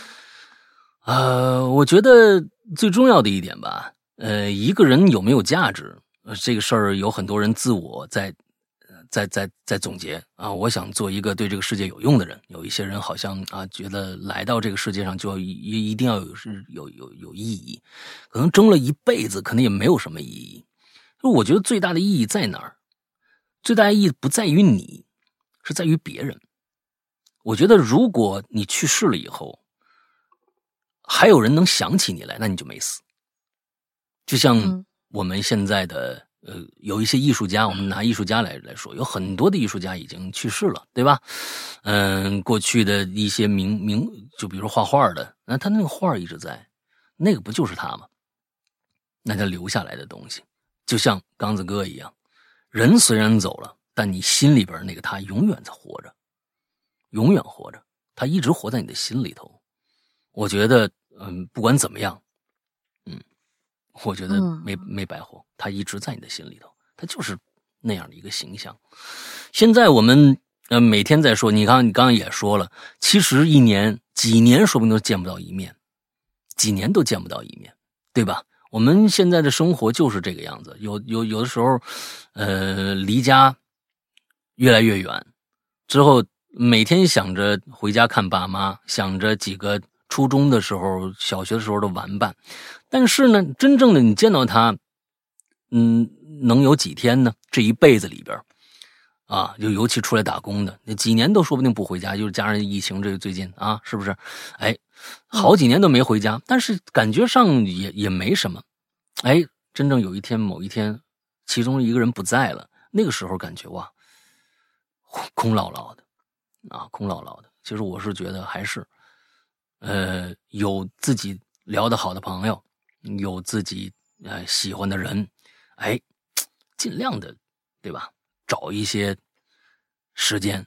Speaker 1: 我觉得最重要的一点吧，一个人有没有价值，这个事儿有很多人自我在总结我想做一个对这个世界有用的人。有一些人好像觉得来到这个世界上就要一定要有意义，可能争了一辈子可能也没有什么意义。我觉得最大的意义在哪儿？最大的意义不在于你，是在于别人。我觉得如果你去世了以后，还有人能想起你来，那你就没死。就像我们现在的有一些艺术家，我们拿艺术家来说，有很多的艺术家已经去世了，对吧？过去的一些就比如说画画的，那他那个画一直在，那个不就是他吗？那他留下来的东西，就像刚子哥一样，人虽然走了，但你心里边那个他永远在活着，永远活着，他一直活在你的心里头。我觉得不管怎么样，我觉得没白活，他一直在你的心里头，他就是那样的一个形象。现在我们每天在说，你刚刚也说了，其实一年几年说不定都见不到一面，几年都见不到一面，对吧？我们现在的生活就是这个样子，有的时候离家越来越远，之后每天想着回家看爸妈，想着几个初中的时候小学的时候的玩伴，但是呢真正的你见到他能有几天呢？这一辈子里边就尤其出来打工的，那几年都说不定不回家，就是加上疫情这个最近是不是好几年都没回家，但是感觉上也没什么。真正有一天某一天其中一个人不在了，那个时候感觉哇空落落的空落落的。其实我是觉得还是有自己聊得好的朋友，有自己喜欢的人，尽量的对吧，找一些时间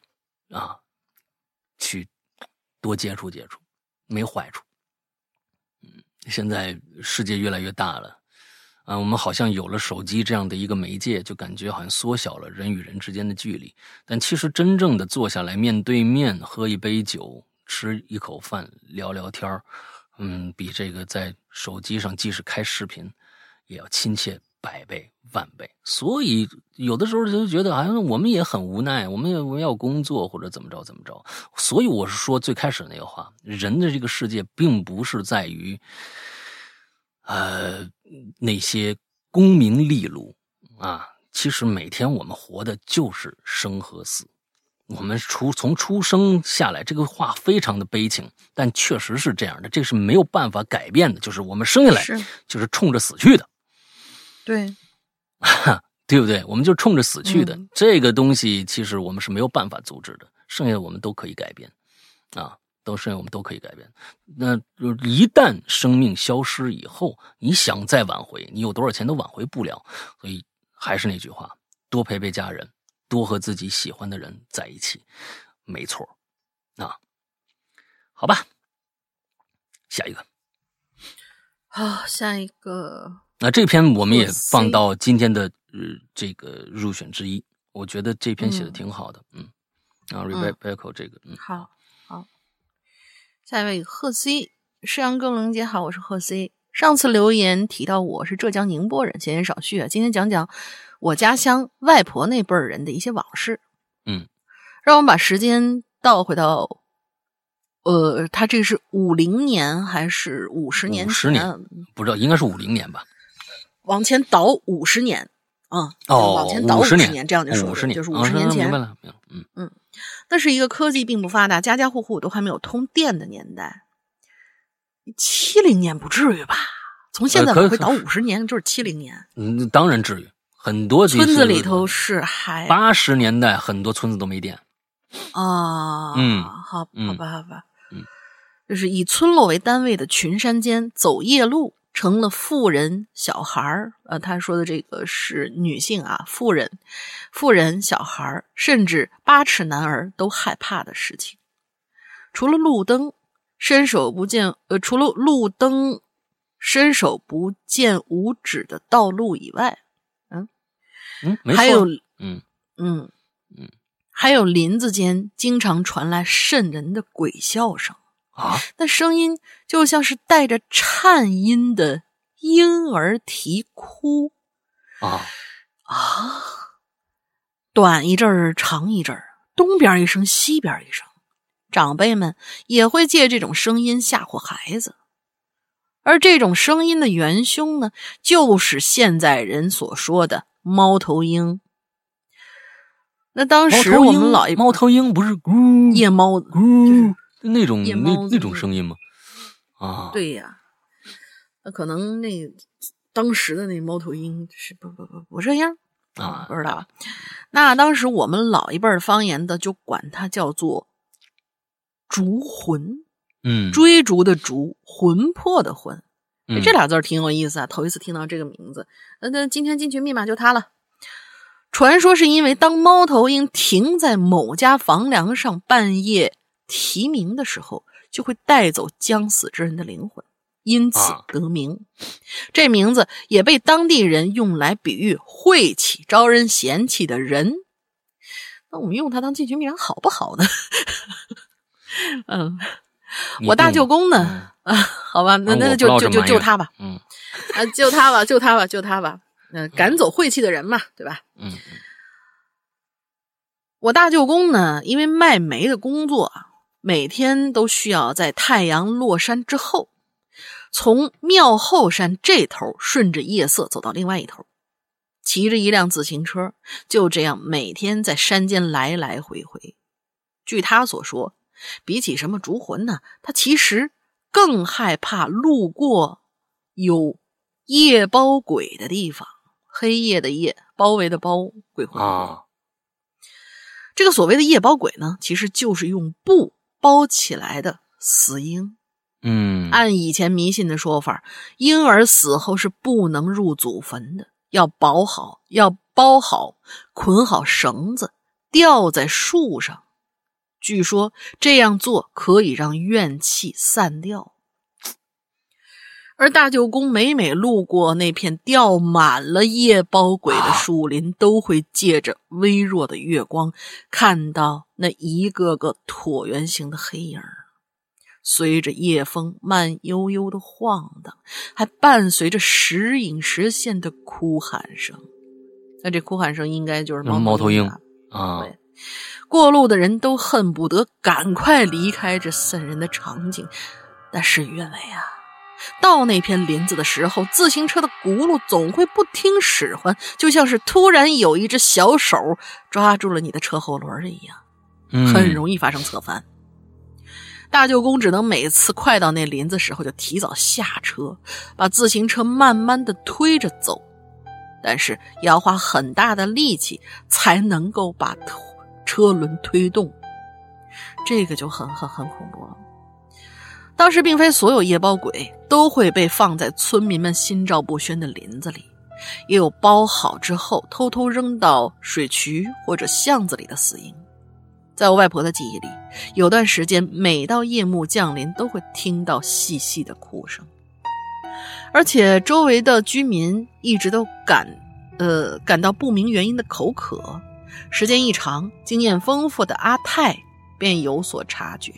Speaker 1: 去多接触接触，没坏处。现在世界越来越大了我们好像有了手机这样的一个媒介，就感觉好像缩小了人与人之间的距离，但其实真正的坐下来面对面喝一杯酒，吃一口饭，聊聊天比这个在手机上即使开视频也要亲切100倍10000倍。所以有的时候就觉得好像我们也很无奈，我们要工作或者怎么着。所以我是说最开始那个话，人的这个世界并不是在于那些功名利禄其实每天我们活的就是生和死。我们从出生下来，这个话非常的悲情，但确实是这样的，这是没有办法改变的，就是我们生下来就是冲着死去的。
Speaker 2: 对
Speaker 1: 对不对？我们就冲着死去的这个东西其实我们是没有办法阻止的，剩下的我们都可以改变剩下我们都可以改变。那一旦生命消失以后，你想再挽回，你有多少钱都挽回不了。所以还是那句话，多陪陪家人，多和自己喜欢的人在一起，没错好吧，下一个。
Speaker 2: 好，下一个。
Speaker 1: 那这篇我们也放到今天的这个入选之一，我觉得这篇写的挺好的。Rebecca 这个，
Speaker 2: 好。下一位贺 C， 世阳哥龙姐好，我是贺 C。上次留言提到我是浙江宁波人，闲言少叙啊，今天讲讲我家乡外婆那辈儿人的一些往事。让我们把时间倒回到，他这是50年还是50年前？50年，
Speaker 1: 不知道，应该是50年吧。
Speaker 2: 往前倒50年啊，往前倒50年，这样就说
Speaker 1: 50年，
Speaker 2: 就是50年前。
Speaker 1: 明白了，
Speaker 2: 那是一个科技并不发达，家家户户都还没有通电的年代。70年不至于吧？从现在往回倒50年，就是70年。
Speaker 1: 当然至于。很多
Speaker 2: 村子里头是还
Speaker 1: 80年代很多村子都没电
Speaker 2: 啊。好吧。就是以村落为单位的群山间走夜路成了妇人小孩他说的这个是女性啊，妇人小孩甚至8尺男儿都害怕的事情。除了路灯伸手不见五指的道路以外，
Speaker 1: 没错，
Speaker 2: 还有林子间经常传来瘆人的鬼笑声
Speaker 1: 啊，
Speaker 2: 那声音就像是带着颤音的婴儿啼哭短一阵儿长一阵儿，东边一声西边一声，长辈们也会借这种声音吓唬孩子。而这种声音的元凶呢，就是现在人所说的猫头鹰。那当时我们老一
Speaker 1: 猫头鹰不是咕
Speaker 2: 夜猫子
Speaker 1: 咕那种声音吗？
Speaker 2: 对呀，那可能当时的那猫头鹰是不这样不知道。那当时我们老一辈方言的就管它叫做逐魂。追逐的逐，魂魄的魂。这俩字挺有意思啊，头一次听到这个名字。那今天进群密码就它了。传说是因为当猫头鹰停在某家房梁上半夜啼鸣的时候，就会带走将死之人的灵魂，因此得名。这名字也被当地人用来比喻晦气招人嫌弃的人。那我们用它当进群密码好不好呢？我大舅公呢？好吧，那就他吧。救他吧。赶走晦气的人嘛，对吧？我大舅公呢，因为卖煤的工作每天都需要在太阳落山之后，从庙后山这头顺着夜色走到另外一头，骑着一辆自行车，就这样每天在山间来来回回。据他所说，比起什么逐魂呢，他其实更害怕路过有夜包鬼的地方，黑夜的夜，包围的包，鬼魂这个所谓的夜包鬼呢，其实就是用布包起来的死婴。按以前迷信的说法，婴儿死后是不能入祖坟的，要包好，捆好绳子，吊在树上。据说这样做可以让怨气散掉。而大舅公每路过那片吊满了夜包鬼的树林，都会借着微弱的月光看到那一个个椭圆形的黑影，随着夜风慢悠悠的晃荡，还伴随着时隐时现的哭喊声。那这哭喊声应该就是猫头鹰对，过路的人都恨不得赶快离开这瘆人的场景，但事与愿违到那片林子的时候，自行车的轱辘总会不听使唤，就像是突然有一只小手抓住了你的车后轮一样，很容易发生侧翻。大舅公只能每次快到那林子时候就提早下车，把自行车慢慢的推着走，但是也要花很大的力气才能够把车轮推动，这个就很恐怖了。当时并非所有夜包鬼都会被放在村民们心照不宣的林子里，也有包好之后偷偷扔到水渠或者巷子里的死婴。在我外婆的记忆里，有段时间每到夜幕降临都会听到细细的哭声。 而且周围的居民一直都感到不明原因的口渴。时间一长，经验丰富的阿泰便有所察觉。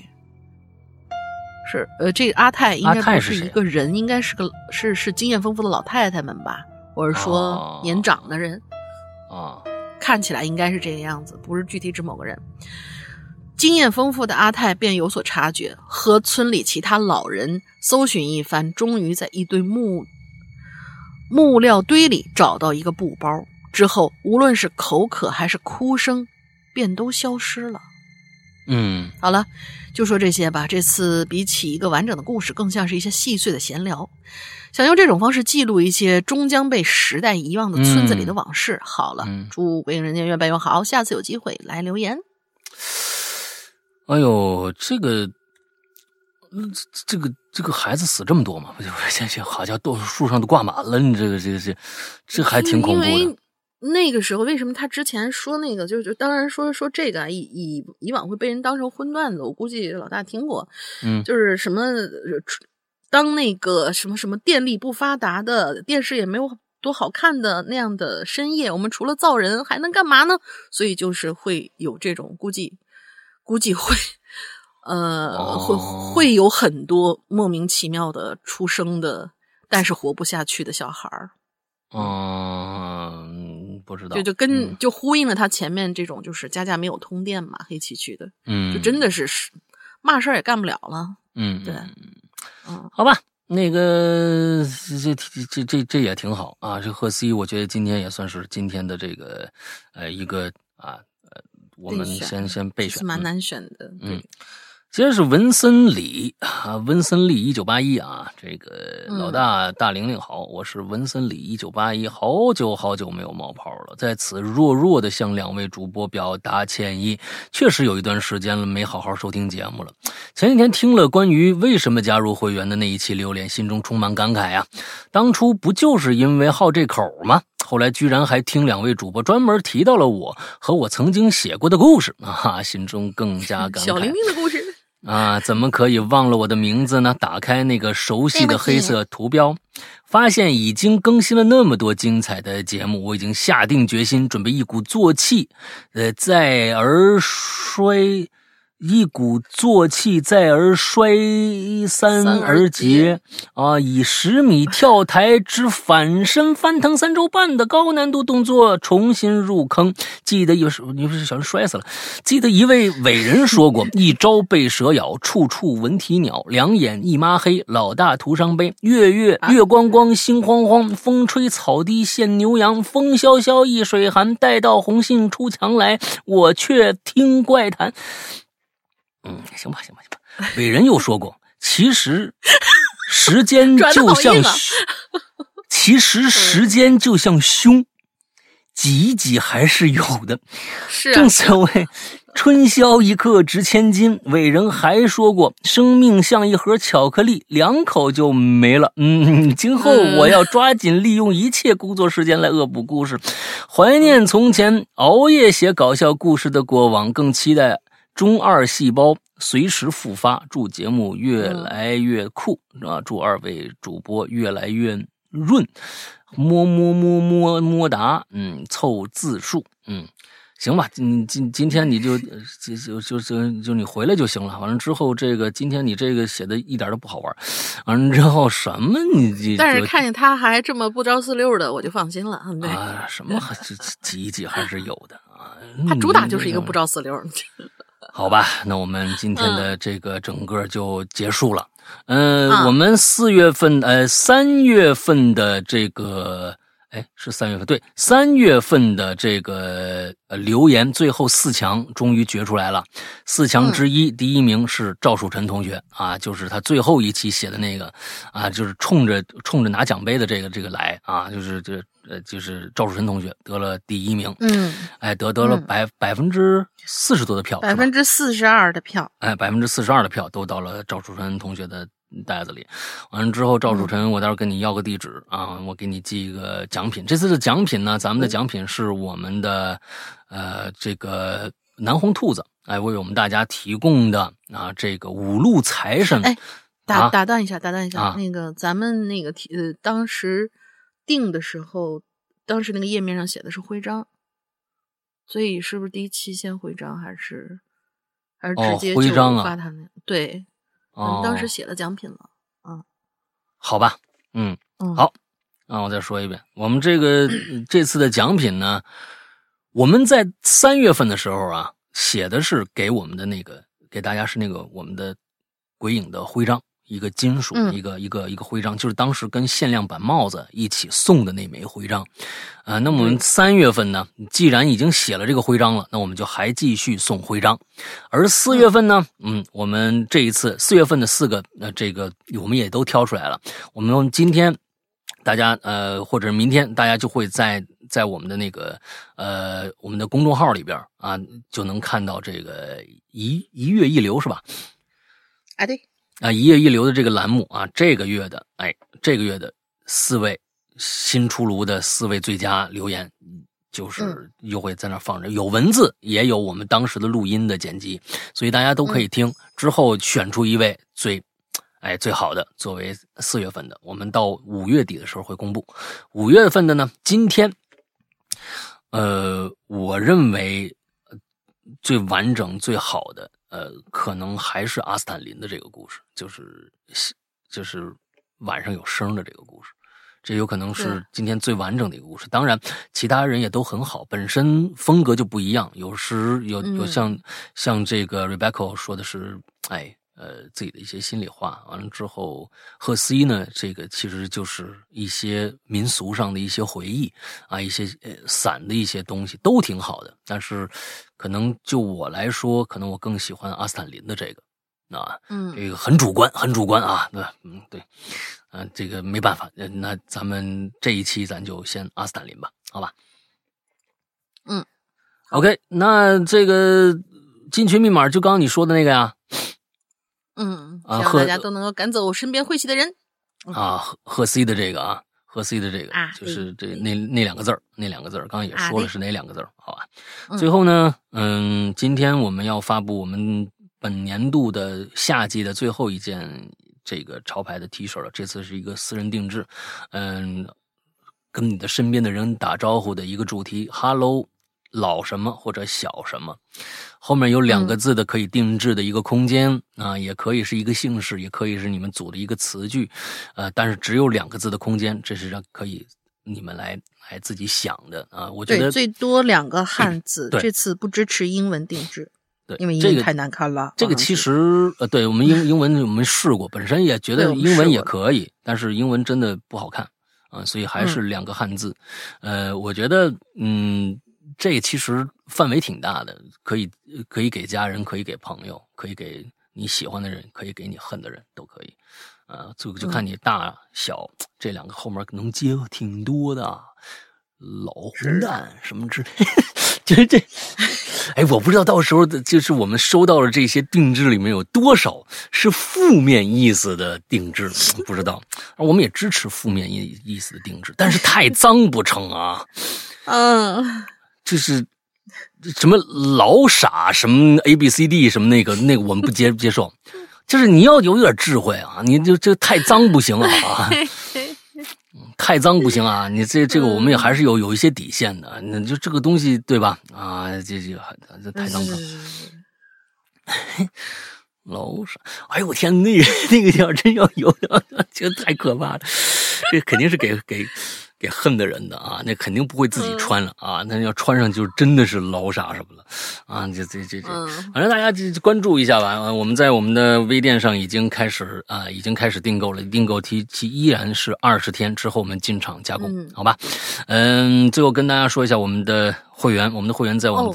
Speaker 2: 这个阿泰应该不是一个人，应该是经验丰富的老太太们吧，或者说年长的人看起来应该是这个样子，不是具体指某个人。经验丰富的阿泰便有所察觉，和村里其他老人搜寻一番，终于在一堆木料堆里找到一个布包。之后无论是口渴还是哭声便都消失了。好了，就说这些吧。这次比起一个完整的故事，更像是一些细碎的闲聊，想用这种方式记录一些终将被时代遗忘的村子里的往事。好了，祝鬼影人间越办越好，下次有机会来留言。
Speaker 1: 哎呦，这个孩子死这么多吗？这好像都树上都挂满了，你这还挺恐怖的。
Speaker 2: 因为那个时候为什么他之前说那个，就当然说这个以往会被人当成荤段子，我估计老大听过，就是什么当那个什么电力不发达的，电视也没有多好看的那样的深夜，我们除了造人还能干嘛呢？所以就是会有这种估计会会有很多莫名其妙的出生的，但是活不下去的小孩儿。
Speaker 1: 不知道，
Speaker 2: 就呼应了他前面这种，就是家没有通电嘛，黑漆漆的，就真的是嘛事儿也干不了了。对，
Speaker 1: 好吧，那个这也挺好啊。这贺 C， 我觉得今天也算是今天的这个一个我们先备选，
Speaker 2: 蛮难选的。
Speaker 1: 接着是文森里1981啊，这个老大玲好，我是文森里1981，好久没有冒泡了，在此弱的向两位主播表达歉意，确实有一段时间了没好好收听节目了。前几天听了关于为什么加入会员的那一期榴莲，心中充满感慨啊，当初不就是因为好这口吗？后来居然还听两位主播专门提到了我和我曾经写过的故事啊，心中更加感慨。
Speaker 2: 小玲玲的故事
Speaker 1: 啊，怎么可以忘了我的名字呢？打开那个熟悉的黑色图标，发现已经更新了那么多精彩的节目，我已经下定决心，准备一鼓作气，再而衰，三而竭啊！以10米跳台之反身翻腾3周半的高难度动作重新入坑。记得你不是小人摔死了？记得一位伟人说过：一朝被蛇咬，处处闻啼鸟；两眼一抹黑，老大徒伤悲。月光光，心慌慌，风吹草低见牛羊。风萧萧，易水寒，待到红杏出墙来，我却听怪谈。行吧。伟人又说过，其实时间就像胸，挤一挤还是有的。
Speaker 2: 是
Speaker 1: 正所谓春宵一刻值千金。伟人还说过，生命像一盒巧克力，2口就没了。今后我要抓紧利用一切工作时间来恶补故事，怀念从前熬夜写搞笑故事的过往，更期待中二细胞随时复发。祝节目越来越酷啊！祝2位主播越来越润，么哒，凑字数，行吧，今天你就你回来就行了。完了之后，今天你这个写的一点都不好玩，完了之后什么
Speaker 2: 但是看见他还这么不着四溜的，我就放心了。对
Speaker 1: 啊，什么挤还是有的啊。
Speaker 2: 他主打就是一个不着四溜。
Speaker 1: 好吧，那我们今天的这个整个就结束了。我们3月份的这个。是3月份，对，3月份的这个留言，最后4强终于决出来了。4强之一，第1名是赵树臣同学啊，就是他最后一期写的那个啊，就是冲着拿奖杯的这个来啊，就是赵树臣同学得了第1名。得了40%多的票
Speaker 2: ，42%的票
Speaker 1: ，42%的票都到了赵树臣同学的袋子里。完了之后，赵树臣，我待会儿跟你要个地址啊，我给你寄一个奖品。这次的奖品呢，咱们的奖品是我们的这个南红兔子为我们大家提供的啊，这个5路财神。
Speaker 2: 打断一下，那个咱们那个当时定的时候，当时那个页面上写的是徽章，所以是不是第一期先徽章，还是直接就发他那？对，当时写了奖品了。
Speaker 1: 好吧，好，那我再说一遍，我们这次的奖品呢，我们在3月份的时候啊，写的是给我们的给大家是我们的鬼影的徽章，一个金属一个徽章，就是当时跟限量版帽子一起送的那枚徽章。那么我们3月份呢，既然已经写了这个徽章了，那我们就还继续送徽章。而4月份呢，我们这一次4月份的4个这个我们也都挑出来了。我们今天大家或者明天大家就会在我们的我们的公众号里边啊，就能看到这个一月一流是吧？
Speaker 2: 对。
Speaker 1: 一月一流的这个栏目啊，这个月的4位新出炉的4位最佳留言，就是又会在那放着，有文字也有我们当时的录音的剪辑，所以大家都可以听。之后选出一位最好的作为4月份的，我们到5月底的时候会公布。5月份的呢，今天我认为最完整最好的可能还是阿斯坦林的这个故事，就是晚上有声的这个故事，这有可能是今天最完整的一个故事。当然其他人也都很好，本身风格就不一样，有时有像这个 Rebecca 说的是自己的一些心里话，完了之后赫斯伊呢，这个其实就是一些民俗上的一些回忆啊，一些散的一些东西都挺好的，但是可能就我来说，可能我更喜欢阿斯坦林的这个这个很主观啊，对，这个没办法，那咱们这一期咱就先阿斯坦林吧，好吧？OK， 那这个进群密码就刚刚你说的那个呀。
Speaker 2: 希望大家都能够赶走身边晦气的人
Speaker 1: 赫 C 的这个赫 C 的这个就是那两个字儿，刚刚也说了是哪两个字儿，好吧？最后呢，今天我们要发布我们本年度的夏季的最后一件这个潮牌的 T 恤了，这次是一个私人定制，跟你的身边的人打招呼的一个主题 ，Hello。老什么或者小什么，后面有2个字的可以定制的一个空间也可以是一个姓氏，也可以是你们组的一个词句，但是只有2个字的空间，这是可以你们来自己想的我觉得
Speaker 2: 最多2个汉字，这次不支持英文定制，
Speaker 1: 对，
Speaker 2: 因为英文太难看了。
Speaker 1: 这个其实对我们英文我们试过，本身也觉得英文也可以，但是英文真的不好看所以还是2个汉字。我觉得这其实范围挺大的，可以给家人，可以给朋友，可以给你喜欢的人，可以给你恨的人，都可以。就看你大小，这2个后面能接挺多的，老混蛋什么之类的，就是这。我不知道到时候就是我们收到了这些定制里面有多少是负面意思的定制，不知道。而我们也支持负面意思的定制，但是太脏不成啊。就是什么老傻什么 ABCD 什么那个我们不接受，就是你要有点智慧啊，你就这太脏不行啊，太脏不行啊，你这个我们也还是有一些底线的，那就这个东西对吧？这太脏了。老傻，哎呦我天，那个要真要有的，这太可怕了，这肯定是给恨的人的那肯定不会自己穿了那要穿上就真的是老傻什么了这反正大家就关注一下吧我们在我们的微店上已经开始订购了，订购期依然是20天之后我们进场加工，好吧？最后跟大家说一下我们的会员在我们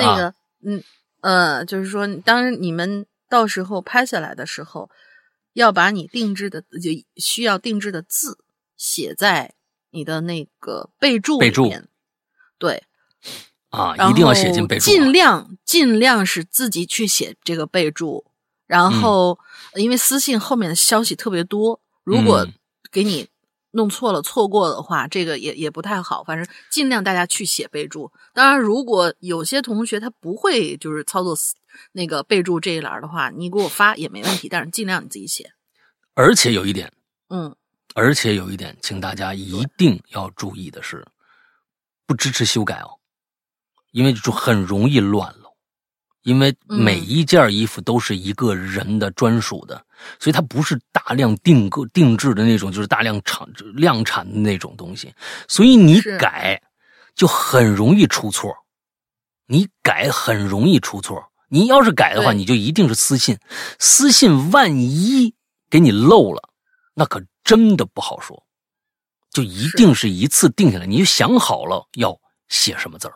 Speaker 1: 的
Speaker 2: 就是说当你们到时候拍下来的时候，要把你需要定制的字写在你的那个备注里面，对
Speaker 1: 一定要写进备注，
Speaker 2: 尽量是自己去写这个备注，然后因为私信后面的消息特别多，如果给你弄错了错过的话，这个也不太好，反正尽量大家去写备注。当然如果有些同学他不会就是操作那个备注这一栏的话，你给我发也没问题，但是尽量你自己写。
Speaker 1: 而且有一点，请大家一定要注意的是，不支持修改哦，因为就很容易乱了。因为每一件衣服都是一个人的专属的，所以它不是大量定制的那种，就是大量量产的那种东西，所以你改就很容易出错。你要是改的话，你就一定是私信万一给你漏了，那可真的不好说。就一定是一次定下来，你就想好了要写什么字儿。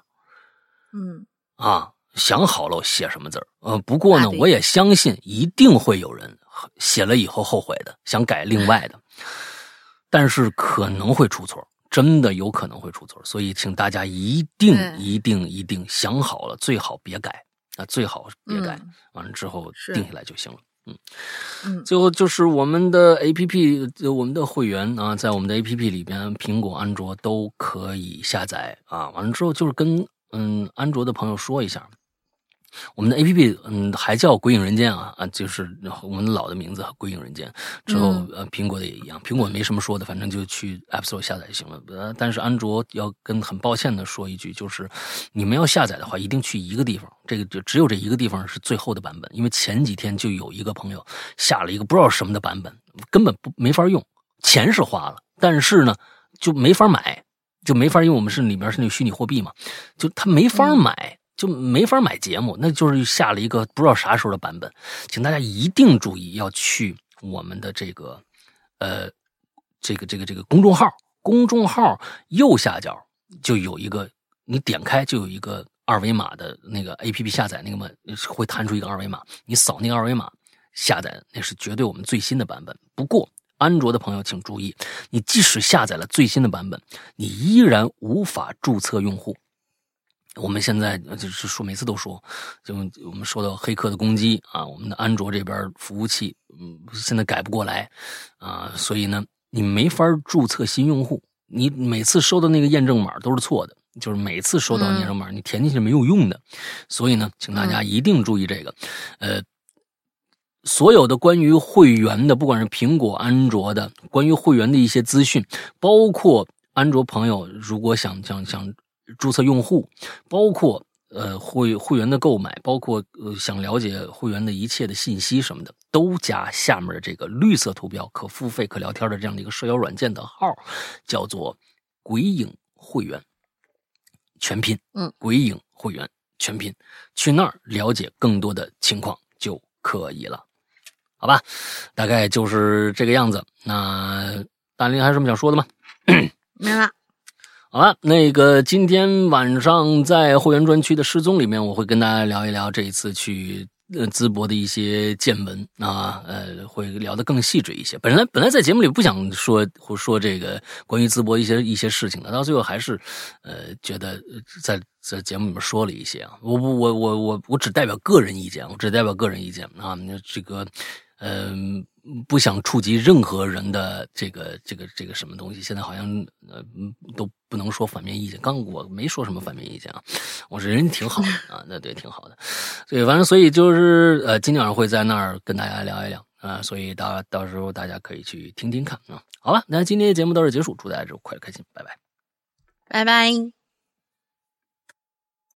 Speaker 1: 想好了写什么字儿。不过呢，我也相信一定会有人写了以后后悔的，想改另外的，但是可能会出错，真的有可能会出错，所以请大家一定想好了，最好别改啊，最好别改，完了之后定下来就行了。最后就是我们的 APP， 我们的会员啊，在我们的 APP 里边，苹果、安卓都可以下载啊。完了之后就是跟安卓的朋友说一下。我们的 APP 还叫鬼影人间啊，就是我们老的名字鬼影人间。之后苹果的也一样，苹果没什么说的，反正就去 App Store 下载就行了。但是安卓要跟很抱歉的说一句，就是你们要下载的话，一定去一个地方，这个就只有这一个地方是最后的版本。因为前几天就有一个朋友下了一个不知道什么的版本，根本没法用，钱是花了，但是呢就没法买，就没法，因为我们里边是那个虚拟货币嘛，就他没法买。就没法买节目，那就是下了一个不知道啥时候的版本，请大家一定注意，要去我们的这个公众号右下角就有一个，你点开就有一个二维码的那个 APP 下载，那个嘛会弹出一个二维码，你扫那个二维码下载，那是绝对我们最新的版本。不过安卓的朋友请注意，你即使下载了最新的版本，你依然无法注册用户。我们现在就是说，每次都说，就我们受到黑客的攻击啊，我们的安卓这边服务器，现在改不过来啊，所以呢，你没法注册新用户，你每次收到那个验证码都是错的，就是每次收到验证码，你填进去没有用的，所以呢，请大家一定注意这个，所有的关于会员的，不管是苹果、安卓的，关于会员的一些资讯，包括安卓朋友如果想注册用户，包括会员的购买，包括想了解会员的一切的信息什么的，都加下面的这个绿色图标可付费可聊天的这样的一个社交软件的号，叫做鬼影会员全拼，鬼影会员全拼，去那儿了解更多的情况就可以了，好吧？大概就是这个样子。那大林还有什么想说的吗？
Speaker 2: 没了。
Speaker 1: 好了，那个今天晚上在会员专区的失踪里面，我会跟大家聊一聊这一次去淄博的一些见闻啊，会聊得更细致一些。本来在节目里不想说这个关于淄博一些事情的，到最后还是觉得在节目里面说了一些啊。我只代表个人意见，啊，这个不想触及任何人的这个什么东西。现在好像都不能说反面意见。刚我没说什么反面意见啊，我是人挺好的啊，那对挺好的。所以就是今天晚上会在那儿跟大家聊一聊啊，所以到时候大家可以去听听看啊。好了，那今天的节目到这结束，祝大家快乐开心，拜拜，
Speaker 2: 拜拜。